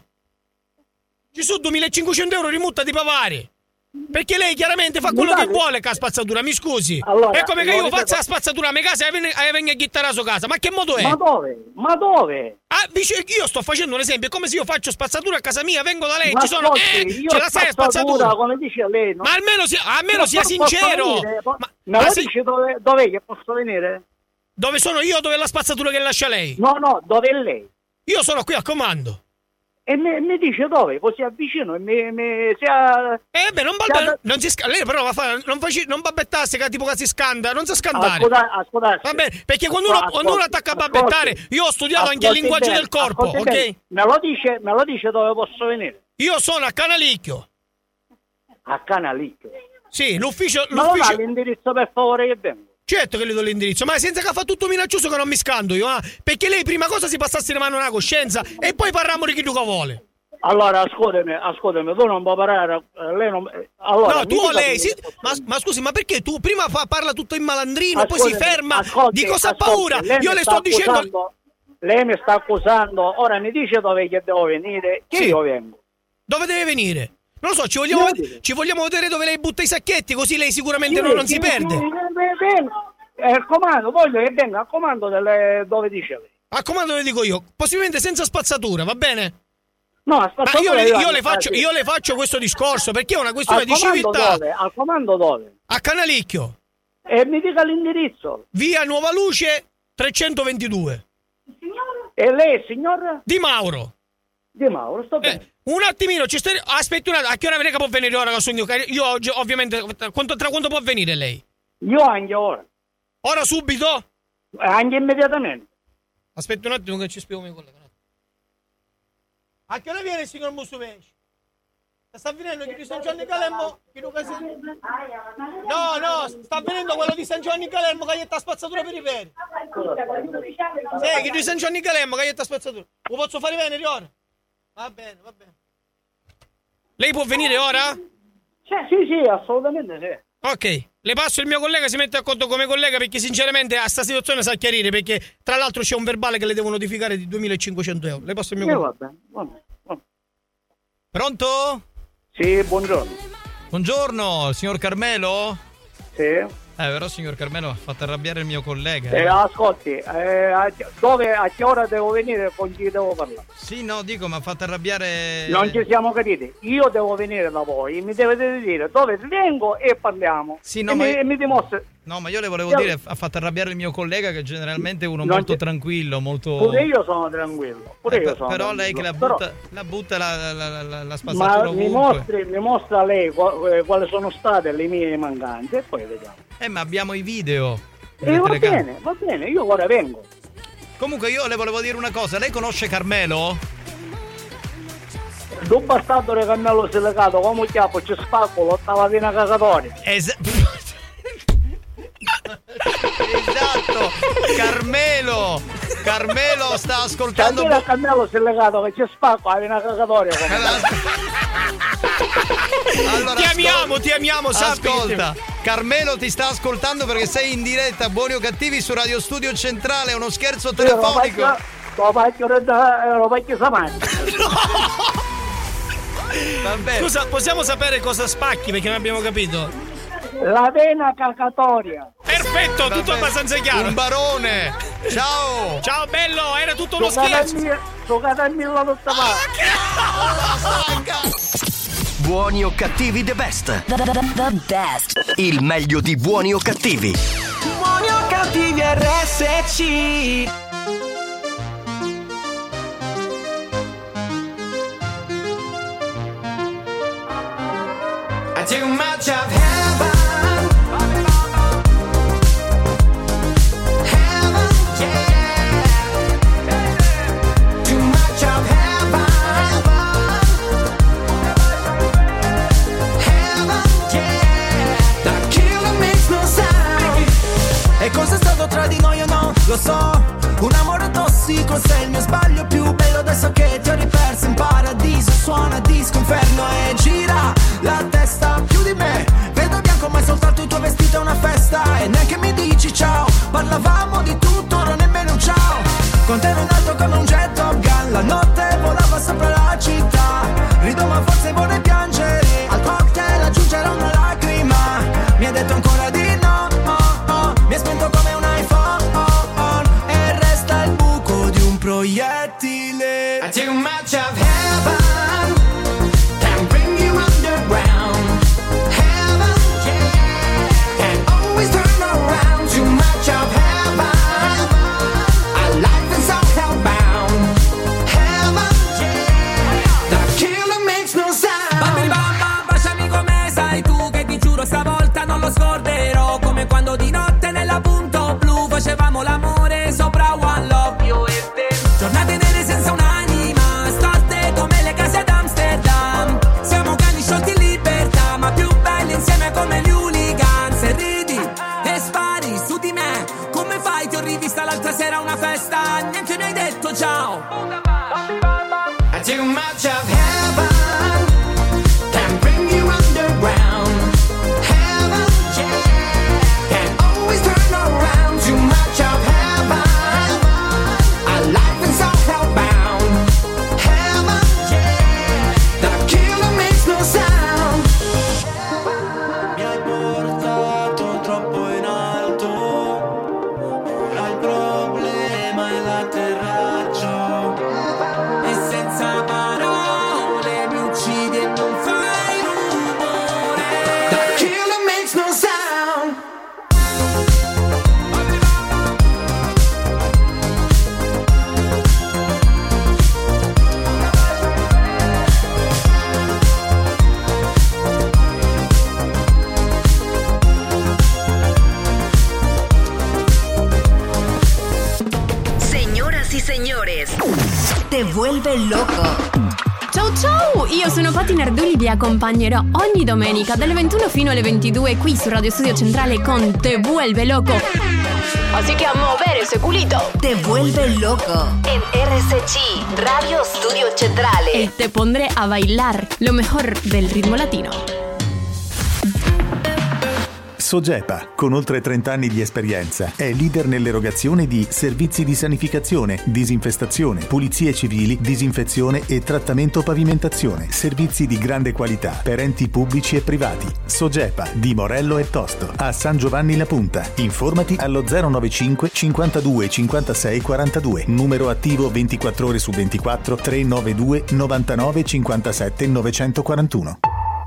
Ci sono duemilacinquecento euro di multa di pavare. Perché lei chiaramente fa quello che vuole con la spazzatura, mi scusi. Allora, è come che io faccia la spazzatura a mia casa e venga a ghittare la sua casa. Ma che modo è? Ma dove? Ma dove? Ah, io sto facendo un esempio, è come se io faccio spazzatura a casa mia, vengo da lei, ma ci sono ascolti, eh, ce la sai spazzatura, come dice lei, no? Ma almeno sia, almeno sia sincero. Venire, ma ma, ma dice dove, dov'è che posso venire? Dove sono io o dove è la spazzatura che lascia lei? No, no, dove è lei? Io sono qui a comando. E mi, mi dice dove, così avvicino e mi, mi si a... Eh beh, non balbetta, non si sca- lei però va a fare, non faci, non balbettasse che tipo che si scanda, non si scandare. Ascolta, ascolta. Va bene, perché quando uno, quando uno attacca a balbettare, io ho studiato anche il linguaggio bene, del corpo, ok? Bene. Me lo dice, me lo dice dove posso venire. Io sono a Canalicchio. A Canalicchio? Sì, l'ufficio... Ma l'ufficio... lo dà l'indirizzo per favore che vengo. Certo che le do l'indirizzo, ma senza che fa tutto minaccioso che non mi scando io, eh? Perché lei prima cosa si passasse le mani una coscienza e poi parliamo di chi tu che vuole. Allora, ascoltami, ascoltami, tu non puoi parlare, lei non... Allora, no, tu o lei, sì, ma, ma scusi, ma perché tu prima fa, parla tutto in malandrino, ascoltami, poi si ferma, ascolti, di cosa ha paura? Io le sto accusando, dicendo... Lei mi sta accusando, ora mi dice dove che devo venire, che sì. Io vengo. Dove deve venire? Non lo so, ci vogliamo, ved- ci vogliamo vedere dove lei butta i sacchetti, così lei sicuramente sì, non, non sì, si perde. Sì, sì, al comando, voglio che venga al comando delle, dove dice lei. Al comando dove dico io, possibilmente senza spazzatura, va bene? No, aspetta, io, le, io, le faccio, io le faccio questo discorso perché è una questione di civiltà. Dove? Al comando dove? A Canalicchio. E mi dica l'indirizzo. Via Nuova Luce trecentoventidue. E lei, signor? Di Mauro. Di Mauro, sto bene. Eh, un attimino, ci stai... aspetti un attimo, a che ora può venire ora? Io oggi, ovviamente, quanto, tra quanto può venire lei? Io anche ora. Ora subito? Anche immediatamente. Aspetta un attimo che ci spiego mio collega. A che ora viene il signor Musumeci? Sta venendo chi di San Giovanni Calemmo? No, no, sta venendo quello di San Giovanni Calemmo che gli sta spazzatura per i peri. Sì, chi di San Giovanni Calemmo che gli sta spazzatura. Lo posso fare venire ora? Va bene, va bene. Lei può venire ora? Sì, sì, sì, assolutamente sì. Ok, le passo il mio collega, si mette d'accordo come collega perché sinceramente a sta situazione sa chiarire perché tra l'altro c'è un verbale che le devo notificare di duemilacinquecento euro. Le passo il mio collega. Va bene, va bene, va bene. Pronto? Sì, buongiorno. Buongiorno, signor Carmelo? Sì. Eh, però signor Carmelo ha fatto arrabbiare il mio collega. Eh, eh. ascolti, eh, a, dove, a che ora devo venire, con chi devo parlare? Sì, no, dico, mi ha fatto arrabbiare... Non ci siamo capiti. Io devo venire da voi, mi dovete dire dove vengo e parliamo. Sì, no, e ma mi, io... mi dimostra... No, ma io le volevo io... dire, ha fatto arrabbiare il mio collega che generalmente è uno non molto ci... tranquillo, molto... Pure io sono tranquillo, pure eh, io per, sono Però tranquillo. lei che la Però... butta, la, butta la, la, la, la spazzatura Ma ovunque. mi mostri, mi mostra lei quali sono state le mie mancanze e poi vediamo. Eh, ma abbiamo i video. E va bene, va bene, io ora vengo. Comunque io le volevo dire una cosa, lei conosce Carmelo? Due bastardo di Carmelo si è legato come un chiappo, ci spaccolo, stava fino a cagatoria. Esatto. Esatto, Carmelo Carmelo sta ascoltando. Bo- Carmelo si è legato che c'è spacco, hai una cagatoria. Allora, ti amiamo, ascol- ti amiamo, sappi. Ascolta, Carmelo ti sta ascoltando perché sei in diretta, Buoni o Cattivi, su Radio Studio Centrale, è uno scherzo telefonico. Lo faccio, lo faccio samani. Scusa, possiamo sapere cosa spacchi perché non abbiamo capito? La vena cacatoria. Perfetto, tutto abbastanza chiaro. Un barone. Ciao. Ciao bello, era tutto uno Giocate scherzo. Mia, giocate a mille tutta Buoni o Cattivi the best. The, the, the, the best. Il meglio di Buoni o Cattivi. Buoni o Cattivi R S C. Too much of heaven, heaven, yeah. Too much of heaven, heaven, yeah. The killer makes no sound. E cosa è stato tra di noi o no? Lo so, un amore tossico, sei il mio sbaglio più bello. Adesso che ti ho riperso in paradiso, suona disco inferno e gira la testa più di me. Vedo bianco ma è soltanto il tuo vestito è una festa. E neanche mi dici ciao, parlavamo di tutto, ora nemmeno un ciao. Con te ero in alto come un jet Top Gun, la notte volava sopra la città. Rido ma forse vorrei piangere, al cocktail aggiungerò una lacrima. Mi ha detto ancora di no, oh, oh. Mi ha spento come un iPhone, oh, oh. E resta il buco di un proiettile. I too much of heaven can bring you underground. Heaven, yeah, can always turn around. Too much of heaven, our life is all hellbound. Too much of heaven can bring you underground. Heaven, yeah, can always turn around. Too much of heaven, our life is all hellbound. Heaven, yeah, the killer makes no sound. Mi hai portato troppo in alto, ora il problema è l'atterraggio. E senza parole mi uccidi e non fai rumore. The killer makes no sound. Señoras y señores, te vuelve loco. Ciao ciao, io sono Patti Nardulli, vi accompagnerò ogni domenica dalle ventuno fino alle ventidue qui su Radio Studio Centrale con Te Vuelve Loco. Así que a mover ese culito. Te vuelve loco en R S C, Radio Studio Centrale. Y te pondré a bailar lo mejor del ritmo latino. Sogepa, con oltre trenta anni di esperienza, è leader nell'erogazione di servizi di sanificazione, disinfestazione, pulizie civili, disinfezione e trattamento pavimentazione. Servizi di grande qualità per enti pubblici e privati. Sogepa di Morello e Tosto, a San Giovanni La Punta. Informati allo zero novantacinque cinquantadue cinquantasei quarantadue, numero attivo ventiquattro ore su ventiquattro, trecentonovantadue novantanove cinquantasette novecentoquarantuno.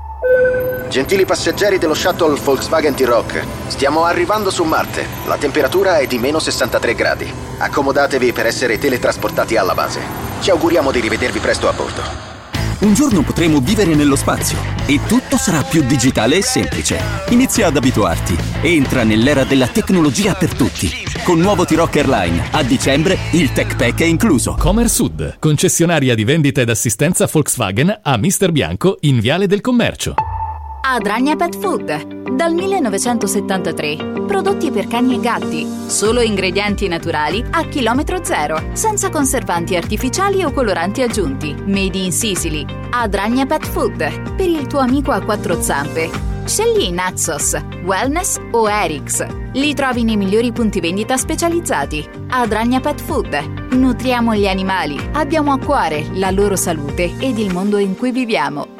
Gentili passeggeri dello shuttle Volkswagen T-Roc, stiamo arrivando su Marte. La temperatura è di meno sessantatré gradi. Accomodatevi per essere teletrasportati alla base. Ci auguriamo di rivedervi presto a bordo. Un giorno potremo vivere nello spazio e tutto sarà più digitale e semplice. Inizia ad abituarti. Entra nell'era della tecnologia per tutti. Con nuovo T-Roc Airline, a dicembre il Tech Pack è incluso. Comersud, concessionaria di vendita ed assistenza Volkswagen a Mister Bianco in Viale del Commercio. Adragna Pet Food, dal millenovecentosettantatré. Prodotti per cani e gatti, solo ingredienti naturali a chilometro zero, senza conservanti artificiali o coloranti aggiunti. Made in Sicily. Adragna Pet Food, per il tuo amico a quattro zampe. Scegli Naxos, Wellness o Erix. Li trovi nei migliori punti vendita specializzati. Adragna Pet Food. Nutriamo gli animali, abbiamo a cuore la loro salute ed il mondo in cui viviamo.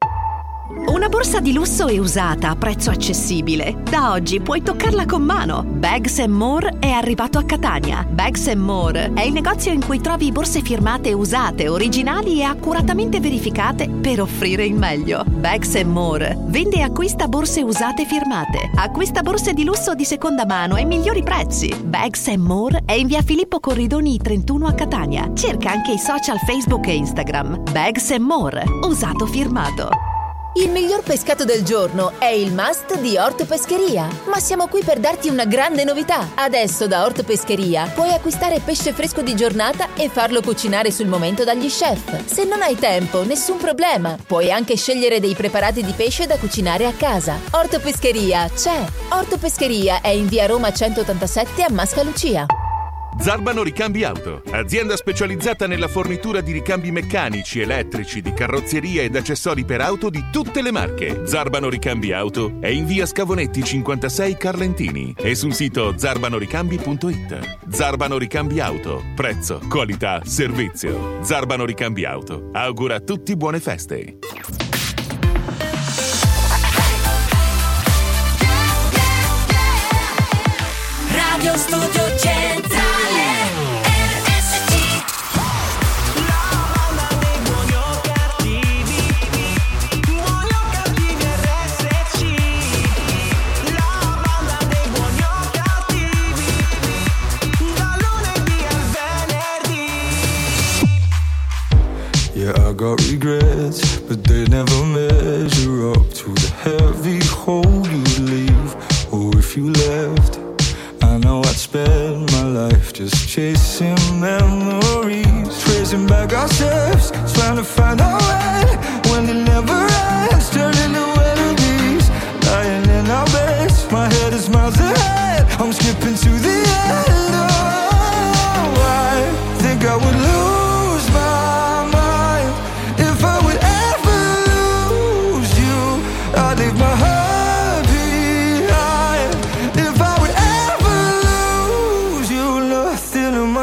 Una borsa di lusso e usata a prezzo accessibile. Da oggi puoi toccarla con mano. Bags and More è arrivato a Catania. Bags and More è il negozio in cui trovi borse firmate usate, originali e accuratamente verificate per offrire il meglio. Bags and More vende e acquista borse usate firmate. Acquista borse di lusso di seconda mano ai migliori prezzi. Bags and More è in via Filippo Corridoni trentuno a Catania. Cerca anche i social Facebook e Instagram. Bags and More, usato firmato. Il miglior pescato del giorno è il must di Orto Pescheria. Ma siamo qui per darti una grande novità. Adesso da Orto Pescheria puoi acquistare pesce fresco di giornata e farlo cucinare sul momento dagli chef. Se non hai tempo, nessun problema. Puoi anche scegliere dei preparati di pesce da cucinare a casa. Orto Pescheria c'è. Orto Pescheria è in via Roma centottantasette a Mascalucia. Zarbano Ricambi Auto, azienda specializzata nella fornitura di ricambi meccanici, elettrici, di carrozzeria ed accessori per auto di tutte le marche. Zarbano Ricambi Auto è in via Scavonetti cinquantasei Carlentini e sul sito zarbanoricambi punto it. Zarbano Ricambi Auto, prezzo, qualità, servizio. Zarbano Ricambi Auto augura a tutti buone feste. Radio Studio Centrale. Yeah, I got regrets, but they never measure up to the heavy hole you'd leave. Or if you left, I know I'd spend my life just chasing memories, tracing back our steps, trying to find our way when it never ends, turning to enemies, lying in our beds. My head is miles ahead, I'm skipping to the end. Oh, I think I would lose my mind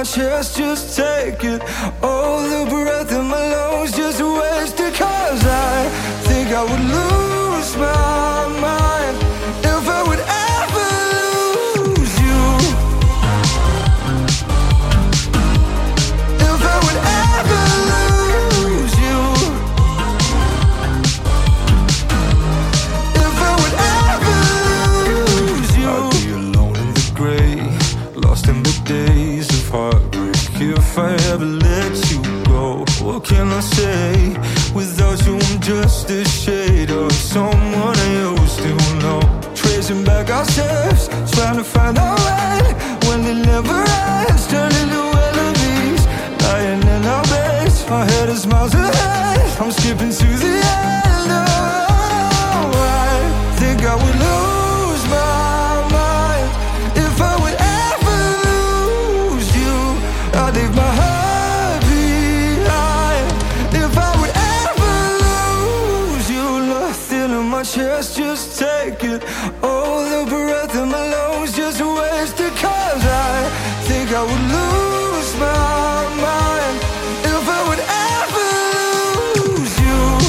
chest, just take it. Oh, the breath in my lungs, just waste it. Cause I think I would lose my mind if I would ever lose you. If I would ever lose you. If I would ever lose you. I'd be alone in the grave, lost in the days of heartbreak. If I ever let you go, what can I say? Without you I'm just a shade of someone I used to know. Tracing back our steps, trying to find our way, when it never ends, turning to enemies, lying in our beds. My head is miles ahead, I'm skipping to the end. Oh, I think I would lose my mind if I would ever lose you. I'd leave my heart behind if I would ever lose you. Nothing in my chest, just take it. Oh, the breath in my lungs, just waste it. Cause I think I would lose my mind if I would ever lose you.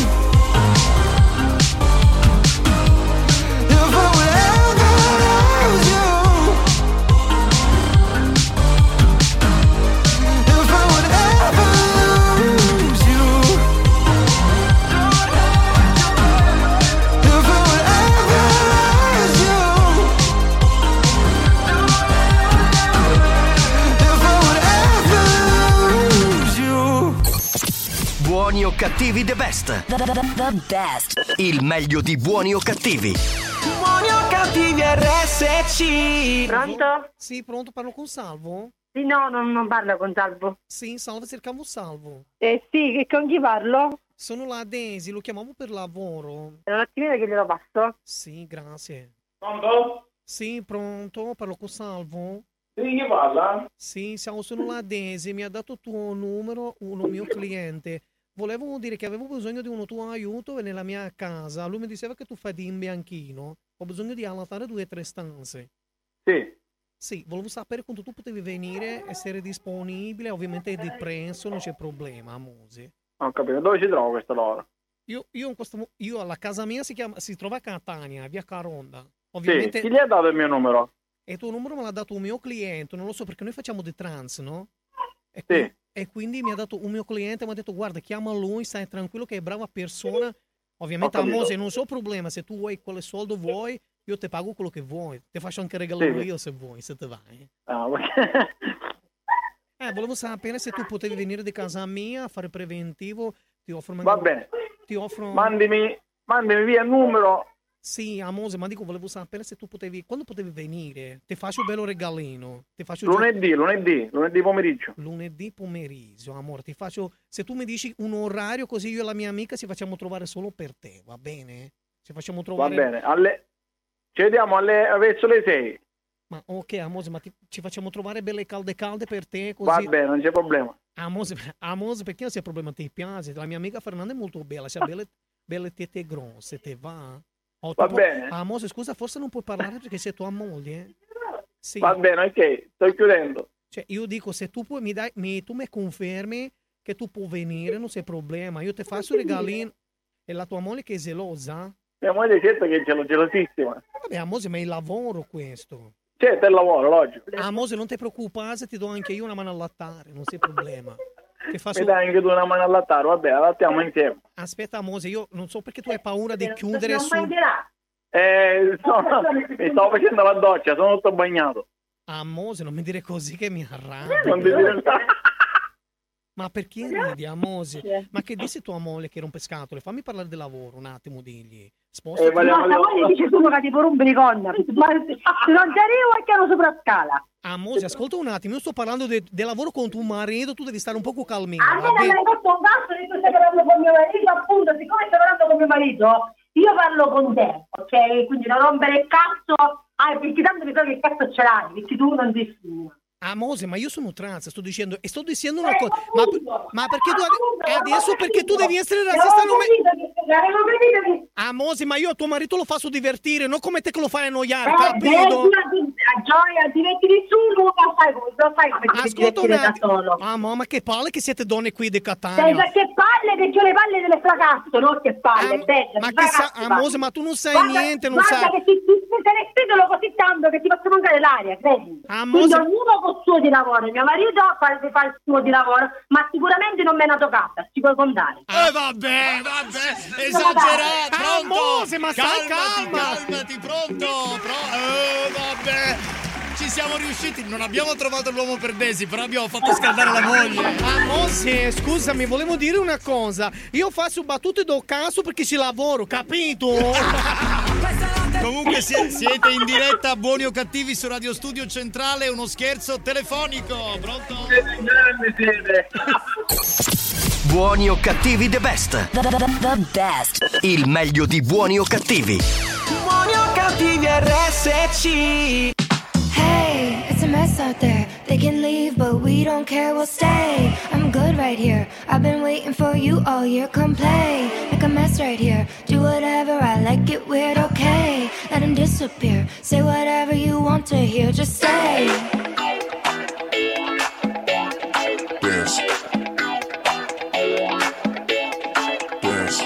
If I would ever lose you. If I would ever lose you. If I would ever lose you. If I would ever lose you. Buoni o cattivi the best. The, the, the, the best. Il meglio di Buoni o cattivi. Buoni o cattivi R S C. Pronto? Sì, pronto, parlo con Salvo? Sì, no, non, non parlo con Salvo. Sì, salve, cercavo Salvo. Eh sì, che con chi parlo? Sono la Daisy, lo chiamavo per lavoro. È un attimino che glielo passo. Sì, grazie. Pronto? Sì, pronto, parlo con Salvo? Sì, chi parla? Sì, siamo, sono la Daisy, mi ha dato il tuo numero, uno mio cliente. Volevo dire che avevo bisogno di uno tuo aiuto nella mia casa. Lui mi diceva che tu fai di imbianchino. Ho bisogno di allattare due o tre stanze. Sì. Sì, volevo sapere quando tu potevi venire, essere disponibile. Ovviamente è di prezzo, non c'è problema, Mose. Ho capito, dove ci trovo questa l'ora? Io, io, in questo, io alla casa mia si, chiama, si trova a Catania, via Caronda. Ovviamente... Sì, chi gli ha dato il mio numero? E il tuo numero me l'ha dato un mio cliente, non lo so perché noi facciamo di trans, no? E sì. Qui, e quindi mi ha dato un mio cliente, mi ha detto guarda, chiama lui, stai tranquillo che è brava persona. Ovviamente a Mose non so problema, se tu vuoi quale soldo vuoi, io ti pago quello che vuoi. Ti faccio anche regalare sì. io se vuoi, se te vai. Ah, perché... Eh, volevo sapere se tu potevi venire di casa mia a fare preventivo. Ti offro Va bene. Ti offro... Mandimi, mandimi via il numero. Sì, a Mose, ma dico, volevo sapere se tu potevi, quando potevi venire. Ti faccio un bello regalino. Ti faccio lunedì, gio... lunedì, lunedì pomeriggio. Lunedì pomeriggio, amore, ti faccio, se tu mi dici un orario così io e la mia amica ci facciamo trovare solo per te, va bene? Ci facciamo trovare... Va bene, alle... ci vediamo alle... verso le sei. Ma ok, Amose, ma ti... ci facciamo trovare belle calde calde per te così. Va bene, non c'è problema. Amose, Amose perché non c'è problema, ti piace? La mia amica Fernanda è molto bella, c'ha belle, belle tette grosse, te va? Oh, va può... bene. Amose, scusa, forse non puoi parlare perché sei tua moglie? Sì. Va bene, ok, sto chiudendo. Cioè, io dico, se tu puoi, mi dai, mi, tu mi confermi che tu puoi venire, non c'è problema, io ti faccio regalino. E la tua moglie che è gelosa? Mia moglie certo che è gelo- gelosissima. Vabbè, Amose, ma è il lavoro questo. Certo, è il lavoro, logico. Amose, non ti preoccupare, ti do anche io una mano a allattare, non c'è problema. Ti faccio... Mi dai anche tu una mano a allattare, vabbè, allattiamo insieme. Aspetta, Amose, io non so perché tu hai paura di chiudere su... Eh, no, mi stavo facendo la doccia, sono tutto bagnato. Amose, non mi dire così che mi arrabbio. Non ti dire... Ma perché ridi, Amose? Ma che disse tua moglie che rompe scatole? Fammi parlare del lavoro un attimo, digli. Sposta. Eh, vale, vale, vale, no, vale. moglie dice tu che ti rompi le corna. Ma se non ti arrivo è chiaro sopra scala. Amose, ascolta un attimo, io sto parlando del de lavoro con tuo marito, tu devi stare un poco calmino. A me non mi hai fatto un cazzo che tu stai parlando con mio marito, appunto, siccome stai parlando con mio marito, io parlo con te, ok? Quindi non rompere il cazzo, ah, perché tanto mi so che cazzo ce l'hai, perché tu non sei nessuno. Ah, Mose, ma io sono trans, sto dicendo, e sto dicendo una cosa, ma, ma perché tu adesso perché tu devi essere razzista? Non me... Ah, Mose, ma io a tuo marito lo faccio divertire, non come te che lo fai annoiare, eh, capito? Gioia, divertiti su, lo fai, lo fai come ti divertire da solo. Ah, ma che palle che siete donne qui di Catania. Senza che palle, perché ho le palle delle fracazzo, non che palle, ah, bella, ma che sa, ah, Mose, ma tu non sai guarda, niente, non guarda sai. Guarda che ti, ti, te ne spedolo così tanto che ti faccio mancare l'aria, credi? Ah, Quindi Mose... ognuno con il suo di lavoro, mio marito fa, fa il suo di lavoro, ma sicuramente non me ne ha toccata, ci puoi contare. Eh vabbè, vabbè, esagerato, ah, pronto? Mose, ma stai calmati, calma. calmati, pronto? Pro... Eh, vabbè. Ci siamo riusciti, non abbiamo trovato l'uomo per Desi, però abbiamo fatto scaldare la moglie. Ah, Mose, scusami, volevo dire una cosa. Io faccio battute do caso perché ci lavoro, capito? Comunque siete in diretta, buoni o cattivi, su Radio Studio Centrale, uno scherzo telefonico. Pronto? Buoni o cattivi the best. The, the, the best. Il meglio di buoni o cattivi. Buoni o cattivi R S C. Hey, it's a mess out there. They can leave, but we don't care, we'll stay. I'm good right here. I've been waiting for you all year. Come play, make a mess right here. Do whatever, I like it weird, okay. Let him disappear. Say whatever you want to hear, just stay. Dance. Dance.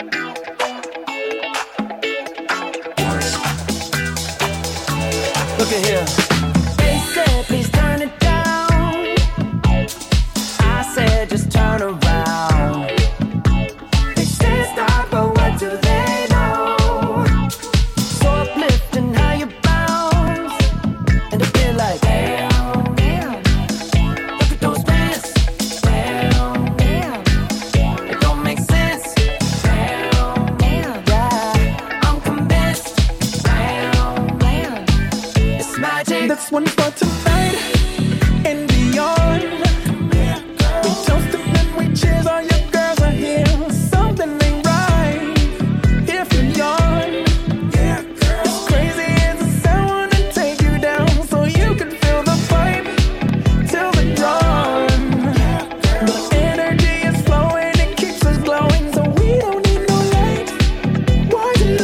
Look at here. They said, please turn it down. I said, just turn around. They said, stop, but what do they know? So uplifting how you bounce. And I feel like, damn, damn. Look at those pants. Damn, damn. It don't make sense. Damn, damn. Yeah, I'm convinced. Damn, damn. It's magic. That's one for tonight and beyond. We toast and then we cheers. All your girls are here. Something ain't right if you yawn. As crazy as the sound, wanna take you down so you can feel the vibe till the dawn. The energy is flowing, it keeps us glowing, so we don't need no light. Why it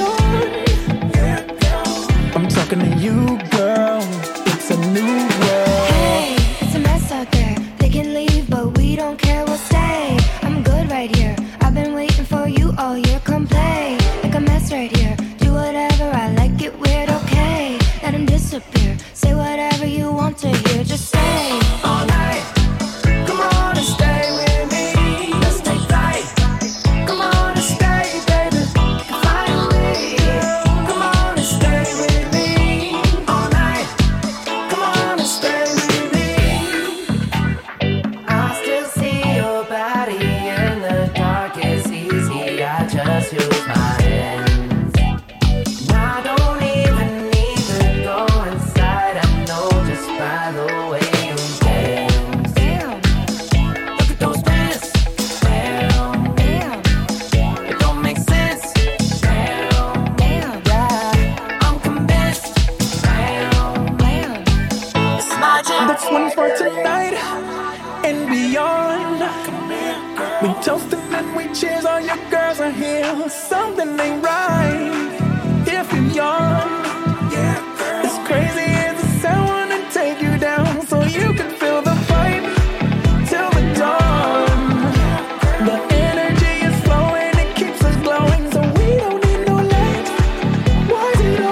on? I'm talking to you, girl. It's a new world. Hey, it's a mess out there. They can leave, but we don't care, we'll stay. I'm good right here. I've been waiting for you all year. Come play, make a mess right here. Do whatever, I like it weird, okay. Let him disappear. Say whatever you want to hear, just stay. All night. Come on and stay with me. Let's take flight. Come on and stay, baby. Fly away. Come on and stay with me. All night. Come on and stay with me. I still see your body in the dark. It's easy. I just use my hands. I don't even need to go inside. I know just by the way you dance. Damn. Look at those pants. Damn. Damn. It don't make sense. Damn. Damn. Yeah. I'm convinced. Damn. Damn. It's magic. That's one for tonight and beyond. We toast and then we cheers. All your girls are here. Something ain't right if you yawn. As crazy as the sound, wanna take you down so you can feel the vibe till the dawn. The energy is flowing, it keeps us glowing, so we don't need no light. Why is it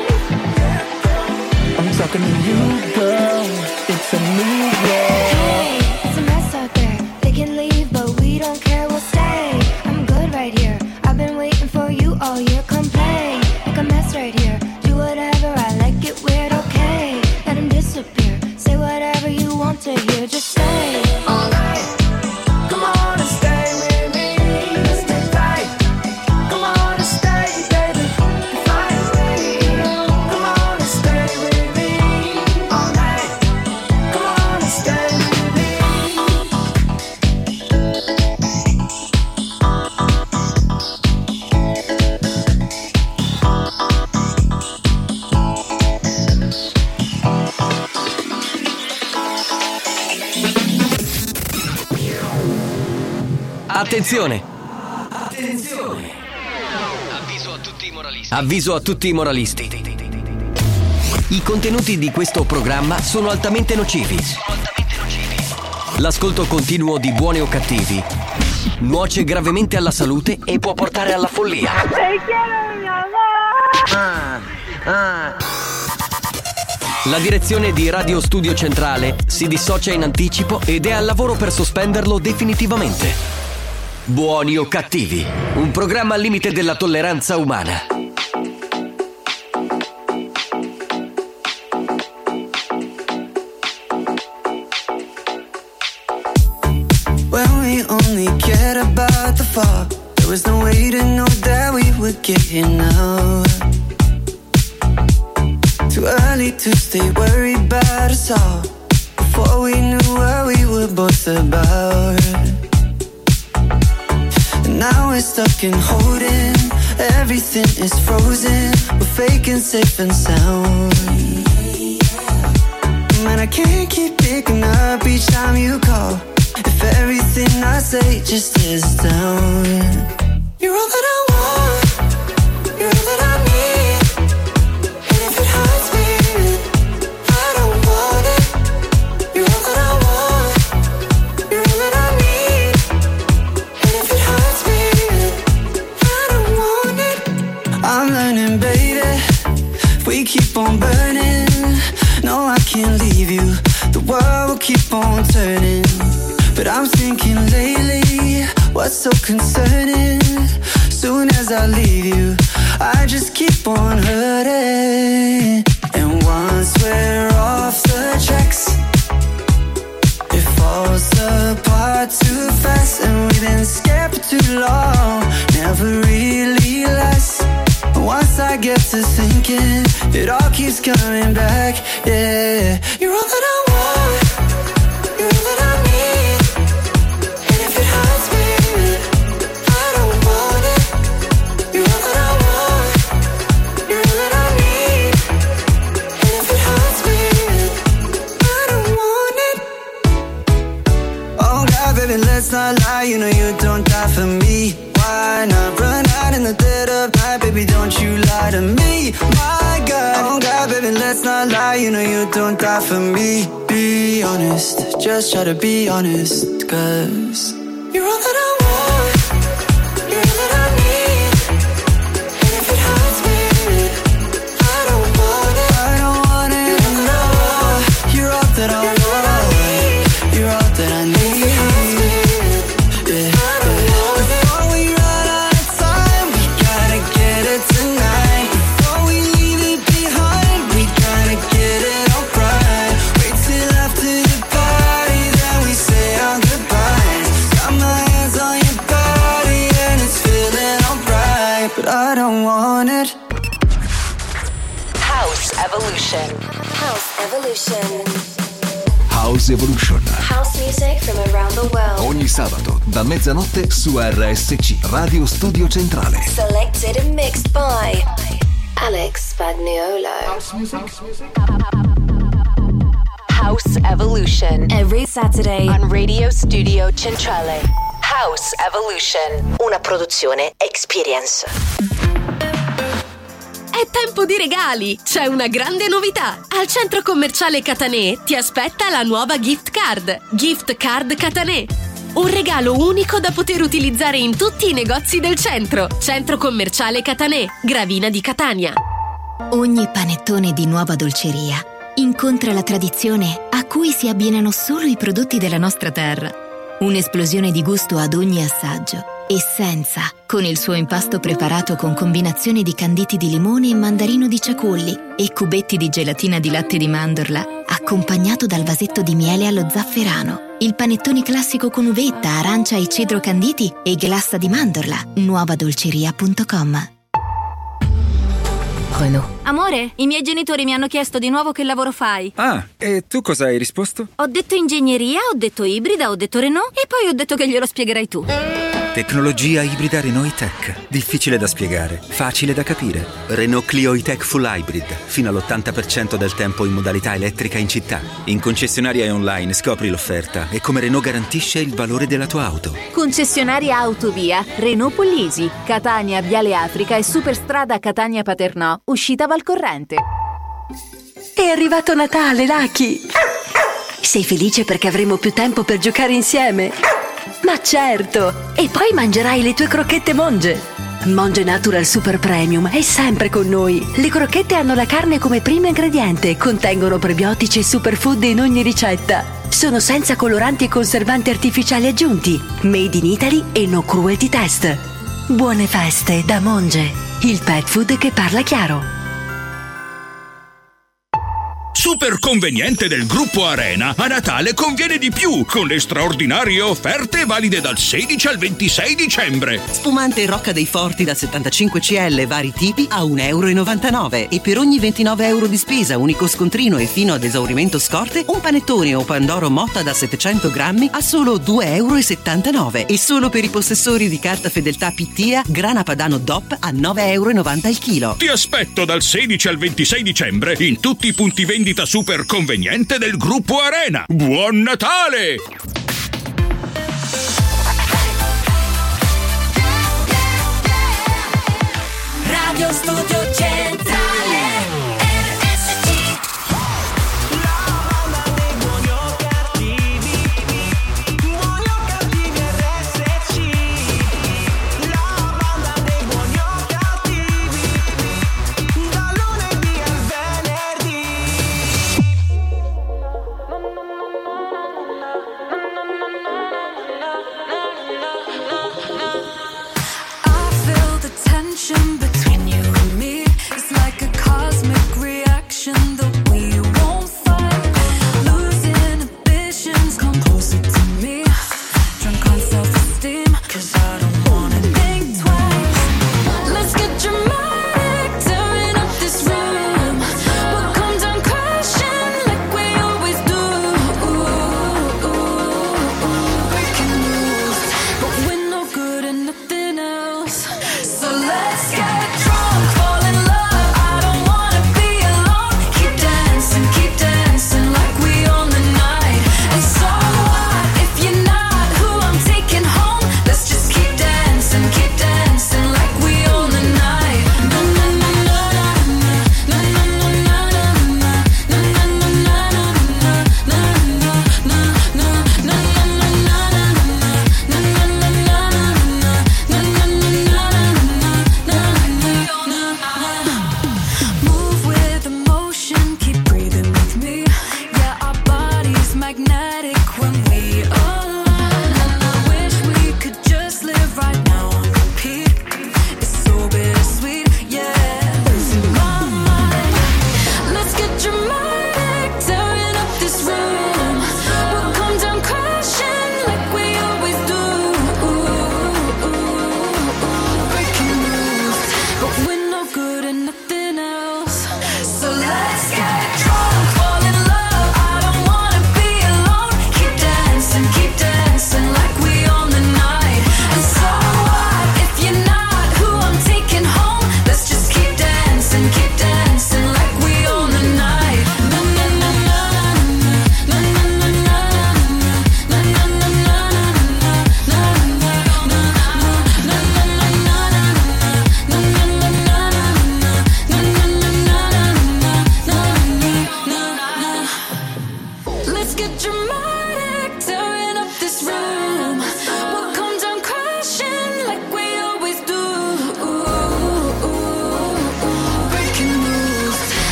on? I'm talking to you, girl. It's a new world. Hey, it's a mess out there. They can leave, but we don't care, we'll stay. I'm good right here. I've been waiting for you all year. Come play, make a mess right here. Attenzione! Attenzione! Avviso a tutti i moralisti. Avviso a tutti i moralisti. I contenuti di questo programma sono altamente nocivi. L'ascolto continuo di Buoni o Cattivi nuoce gravemente alla salute e può portare alla follia. Ah, ah. La direzione di Radio Studio Centrale si dissocia in anticipo ed è al lavoro per sospenderlo definitivamente. Buoni o Cattivi, un programma al limite della tolleranza umana. When we only cared about the fall, there was no way to know that we would get here now. Too early to stay worried about us all, before we knew what we were both about. And now we're stuck in holding, everything is frozen, we're faking safe and sound. Man, I can't keep picking up each time you call, if everything I say just is down. You're all that I want, you're all that I need. And if it hurts me, I don't want it. You're all that I want, you're all that I need. And if it hurts me, I don't want it. I'm learning, baby, if we keep on burning, no, I can't leave you. The world will keep on turning. But I'm thinking lately, what's so concerning? Soon as I leave you, I just keep on hurting. And once we're off the tracks, it falls apart too fast. And we've been scared for too long, never really lasts. Once I get to thinking, it all keeps coming back, yeah. You're all that I want, you're all that I need. Let's not lie, you know you don't die for me. Why not run out in the dead of night, baby, don't you lie to me. My God, oh God, baby, let's not lie, you know you don't die for me. Be honest, just try to be honest, cause you're all that I want, you're all that I need. And if it hurts me, I don't want it. I don't want it, no. You're all that I want, you're all that I need. I don't want it. House Evolution. House Evolution. House Evolution. House music from around the world. Ogni sabato da mezzanotte su R S C Radio Studio Centrale. Selected and mixed by Alex Spagnuolo. House music. House Evolution. Every Saturday on Radio Studio Centrale. House Evolution. Una produzione Experience. È tempo di regali! C'è una grande novità! Al centro commerciale Catanè ti aspetta la nuova gift card. Gift Card Catanè. Un regalo unico da poter utilizzare in tutti i negozi del centro. Centro commerciale Catanè, Gravina di Catania. Ogni panettone di Nuova Dolceria incontra la tradizione a cui si abbinano solo i prodotti della nostra terra. Un'esplosione di gusto ad ogni assaggio. E senza, con il suo impasto preparato con combinazione di canditi di limone e mandarino di ciaculli e cubetti di gelatina di latte di mandorla, accompagnato dal vasetto di miele allo zafferano. Il panettone classico con uvetta, arancia e cedro canditi e glassa di mandorla. nuova dolceria punto com. Renault. Amore, i miei genitori mi hanno chiesto di nuovo che lavoro fai. Ah, e tu cosa hai risposto? Ho detto ingegneria, ho detto ibrida, ho detto Renault e poi ho detto che glielo spiegherai tu. Tecnologia ibrida Renault E-Tech. Difficile da spiegare, facile da capire. Renault Clio E-Tech Full Hybrid. Fino all'ottanta per cento del tempo in modalità elettrica in città. In concessionaria e online scopri l'offerta e come Renault garantisce il valore della tua auto. Concessionaria Autovia, Renault Puglisi, Catania, Viale Africa e Superstrada Catania Paternò, uscita Valcorrente. È arrivato Natale, Lucky! Sei felice perché avremo più tempo per giocare insieme? Ma certo! E poi mangerai le tue crocchette Monge. Monge Natural Super Premium è sempre con noi. Le crocchette hanno la carne come primo ingrediente, contengono prebiotici e superfood in ogni ricetta. Sono senza coloranti e conservanti artificiali aggiunti. Made in Italy e no cruelty test. Buone feste da Monge, il pet food che parla chiaro. Super conveniente del gruppo Arena, a Natale conviene di più, con le straordinarie offerte valide dal sedici al ventisei dicembre. Spumante Rocca dei Forti da settantacinque centilitri vari tipi a un euro e novantanove e per ogni ventinove euro di spesa, unico scontrino e fino ad esaurimento scorte, un panettone o pandoro Motta da settecento grammi a solo due euro e settantanove e solo per i possessori di carta fedeltà Pittia, grana padano D O P a nove euro e novanta il chilo. Ti aspetto dal sedici al ventisei dicembre in tutti i punti vendita super conveniente del gruppo Arena. Buon Natale! Radio Studio Centrale R S C. La banda dei buoni o cattivi, buoni o cattivi R S C. La banda dei buoni o cattivi, da lunedì al venerdì.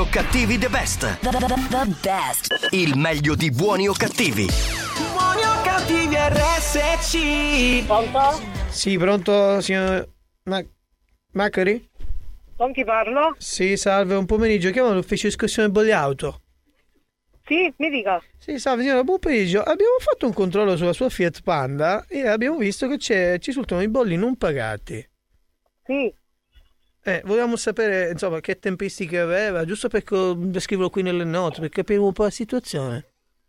o cattivi the best. The, the, the best. Il meglio di Buoni o cattivi. Buoni o cattivi R S C. Pronto? Sì, pronto, signor Ma- Macari? Con chi parlo? Sì, salve, un pomeriggio. Chiamo l'ufficio escursione bolli auto. Sì, mi dica. Sì, salve signora, buon pomeriggio. Abbiamo fatto un controllo sulla sua Fiat Panda e abbiamo visto che c'è, ci risultano i bolli non pagati. Sì. Eh, volevamo sapere, insomma, che tempistiche aveva, giusto per co- descriverlo qui nelle note, per capire un po' la situazione.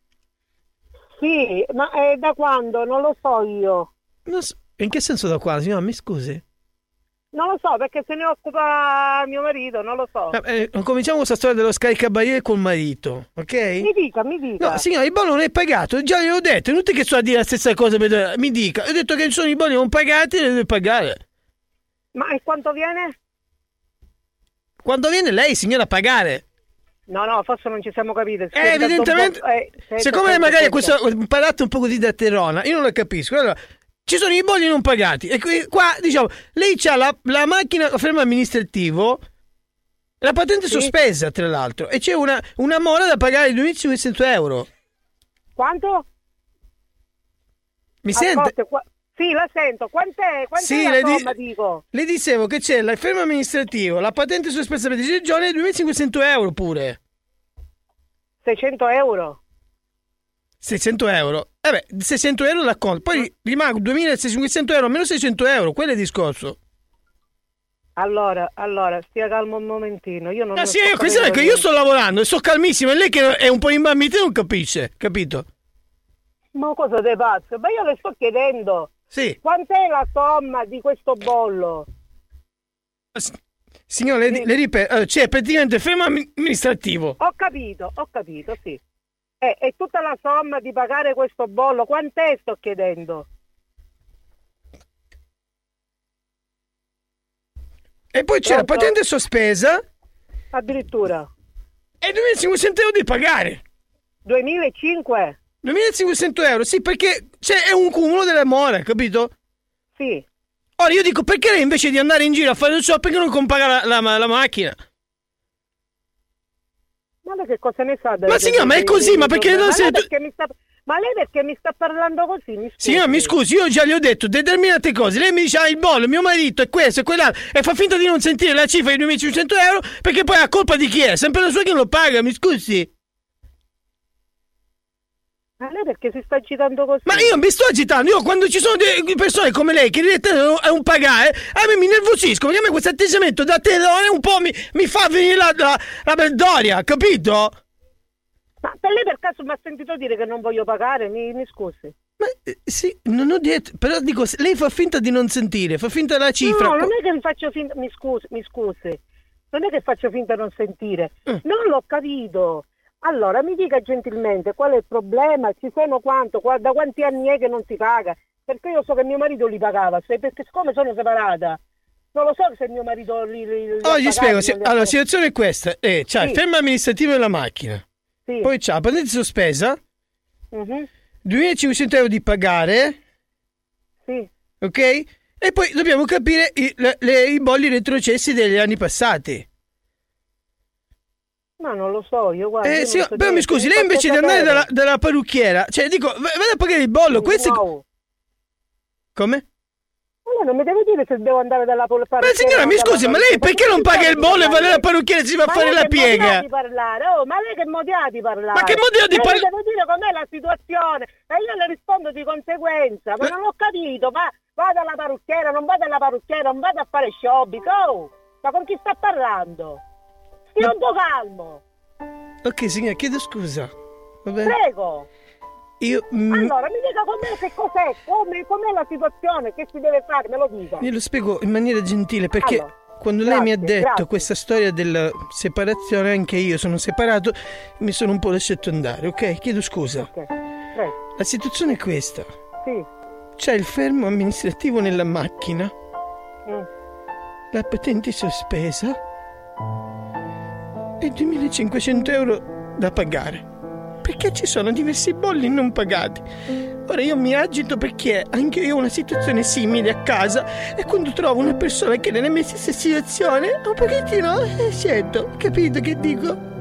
Sì, ma è da quando? Non lo so io. Non so, in che senso da quando, signora? Mi scusi. Non lo so, perché se ne occupa mio marito, non lo so. Eh, eh, cominciamo questa storia dello scaricabarile col marito, ok? Mi dica, mi dica. No, signora, il bollo non è pagato, già gliel'ho detto, è inutile che sto a dire la stessa cosa, per... mi dica. Ho detto che ci sono i bolli non pagati e li deve pagare. Ma e quanto viene? Quando viene lei, signora, a pagare? No, no, forse non ci siamo capiti. Eh, evidentemente, eh, senta, siccome senta, magari senta. questo parlate un po' così da terrona, io non lo capisco. Allora, ci sono i bolli non pagati e qui, qua, diciamo, lei c'ha la, la macchina, la fermo amministrativo, la patente Sì. sospesa, tra l'altro, e c'è una, una mora da pagare di duemilacinquecento euro. Quanto? Mi Ascolti, sente? qua- Sì, la sento. Quant'è? Quant'è Sì, la le, di- somma, dico? le dicevo che c'è la fermo amministrativo, la patente sospesa per dieci giorni e duemilacinquecento euro pure. seicento euro. seicento euro. Eh beh, seicento euro la conto. Poi rimango duemilacinquecento euro meno seicento euro. Quello è il discorso. Allora, allora, stia calmo un momentino. Io non Ah non sì, sto io, questo è capendo che io niente. sto lavorando e sto calmissimo. E lei che è un po' imbambita e non capisce, capito? Ma cosa te pazzo? Ma io le sto chiedendo. Sì. Quant'è la somma di questo bollo? Signore, le, le ripeto, allora, c'è praticamente fermo amministrativo. Ho capito, ho capito, sì. E, e tutta la somma di pagare questo bollo, quant'è sto chiedendo? E poi c'è la Pronto? patente sospesa Addirittura. e duemilacinquecento euro di pagare. duemilacinquecento? duemilacinquecento euro, sì, perché c'è, è un cumulo delle more, capito? Sì. Ora io dico, perché lei invece di andare in giro a fare il shopping non compara la, la, la macchina? Ma lei che cosa ne sa? Ma signora, ma è così, ma perché non ma si- lei perché mi sta... Ma lei perché mi sta parlando così? Mi scusi. Signora, mi scusi, io già le ho detto determinate cose. Lei mi dice, ah, il bollo, mio marito, è questo, è quell'altro, e fa finta di non sentire la cifra di duemilacinquecento euro, perché poi la colpa di chi è? Sempre la sua che non lo paga, mi scusi. Ma lei perché si sta agitando così? Ma io mi sto agitando, io quando ci sono delle persone come lei che direttamente è un pagare, a me mi nervosisco, perché a me questo atteggiamento da terrore un po' mi, mi fa venire la, la, la berdoria, capito? Ma per lei per caso mi ha sentito dire che non voglio pagare? Mi, mi scusi. Ma eh, sì, non ho detto, però dico, lei fa finta di non sentire, fa finta della cifra. No, non è che mi faccio finta... Mi scusi, mi scusi. Non è che faccio finta di non sentire. Mm. Non l'ho capito. Allora, mi dica gentilmente qual è il problema, ci sono quanto, qua- da quanti anni è che non si paga? Perché io so che mio marito li pagava, se- perché siccome sono separata, non lo so se mio marito li, li, li Allora, ha gli pagati, spiego, non si- li ha allora la pagati. situazione è questa, eh, c'ha il Sì. fermo amministrativo della macchina, Sì. poi c'ha la patente sospesa, Mhm. duemilacinquecento euro di pagare, Sì. ok? E poi dobbiamo capire i, le- le- i bolli retrocessi degli anni passati. Ma non lo so, io guarda. io Eh, non sì, so però mi niente, scusi, mi lei faccio invece di andare sapere. dalla, dalla parrucchiera, cioè dico, v- vada a pagare il bollo, questo è... Wow. Come? Ma lei non mi deve dire se devo andare dalla parrucchiera. Ma signora, mi scusi, ma lei perché non paga il bollo e va dalla parrucchiera e si va a fare la piega? Ma lei che modo ha di parlare? Oh, ma lei che modo ha di parlare? Ma che modo ha di Lei par- mi deve dire com'è la situazione e io le rispondo di conseguenza, ma, Ma- non ho capito, ma vado alla parrucchiera, non vado alla parrucchiera, non vado a fare shopping, oh! Ma con chi sta parlando? Stia Ma- un po' calmo, Ok, signora, chiedo scusa. Va bene? prego. Io... mm, Allora, mi dica com'è, che cos'è, come, com'è la situazione, che si deve fare, me lo dica. Glielo spiego in maniera gentile perché Allora, quando lei mi ha grazie, detto grazie. questa storia della separazione, anche io sono separato, mi sono un po' lasciato andare, ok? Chiedo scusa. Ok, prego. La situazione è questa. Sì. C'è il fermo amministrativo nella macchina, Mm. la patente sospesa e duemilacinquecento euro da pagare. Perché ci sono diversi bolli non pagati. Ora io mi agito perché anche io ho una situazione simile a casa e quando trovo una persona che è nella mia stessa situazione un pochettino eh, sento, capito che dico?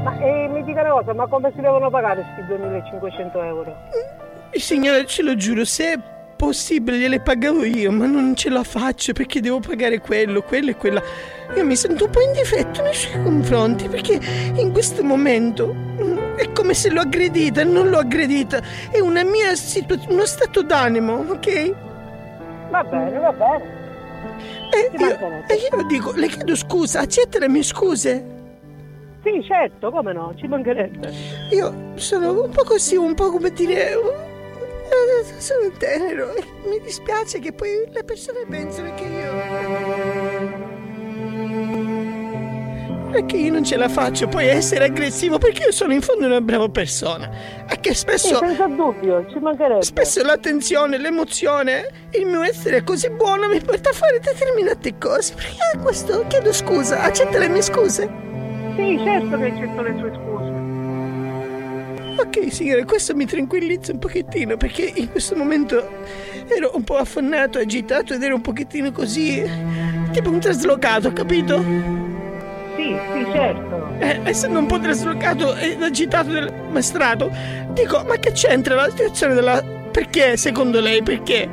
Ma eh, mi dica una cosa, ma come si devono pagare questi duemilacinquecento euro? Signora, ce lo giuro, se è possibile gliele pagavo io, ma non ce la faccio perché devo pagare quello, quello e quella. Io mi sento un po' in difetto nei suoi confronti perché in questo momento mm, è come se l'ho aggredita, non l'ho aggredita, è una mia situazione, uno stato d'animo, ok? Va bene, va bene. E io, e io dico, le chiedo scusa, accetta le mie scuse? Sì, certo, come no, ci mancherebbe. Io sono un po' così, un po' come dire, uh, sono tenero, mi dispiace che poi le persone pensano che io... Perché io non ce la faccio poi essere aggressivo, perché io sono in fondo una brava persona. E che spesso... Sì, senza dubbio, ci mancherebbe. Spesso l'attenzione, l'emozione, il mio essere così buono mi porta a fare determinate cose. Perché questo, chiedo scusa, accetta le mie scuse? Sì, certo che accetto le sue scuse. Ok, signore, questo mi tranquillizza un pochettino, perché in questo momento ero un po' affannato, agitato ed ero un pochettino così, tipo un traslocato, capito? Sì, sì, certo. Eh, essendo un po' traslocato ed agitato del maestrato, dico, ma che c'entra la situazione della... Perché, secondo lei, perché?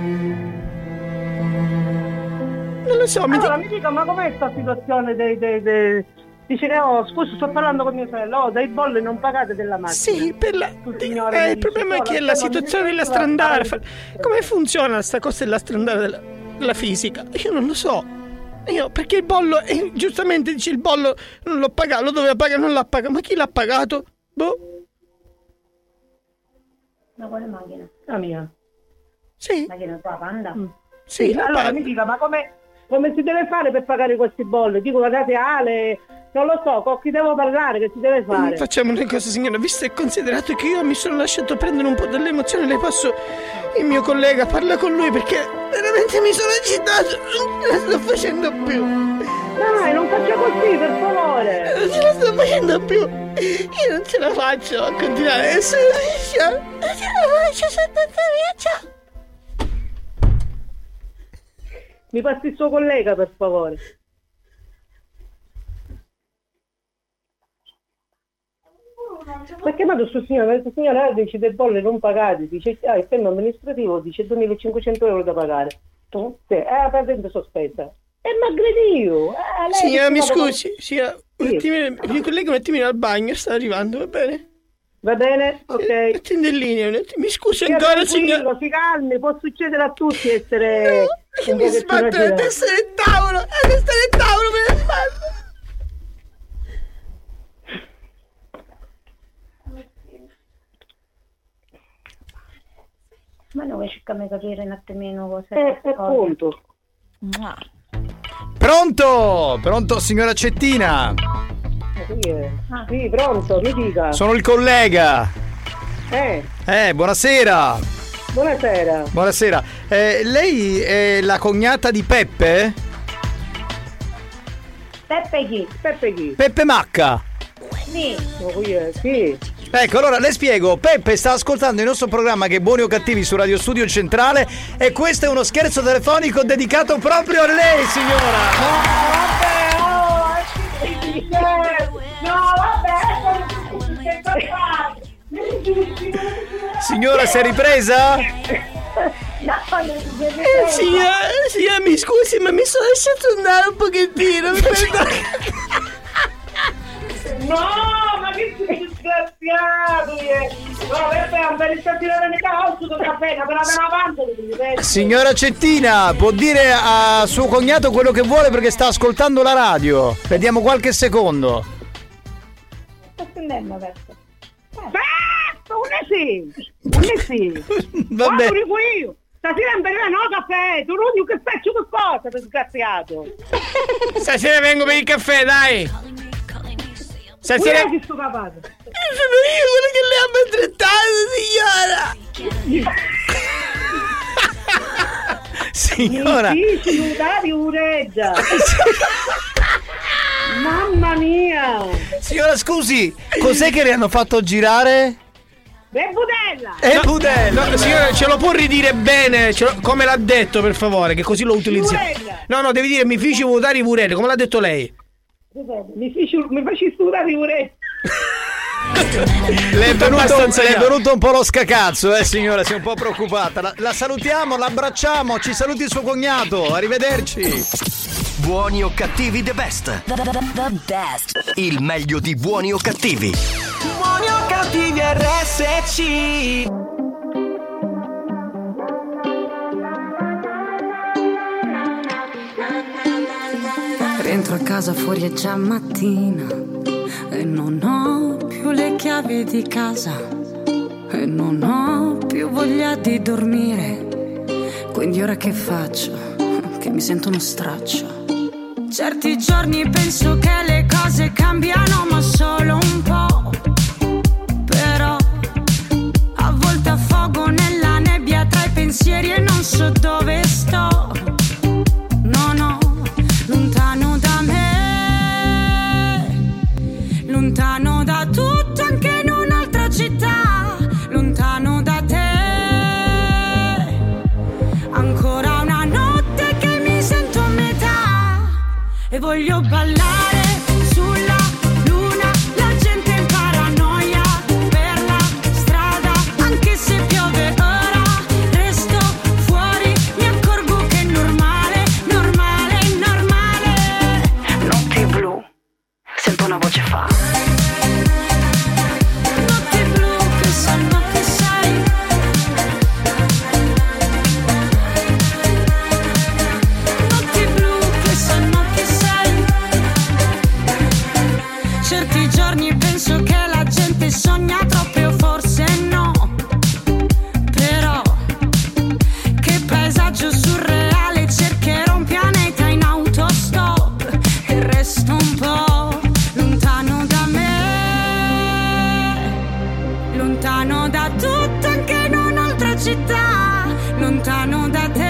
Non lo so, mi allora, dico... mi dica, ma com'è questa situazione dei... dei, dei... Dice che, oh, scusa, sto parlando con mio fratello, oh, dai bolli non pagate della macchina. Sì, per la... Eh, il problema è che la situazione della strandare... Come funziona sta cosa della strandare della, della fisica? Io non lo so. Io, perché il bollo, eh, giustamente dice il bollo non l'ho pagato, lo doveva pagare, non l'ha pagato, ma chi l'ha pagato? Boh. Ma quale macchina? La mia. Sì. Macchina tua, Panda? Mm. Sì, sì la allora Panda. Mi dica, ma come, come si deve fare per pagare questi bolli? Dico, guardate Ale, non lo so, con chi devo parlare, che si deve fare? Mm, facciamo una cosa, signora, visto e considerato che io mi sono lasciato prendere un po' dell'emozione, le passo il mio collega, parla con lui perché veramente mi sono agitato, non ce la sto facendo più. Dai, non faccia così, per favore. Non ce la sto facendo più. Io non ce la faccio a continuare. Sono liscia. Non ce la faccio, sono andata via. Ciao. Mi passi il suo collega, per favore. Perché vado sul signore, il signore dice del bolle non pagate, dice ah, il tema amministrativo dice duemilacinquecento euro da pagare. Tu? Sì, è la patente sospesa. E mi aggredivo. Eh, signora, mi scusi, con... signora, un sì. attimino, mi collega un attimino al bagno, sta arrivando, va bene? Va bene, ok. Attende in linea, mi scusi ancora, signora. Si calmi, può succedere a tutti essere... No, un mi sbatte la testa del tavolo, la testa del tavolo me la sbatte. Ma non riesco a capire un attimino cosa è. Eh, appunto. Pronto? Pronto, signora Cettina? Ah. Sì, pronto, mi dica. Sono il collega. Eh. Eh, buonasera. Buonasera. Buonasera. Eh, lei è la cognata di Peppe? Peppe chi? Peppe chi? Peppe Macca. Sì. Oh, yeah, sì. Ecco, allora le spiego. Peppe sta ascoltando il nostro programma che è Buoni o Cattivi su Radio Studio Centrale e questo è uno scherzo telefonico dedicato proprio a lei, signora. No, vabbè, no, signora, si è ripresa? No, non si è ripresa. Signora, signora, mi scusi, ma mi sono lasciato andare un pochettino. No, ma che disgraziato! No, Peppe, non per il tirare mica calcio con caffè, per andare avanti. Signora Cettina, può dire a suo cognato quello che vuole perché sta ascoltando la radio. Vediamo qualche secondo. Sto spendendo adesso. Aspetta, un sì! Un sì! Va bene. Quando dico io! Stasera non bevi no caffè, tu non dico che faccio qualcosa, disgraziato! Stasera vengo per il caffè, dai! Stasera chi sto capato? Sono io quello che le ha maltrattato, signora. Signora. Mi dici nudare ureggia. Mamma mia. Signora, scusi, cos'è che le hanno fatto girare? È budella. È no, budella. No, signora, ce lo può ridire bene, ce lo, come l'ha detto, per favore, che così lo utilizziamo. No, no, devi dire mi feci votare i purelli, come l'ha detto lei. Mi, feci, mi facci sudare pure. Le è, venuto, le è venuto un po' lo scacazzo, eh signora, si è un po' preoccupata. La, la salutiamo, l'abbracciamo, ci saluti suo cognato, arrivederci. Buoni o cattivi the best. The, the, the best. Il meglio di Buoni o cattivi. Buoni o cattivi R S C. Rientro a casa, fuori è già mattina e non ho più le chiavi di casa e non ho più voglia di dormire. Quindi ora che faccio? Che mi sento uno straccio. Certi giorni penso che le cose cambiano, ma solo un po'. Però a volte affogo nella nebbia tra i pensieri e non so dove sto. No, no, lontano da me, lontano da tutto, anche in un'altra città, lontano da te. Ancora una notte che mi sento a metà e voglio ballare sulla luna, la gente in paranoia per la strada, anche se piove ora resto fuori, mi accorgo che è normale, normale, normale. Notti blu, sento una voce fa. Notti blu che sanno che sei. Notti blu che sanno che sei. Certi giorni penso che la gente sogna troppo, o forse no. Però che paesaggio surreale, cercherò un pianeta in autostop e resto un po' lontano da me, lontano da tutto, anche in un'altra città, lontano da te.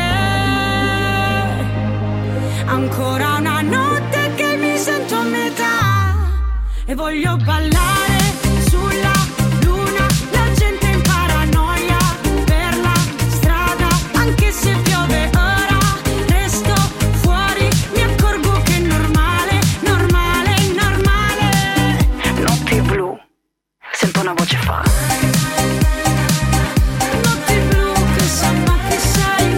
Ancora una notte che mi sento a metà e voglio ballare sulla luna, la gente in paranoia per la strada, anche se piove ora resto fuori, mi accorgo che è normale, normale, normale. Notti blu, sento una voce fa. Notti blu che sanno che sei.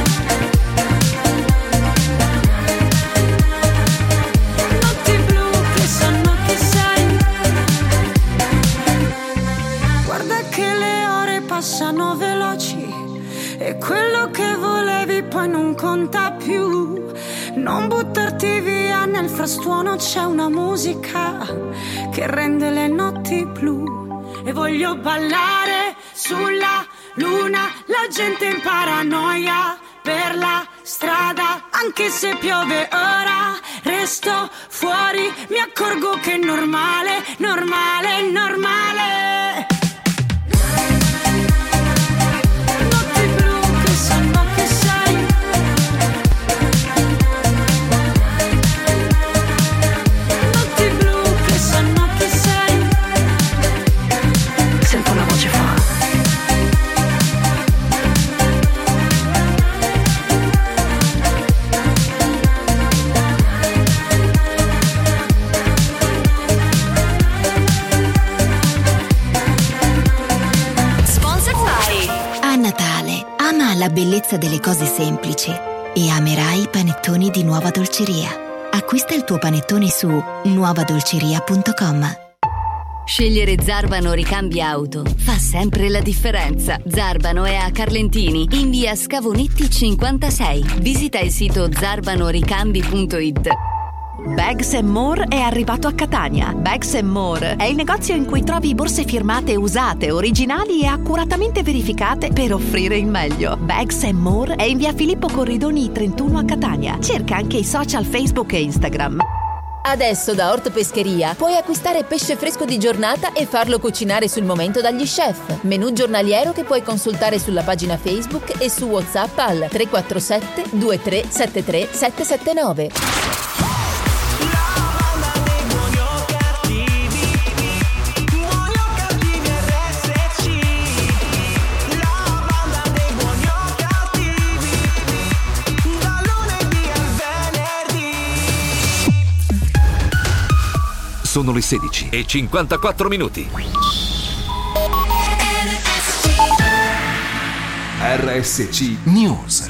Notti blu che sanno che sei. Guarda che le ore passano veloci e quello che volevi poi non conta più. Non buttarti via, nel frastuono c'è una musica che rende le notti blu. E voglio ballare sulla luna, la gente in paranoia per la strada, anche se piove ora resto fuori, mi accorgo che è normale, normale, normale. Notti blu che sanno che sei. Notti blu che sanno che sei. Sento una voce fa. Sponsor by A Natale ama la bellezza delle cose semplici e amerai i panettoni di Nuova Dolceria. Acquista il tuo panettone su nuova dolceria punto com. Scegliere Zarbano Ricambi Auto fa sempre la differenza. Zarbano è a Carlentini, in via Scavonetti cinquantasei. Visita il sito zarbano ricambi punto it. Bags and More è arrivato a Catania. Bags and More è il negozio in cui trovi borse firmate usate, originali e accuratamente verificate per offrire il meglio. Bags and More è in via Filippo Corridoni trentuno a Catania. Cerca anche i social Facebook e Instagram. Adesso da Orto Pescheria puoi acquistare pesce fresco di giornata e farlo cucinare sul momento dagli chef. Menù giornaliero che puoi consultare sulla pagina Facebook e su WhatsApp al tre quattro sette due tre sette tre sette sette nove. Sono le sedici e cinquantaquattro minuti. R S C News.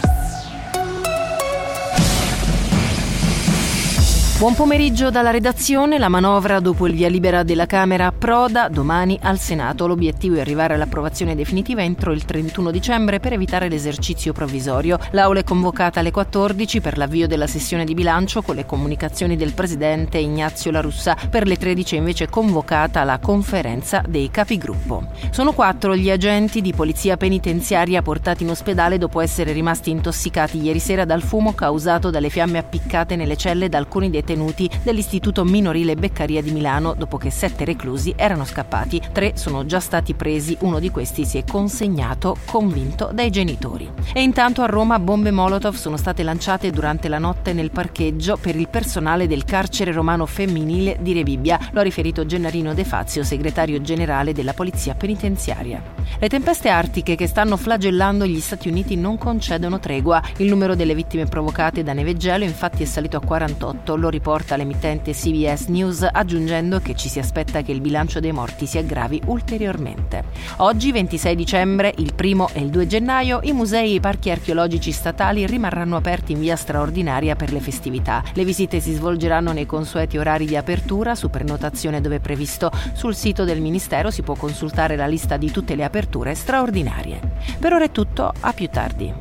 Buon pomeriggio dalla redazione. La manovra, dopo il via libera della Camera, approda domani al Senato. L'obiettivo è arrivare all'approvazione definitiva entro il trentuno dicembre per evitare l'esercizio provvisorio. L'Aula è convocata alle quattordici per l'avvio della sessione di bilancio con le comunicazioni del presidente Ignazio La Russa. Per le tredici è invece convocata la conferenza dei capigruppo. Sono quattro gli agenti di polizia penitenziaria portati in ospedale dopo essere rimasti intossicati ieri sera dal fumo causato dalle fiamme appiccate nelle celle da alcuni detenuti dell'Istituto Minorile Beccaria di Milano dopo che sette reclusi erano scappati. Tre sono già stati presi, uno di questi si è consegnato convinto dai genitori. E intanto a Roma bombe Molotov sono state lanciate durante la notte nel parcheggio per il personale del carcere romano femminile di Rebibbia. Lo ha riferito Gennarino De Fazio, segretario generale della Polizia Penitenziaria. Le tempeste artiche che stanno flagellando gli Stati Uniti non concedono tregua. Il numero delle vittime provocate da neve e gelo infatti è salito a quarantotto. Lo riporta l'emittente C B S News, aggiungendo che ci si aspetta che il bilancio dei morti si aggravi ulteriormente. Oggi, ventisei dicembre, il primo e il due gennaio, i musei e i parchi archeologici statali rimarranno aperti in via straordinaria per le festività. Le visite si svolgeranno nei consueti orari di apertura, su prenotazione dove previsto. Sul sito del Ministero si può consultare la lista di tutte le aperture straordinarie. Per ora è tutto, a più tardi.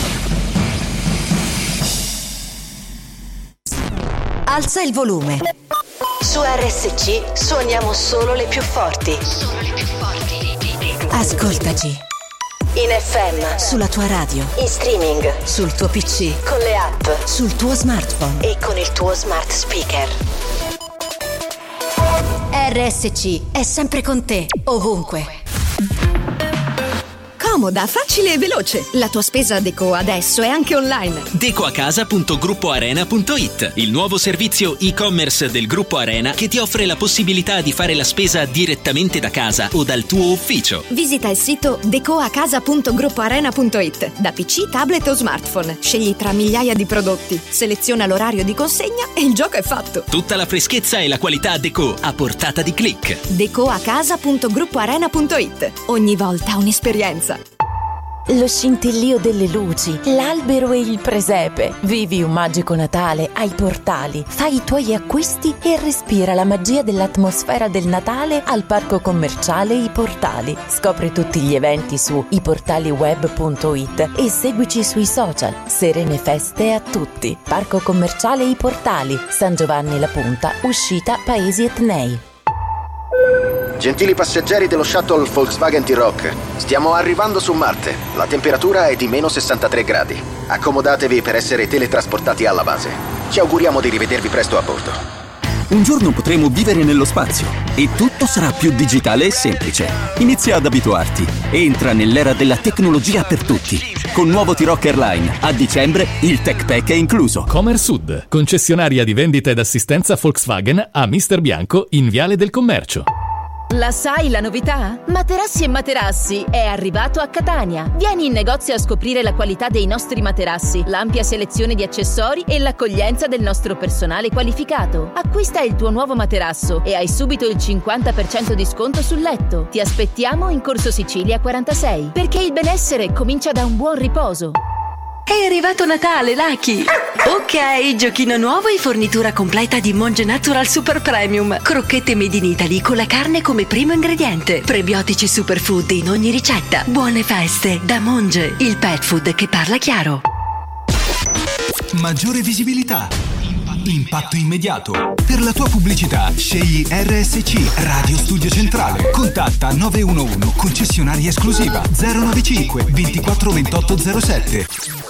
Alza il volume. Su R S C suoniamo solo le più forti. Solo le più forti. Ascoltaci. In F M, sulla tua radio, in streaming, sul tuo P C, con le app, sul tuo smartphone e con il tuo smart speaker. R S C è sempre con te, ovunque. Comoda, facile e veloce. La tua spesa Deco adesso è anche online. Decoacasa punto gruppo arena punto it, il nuovo servizio e-commerce del Gruppo Arena che ti offre la possibilità di fare la spesa direttamente da casa o dal tuo ufficio. Visita il sito decoacasa punto gruppo arena punto it da P C, tablet o smartphone. Scegli tra migliaia di prodotti, seleziona l'orario di consegna e il gioco è fatto. Tutta la freschezza e la qualità Deco a portata di click. decoacasa punto gruppo arena punto it. Ogni volta un'esperienza. Lo scintillio delle luci, l'albero e il presepe. Vivi un magico Natale ai Portali. Fai i tuoi acquisti e respira la magia dell'atmosfera del Natale al parco commerciale I Portali. Scopri tutti gli eventi su i portali web punto it e seguici sui social. Serene feste a tutti. Parco commerciale I Portali, San Giovanni La Punta, uscita Paesi Etnei. Gentili passeggeri dello shuttle Volkswagen T-Roc, stiamo arrivando su Marte. La temperatura è di meno sessantatré gradi. Accomodatevi per essere teletrasportati alla base. Ci auguriamo di rivedervi presto a bordo. Un giorno potremo vivere nello spazio e tutto sarà più digitale e semplice. Inizia ad abituarti. Entra nell'era della tecnologia per tutti. Con nuovo T-Roc Airline, a dicembre il Tech Pack è incluso. Comersud, concessionaria di vendita ed assistenza Volkswagen a Mister Bianco in Viale del Commercio. La sai la novità? Materassi e Materassi è arrivato a Catania. Vieni in negozio a scoprire la qualità dei nostri materassi, l'ampia selezione di accessori e l'accoglienza del nostro personale qualificato. Acquista il tuo nuovo materasso e hai subito il cinquanta per cento di sconto sul letto. Ti aspettiamo in Corso Sicilia quarantasei, perché il benessere comincia da un buon riposo. È arrivato Natale, Lucky! Ok, giochino nuovo e fornitura completa di Monge Natural Super Premium. Crocchette made in Italy con la carne come primo ingrediente. Prebiotici superfood in ogni ricetta. Buone feste da Monge, il pet food che parla chiaro. Maggiore visibilità. Impatto immediato. Per la tua pubblicità scegli R S C Radio Studio Centrale. Contatta nove uno uno concessionaria esclusiva zero nove cinque ventiquattro ventotto zero sette.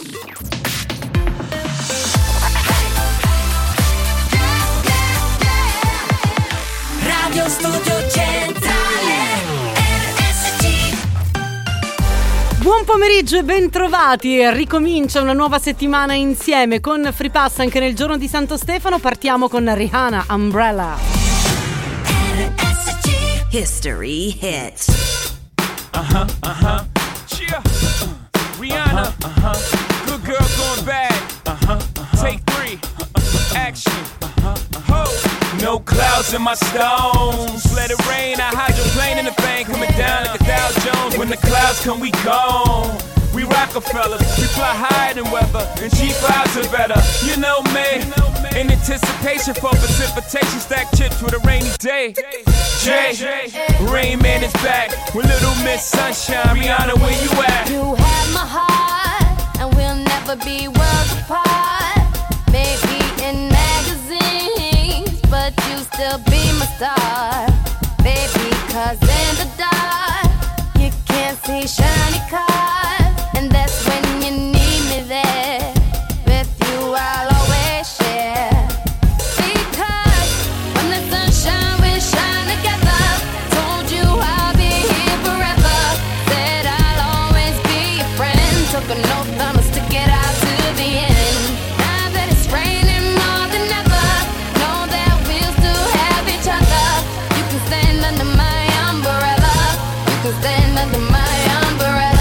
Radio Studio Centrale R S C. Buon pomeriggio e bentrovati. Ricomincia una nuova settimana insieme con Free Pass anche nel giorno di Santo Stefano. Partiamo con Rihanna, Umbrella. R S C History Hits. Uh-huh, uh-huh. Cheer. Uh, Rihanna. Uh-huh. Good girl going bad. Uh-huh, uh-huh. Take three. Uh-huh. Action. Uh-huh, uh-huh. Ho. No No clouds in my stones. Let it rain, I hydroplane in the bank, coming down like a Dow Jones. When the clouds come, we gone. We Rockefellers, we fly higher than weather, and cheap vibes are better. You know me, in anticipation for precipitation, stack chips with a rainy day. Jay, Rain Man is back with Little Miss Sunshine. Rihanna, where you at? You have my heart, and we'll never be worlds apart. Maybe in magazines, but you still be my star. Baby, cause in the dark, you can't see shiny cars. And that's when you need me there. With you I'll always share. Because when the sunshine we shine together. Told you I'll be here forever. Said I'll always be your friend. Took an oath promise to get out to the end. Now that it's raining more than ever, know that we'll still have each other. You can stand under my umbrella. You can stand under my umbrella.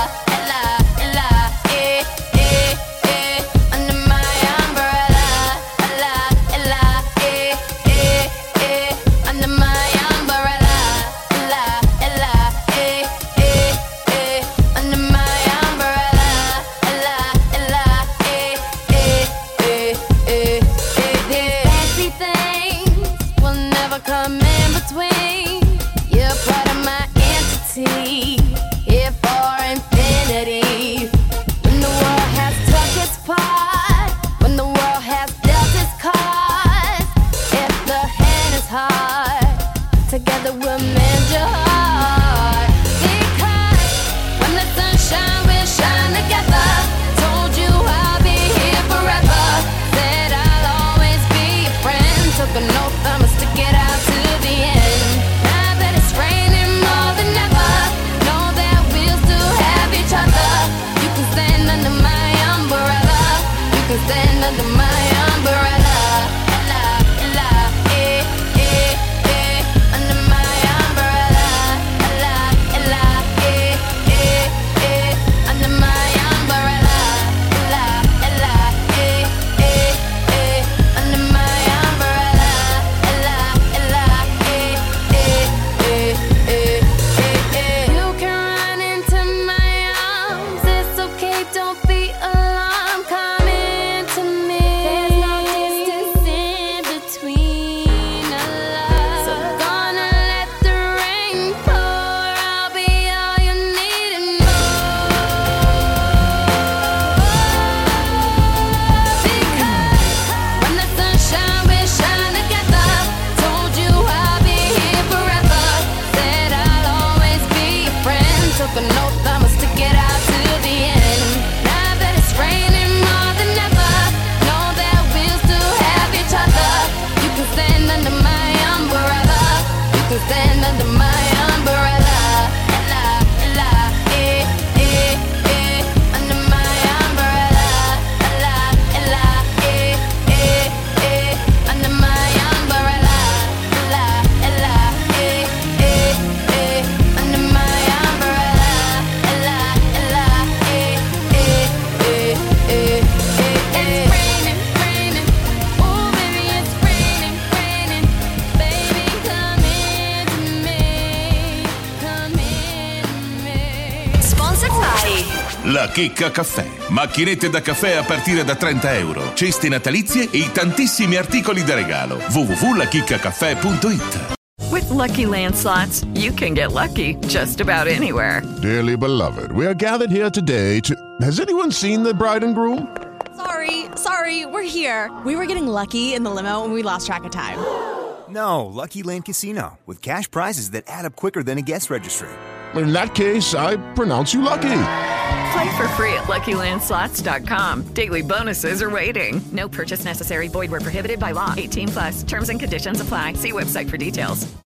Together we'll mend your heart. Because when the sunshine will shine together. Told you I'll be here forever. Said I'll always be your friend. Took an oath promise to get out to the end. Now that it's raining more than ever, know that we'll still have each other. You can stand under my umbrella. You can stand under my umbrella. La Chicca Caffè. Macchinette da caffè a partire da trenta euro. Ceste natalizie e tantissimi articoli da regalo. w w w punto la chicca caffè punto it. With Lucky Land Slots, you can get lucky just about anywhere. Dearly beloved, we are gathered here today to... Has anyone seen the bride and groom? Sorry, sorry, we're here. We were getting lucky in the limo and we lost track of time. No, Lucky Land Casino, with cash prizes that add up quicker than a guest registry. In that case, I pronounce you lucky. Play for free at lucky land slots dot com. Daily bonuses are waiting. No purchase necessary. Void where prohibited by law. eighteen plus. Terms and conditions apply. See website for details.